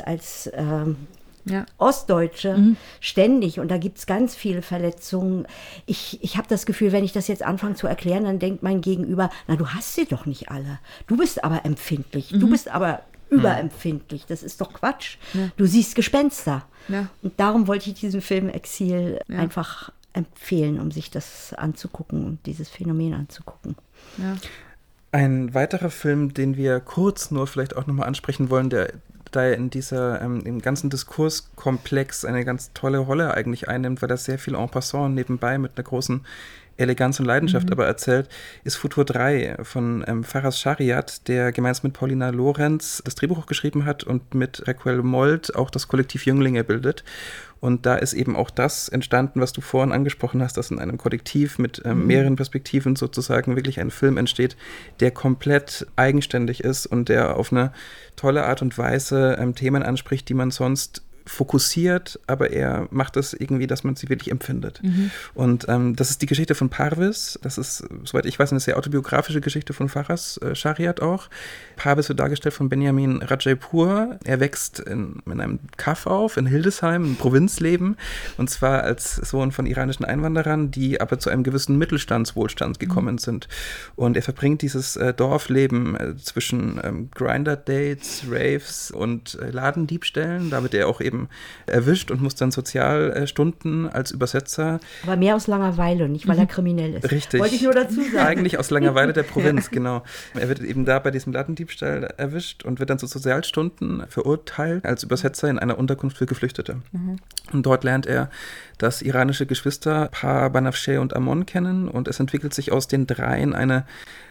Ostdeutsche, ständig, und da gibt es ganz viele Verletzungen. Ich habe das Gefühl, wenn ich das jetzt anfange zu erklären, dann denkt mein Gegenüber, na, du hast sie doch nicht alle. Du bist aber empfindlich, du bist aber überempfindlich. Das ist doch Quatsch. Ja. Du siehst Gespenster. Ja. Und darum wollte ich diesen Film Exil einfach empfehlen, um sich das anzugucken und dieses Phänomen anzugucken. Ja. Ein weiterer Film, den wir kurz nur vielleicht auch nochmal ansprechen wollen, da er in dieser, im ganzen Diskurskomplex eine ganz tolle Rolle eigentlich einnimmt, weil er sehr viel en passant nebenbei mit einer großen Eleganz und Leidenschaft aber erzählt, ist Futur 3 von Faraz Shariat, der gemeinsam mit Paulina Lorenz das Drehbuch geschrieben hat und mit Raquel Molt auch das Kollektiv Jünglinge bildet. Und da ist eben auch das entstanden, was du vorhin angesprochen hast, dass in einem Kollektiv mit mehreren Perspektiven sozusagen wirklich ein Film entsteht, der komplett eigenständig ist und der auf eine tolle Art und Weise Themen anspricht, die man sonst fokussiert, aber er macht es irgendwie, dass man sie wirklich empfindet. Und das ist die Geschichte von Parvis. Das ist, soweit ich weiß, eine sehr autobiografische Geschichte von Faraz Shariat auch. Parvis wird dargestellt von Benjamin Rajaipur. Er wächst in einem Kaff auf, in Hildesheim, ein Provinzleben, und zwar als Sohn von iranischen Einwanderern, die aber zu einem gewissen Mittelstandswohlstand gekommen sind. Und er verbringt dieses Dorfleben zwischen Grindr-Dates, Raves und Ladendiebstählen. Da wird er auch eben erwischt und muss dann Sozialstunden als Übersetzer. Aber mehr aus Langeweile, nicht weil er kriminell ist. Richtig. Wollte ich nur dazu sagen. Eigentlich aus Langeweile der Provinz, genau. Er wird eben da bei diesem Ladendiebstahl erwischt und wird dann zu Sozialstunden verurteilt als Übersetzer in einer Unterkunft für Geflüchtete. Und dort lernt er das iranische Geschwisterpaar Banafsheh und Amon kennen, und es entwickelt sich aus den dreien eine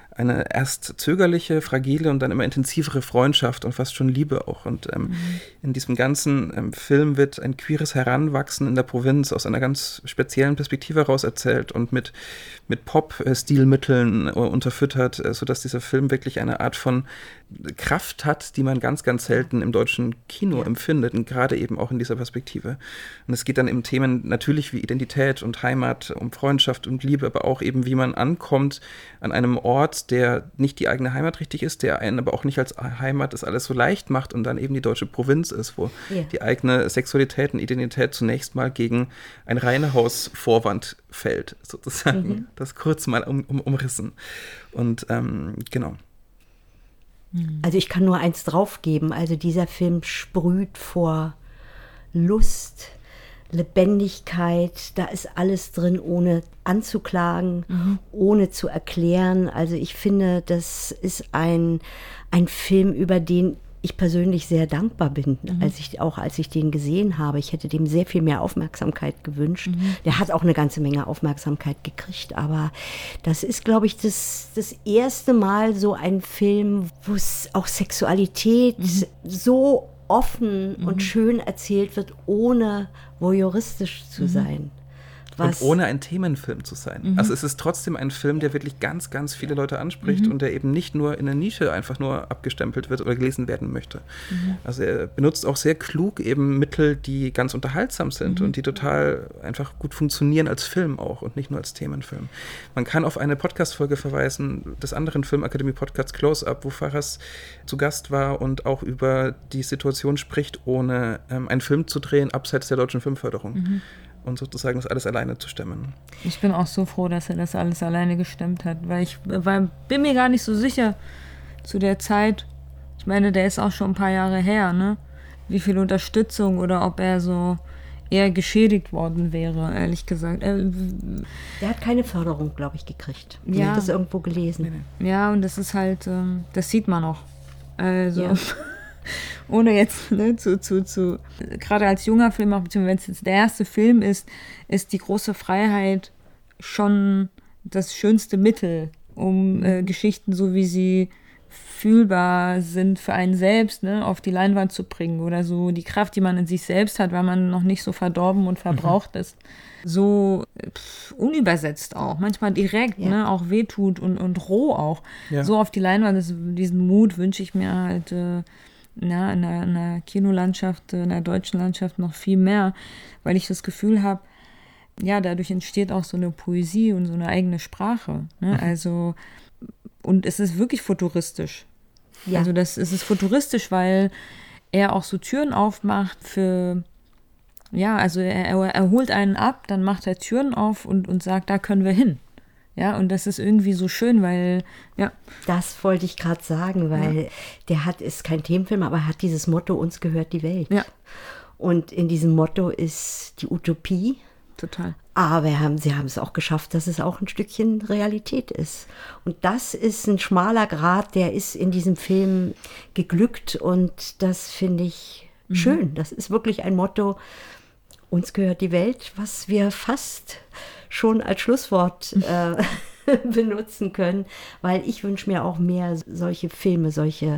erst zögerliche, fragile und dann immer intensivere Freundschaft und fast schon Liebe auch. Und in diesem ganzen Film wird ein queeres Heranwachsen in der Provinz aus einer ganz speziellen Perspektive heraus erzählt und mit Pop-Stilmitteln unterfüttert, sodass dieser Film wirklich eine Art von Kraft hat, die man ganz, ganz selten im deutschen Kino empfindet, und gerade eben auch in dieser Perspektive. Und es geht dann um Themen natürlich wie Identität und Heimat, um Freundschaft und Liebe, aber auch eben, wie man ankommt an einem Ort, Ort, der nicht die eigene Heimat richtig ist, der einen aber auch nicht als Heimat das alles so leicht macht und dann eben die deutsche Provinz ist, wo die eigene Sexualität und Identität zunächst mal gegen ein Reihenhaus-Vorwand fällt, sozusagen. Das kurz mal umrissen. Und genau. Also ich kann nur eins draufgeben. Also dieser Film sprüht vor Lust, Lebendigkeit, da ist alles drin, ohne anzuklagen, ohne zu erklären. Also ich finde, das ist ein Film, über den ich persönlich sehr dankbar bin, als ich den gesehen habe. Ich hätte dem sehr viel mehr Aufmerksamkeit gewünscht. Der hat auch eine ganze Menge Aufmerksamkeit gekriegt, aber das ist, glaube ich, das erste Mal so ein Film, wo es auch Sexualität so offen und schön erzählt wird, ohne voyeuristisch zu sein. Und ohne ein Themenfilm zu sein. Also es ist trotzdem ein Film, der wirklich ganz, ganz viele Leute anspricht und der eben nicht nur in der Nische einfach nur abgestempelt wird oder gelesen werden möchte. Also er benutzt auch sehr klug eben Mittel, die ganz unterhaltsam sind und die total einfach gut funktionieren als Film auch und nicht nur als Themenfilm. Man kann auf eine Podcast-Folge verweisen des anderen Filmakademie-Podcasts Close-Up, wo Fares zu Gast war und auch über die Situation spricht, ohne einen Film zu drehen, abseits der deutschen Filmförderung. Und sozusagen das alles alleine zu stemmen. Ich bin auch so froh, dass er das alles alleine gestemmt hat, weil ich bin mir gar nicht so sicher zu der Zeit. Ich meine, der ist auch schon ein paar Jahre her, ne? Wie viel Unterstützung oder ob er so eher geschädigt worden wäre, ehrlich gesagt. Der hat keine Förderung, glaube ich, gekriegt. Ich habe das irgendwo gelesen. Ja, und das ist halt, das sieht man auch. Also... Ohne jetzt gerade als junger Filmer, beziehungsweise wenn es jetzt der erste Film ist die große Freiheit schon das schönste Mittel, um Geschichten, so wie sie fühlbar sind für einen selbst, ne, auf die Leinwand zu bringen oder so die Kraft, die man in sich selbst hat, weil man noch nicht so verdorben und verbraucht ist. So unübersetzt auch, manchmal direkt, ne, auch wehtut und roh auch. So auf die Leinwand, diesen Mut wünsche ich mir halt in der Kinolandschaft, in der deutschen Landschaft noch viel mehr, weil ich das Gefühl habe, ja, dadurch entsteht auch so eine Poesie und so eine eigene Sprache. Ne? Also, und es ist wirklich futuristisch. Ja. Also es ist futuristisch, weil er auch so Türen aufmacht für, ja, also er holt einen ab, dann macht er Türen auf und sagt, da können wir hin. Ja, und das ist irgendwie so schön, weil, ja. Das wollte ich gerade sagen, weil ist kein Themenfilm, aber er hat dieses Motto, uns gehört die Welt. Ja. Und in diesem Motto ist die Utopie. Total. Aber sie haben es auch geschafft, dass es auch ein Stückchen Realität ist. Und das ist ein schmaler Grat, der ist in diesem Film geglückt und das finde ich schön. Das ist wirklich ein Motto, uns gehört die Welt, was wir fast schon als Schlusswort benutzen können, weil ich wünsche mir auch mehr solche Filme, solche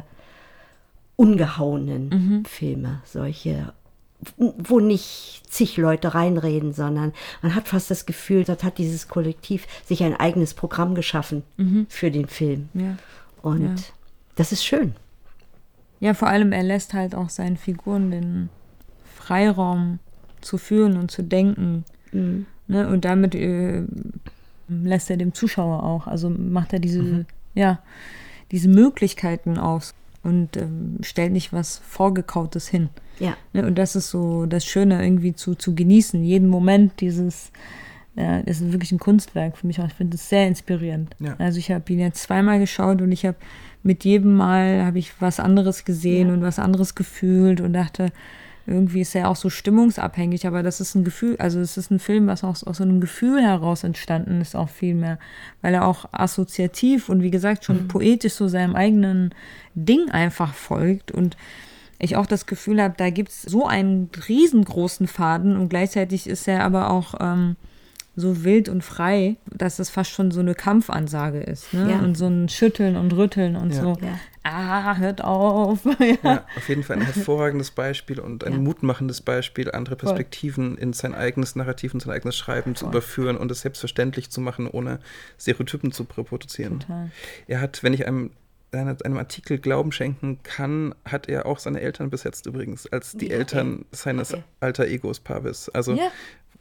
ungehauenen Filme, solche, wo nicht zig Leute reinreden, sondern man hat fast das Gefühl, dort hat dieses Kollektiv sich ein eigenes Programm geschaffen für den Film. Ja. Und das ist schön. Ja, vor allem er lässt halt auch seinen Figuren den Freiraum zu fühlen und zu denken. Ne? Und damit lässt er dem Zuschauer auch, also macht er diese Möglichkeiten aus und stellt nicht was Vorgekautes hin. Ja. Ne? Und das ist so das Schöne, irgendwie zu genießen. Jeden Moment das ist wirklich ein Kunstwerk für mich auch. Ich finde es sehr inspirierend. Ja. Also ich habe ihn jetzt zweimal geschaut und ich habe mit jedem Mal habe ich was anderes gesehen und was anderes gefühlt und dachte, irgendwie ist er auch so stimmungsabhängig, aber das ist ein Gefühl, also es ist ein Film, was auch aus so einem Gefühl heraus entstanden ist, auch viel mehr, weil er auch assoziativ und wie gesagt schon poetisch so seinem eigenen Ding einfach folgt und ich auch das Gefühl habe, da gibt es so einen riesengroßen Faden und gleichzeitig ist er aber auch so wild und frei, dass es fast schon so eine Kampfansage ist, ne? Und so ein Schütteln und Rütteln und so. Ja. Hört auf. Ja, auf jeden Fall ein hervorragendes Beispiel und ein mutmachendes Beispiel, andere Perspektiven in sein eigenes Narrativ und sein eigenes Schreiben zu überführen und es selbstverständlich zu machen, ohne Stereotypen zu reproduzieren. Total. Er hat, wenn ich einem Artikel Glauben schenken kann, hat er auch seine Eltern besetzt übrigens, als die Eltern seines alter Egos Pavis. Also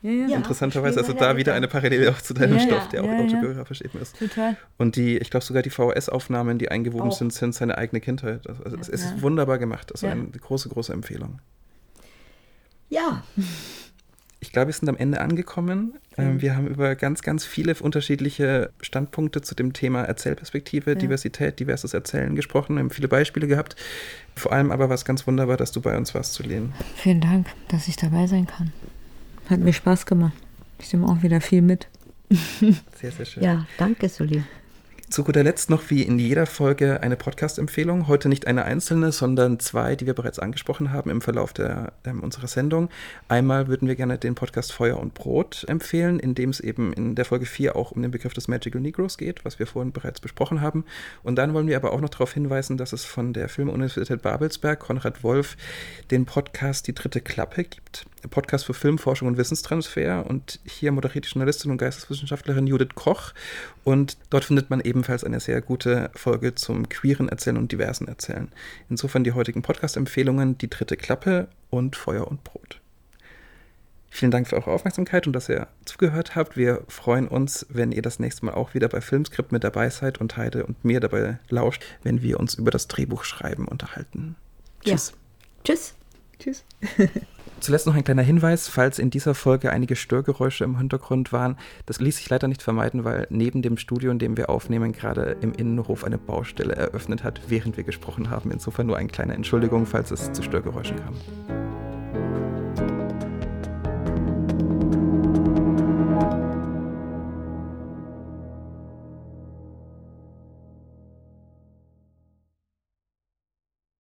Ja. Interessanterweise, also da wieder eine Parallele auch zu deinem Stoff, der auch autobiografisch eben ist. Total. Und ich glaube sogar die VHS-Aufnahmen, die eingewoben Auch. sind seine eigene Kindheit. Also es ist wunderbar gemacht. Also eine große, große Empfehlung. Ja. Ich glaube, wir sind am Ende angekommen. Wir haben über ganz, ganz viele unterschiedliche Standpunkte zu dem Thema Erzählperspektive, Diversität, diverses Erzählen gesprochen. Wir haben viele Beispiele gehabt. Vor allem aber war es ganz wunderbar, dass du bei uns warst, Sulene. Vielen Dank, dass ich dabei sein kann. Hat mir Spaß gemacht. Ich nehme auch wieder viel mit. Sehr, sehr schön. Ja, danke, Sully. Zu guter Letzt noch wie in jeder Folge eine Podcast-Empfehlung. Heute nicht eine einzelne, sondern 2, die wir bereits angesprochen haben im Verlauf unserer Sendung. Einmal würden wir gerne den Podcast Feuer und Brot empfehlen, in dem es eben in der Folge 4 auch um den Begriff des Magical Negroes geht, was wir vorhin bereits besprochen haben. Und dann wollen wir aber auch noch darauf hinweisen, dass es von der Filmuniversität Babelsberg, Konrad Wolf, den Podcast Die dritte Klappe gibt. Ein Podcast für Filmforschung und Wissenstransfer. Und hier moderiert die Journalistin und Geisteswissenschaftlerin Judith Koch. Und dort findet man ebenfalls eine sehr gute Folge zum queeren Erzählen und diversen Erzählen. Insofern die heutigen Podcast-Empfehlungen, Die dritte Klappe und Feuer und Brot. Vielen Dank für eure Aufmerksamkeit und dass ihr zugehört habt. Wir freuen uns, wenn ihr das nächste Mal auch wieder bei Filmskript mit dabei seid und Heide und mir dabei lauscht, wenn wir uns über das Drehbuchschreiben unterhalten. Tschüss. Ja. Tschüss. Tschüss. Zuletzt noch ein kleiner Hinweis, falls in dieser Folge einige Störgeräusche im Hintergrund waren. Das ließ sich leider nicht vermeiden, weil neben dem Studio, in dem wir aufnehmen, gerade im Innenhof eine Baustelle eröffnet hat, während wir gesprochen haben. Insofern nur eine kleine Entschuldigung, falls es zu Störgeräuschen kam.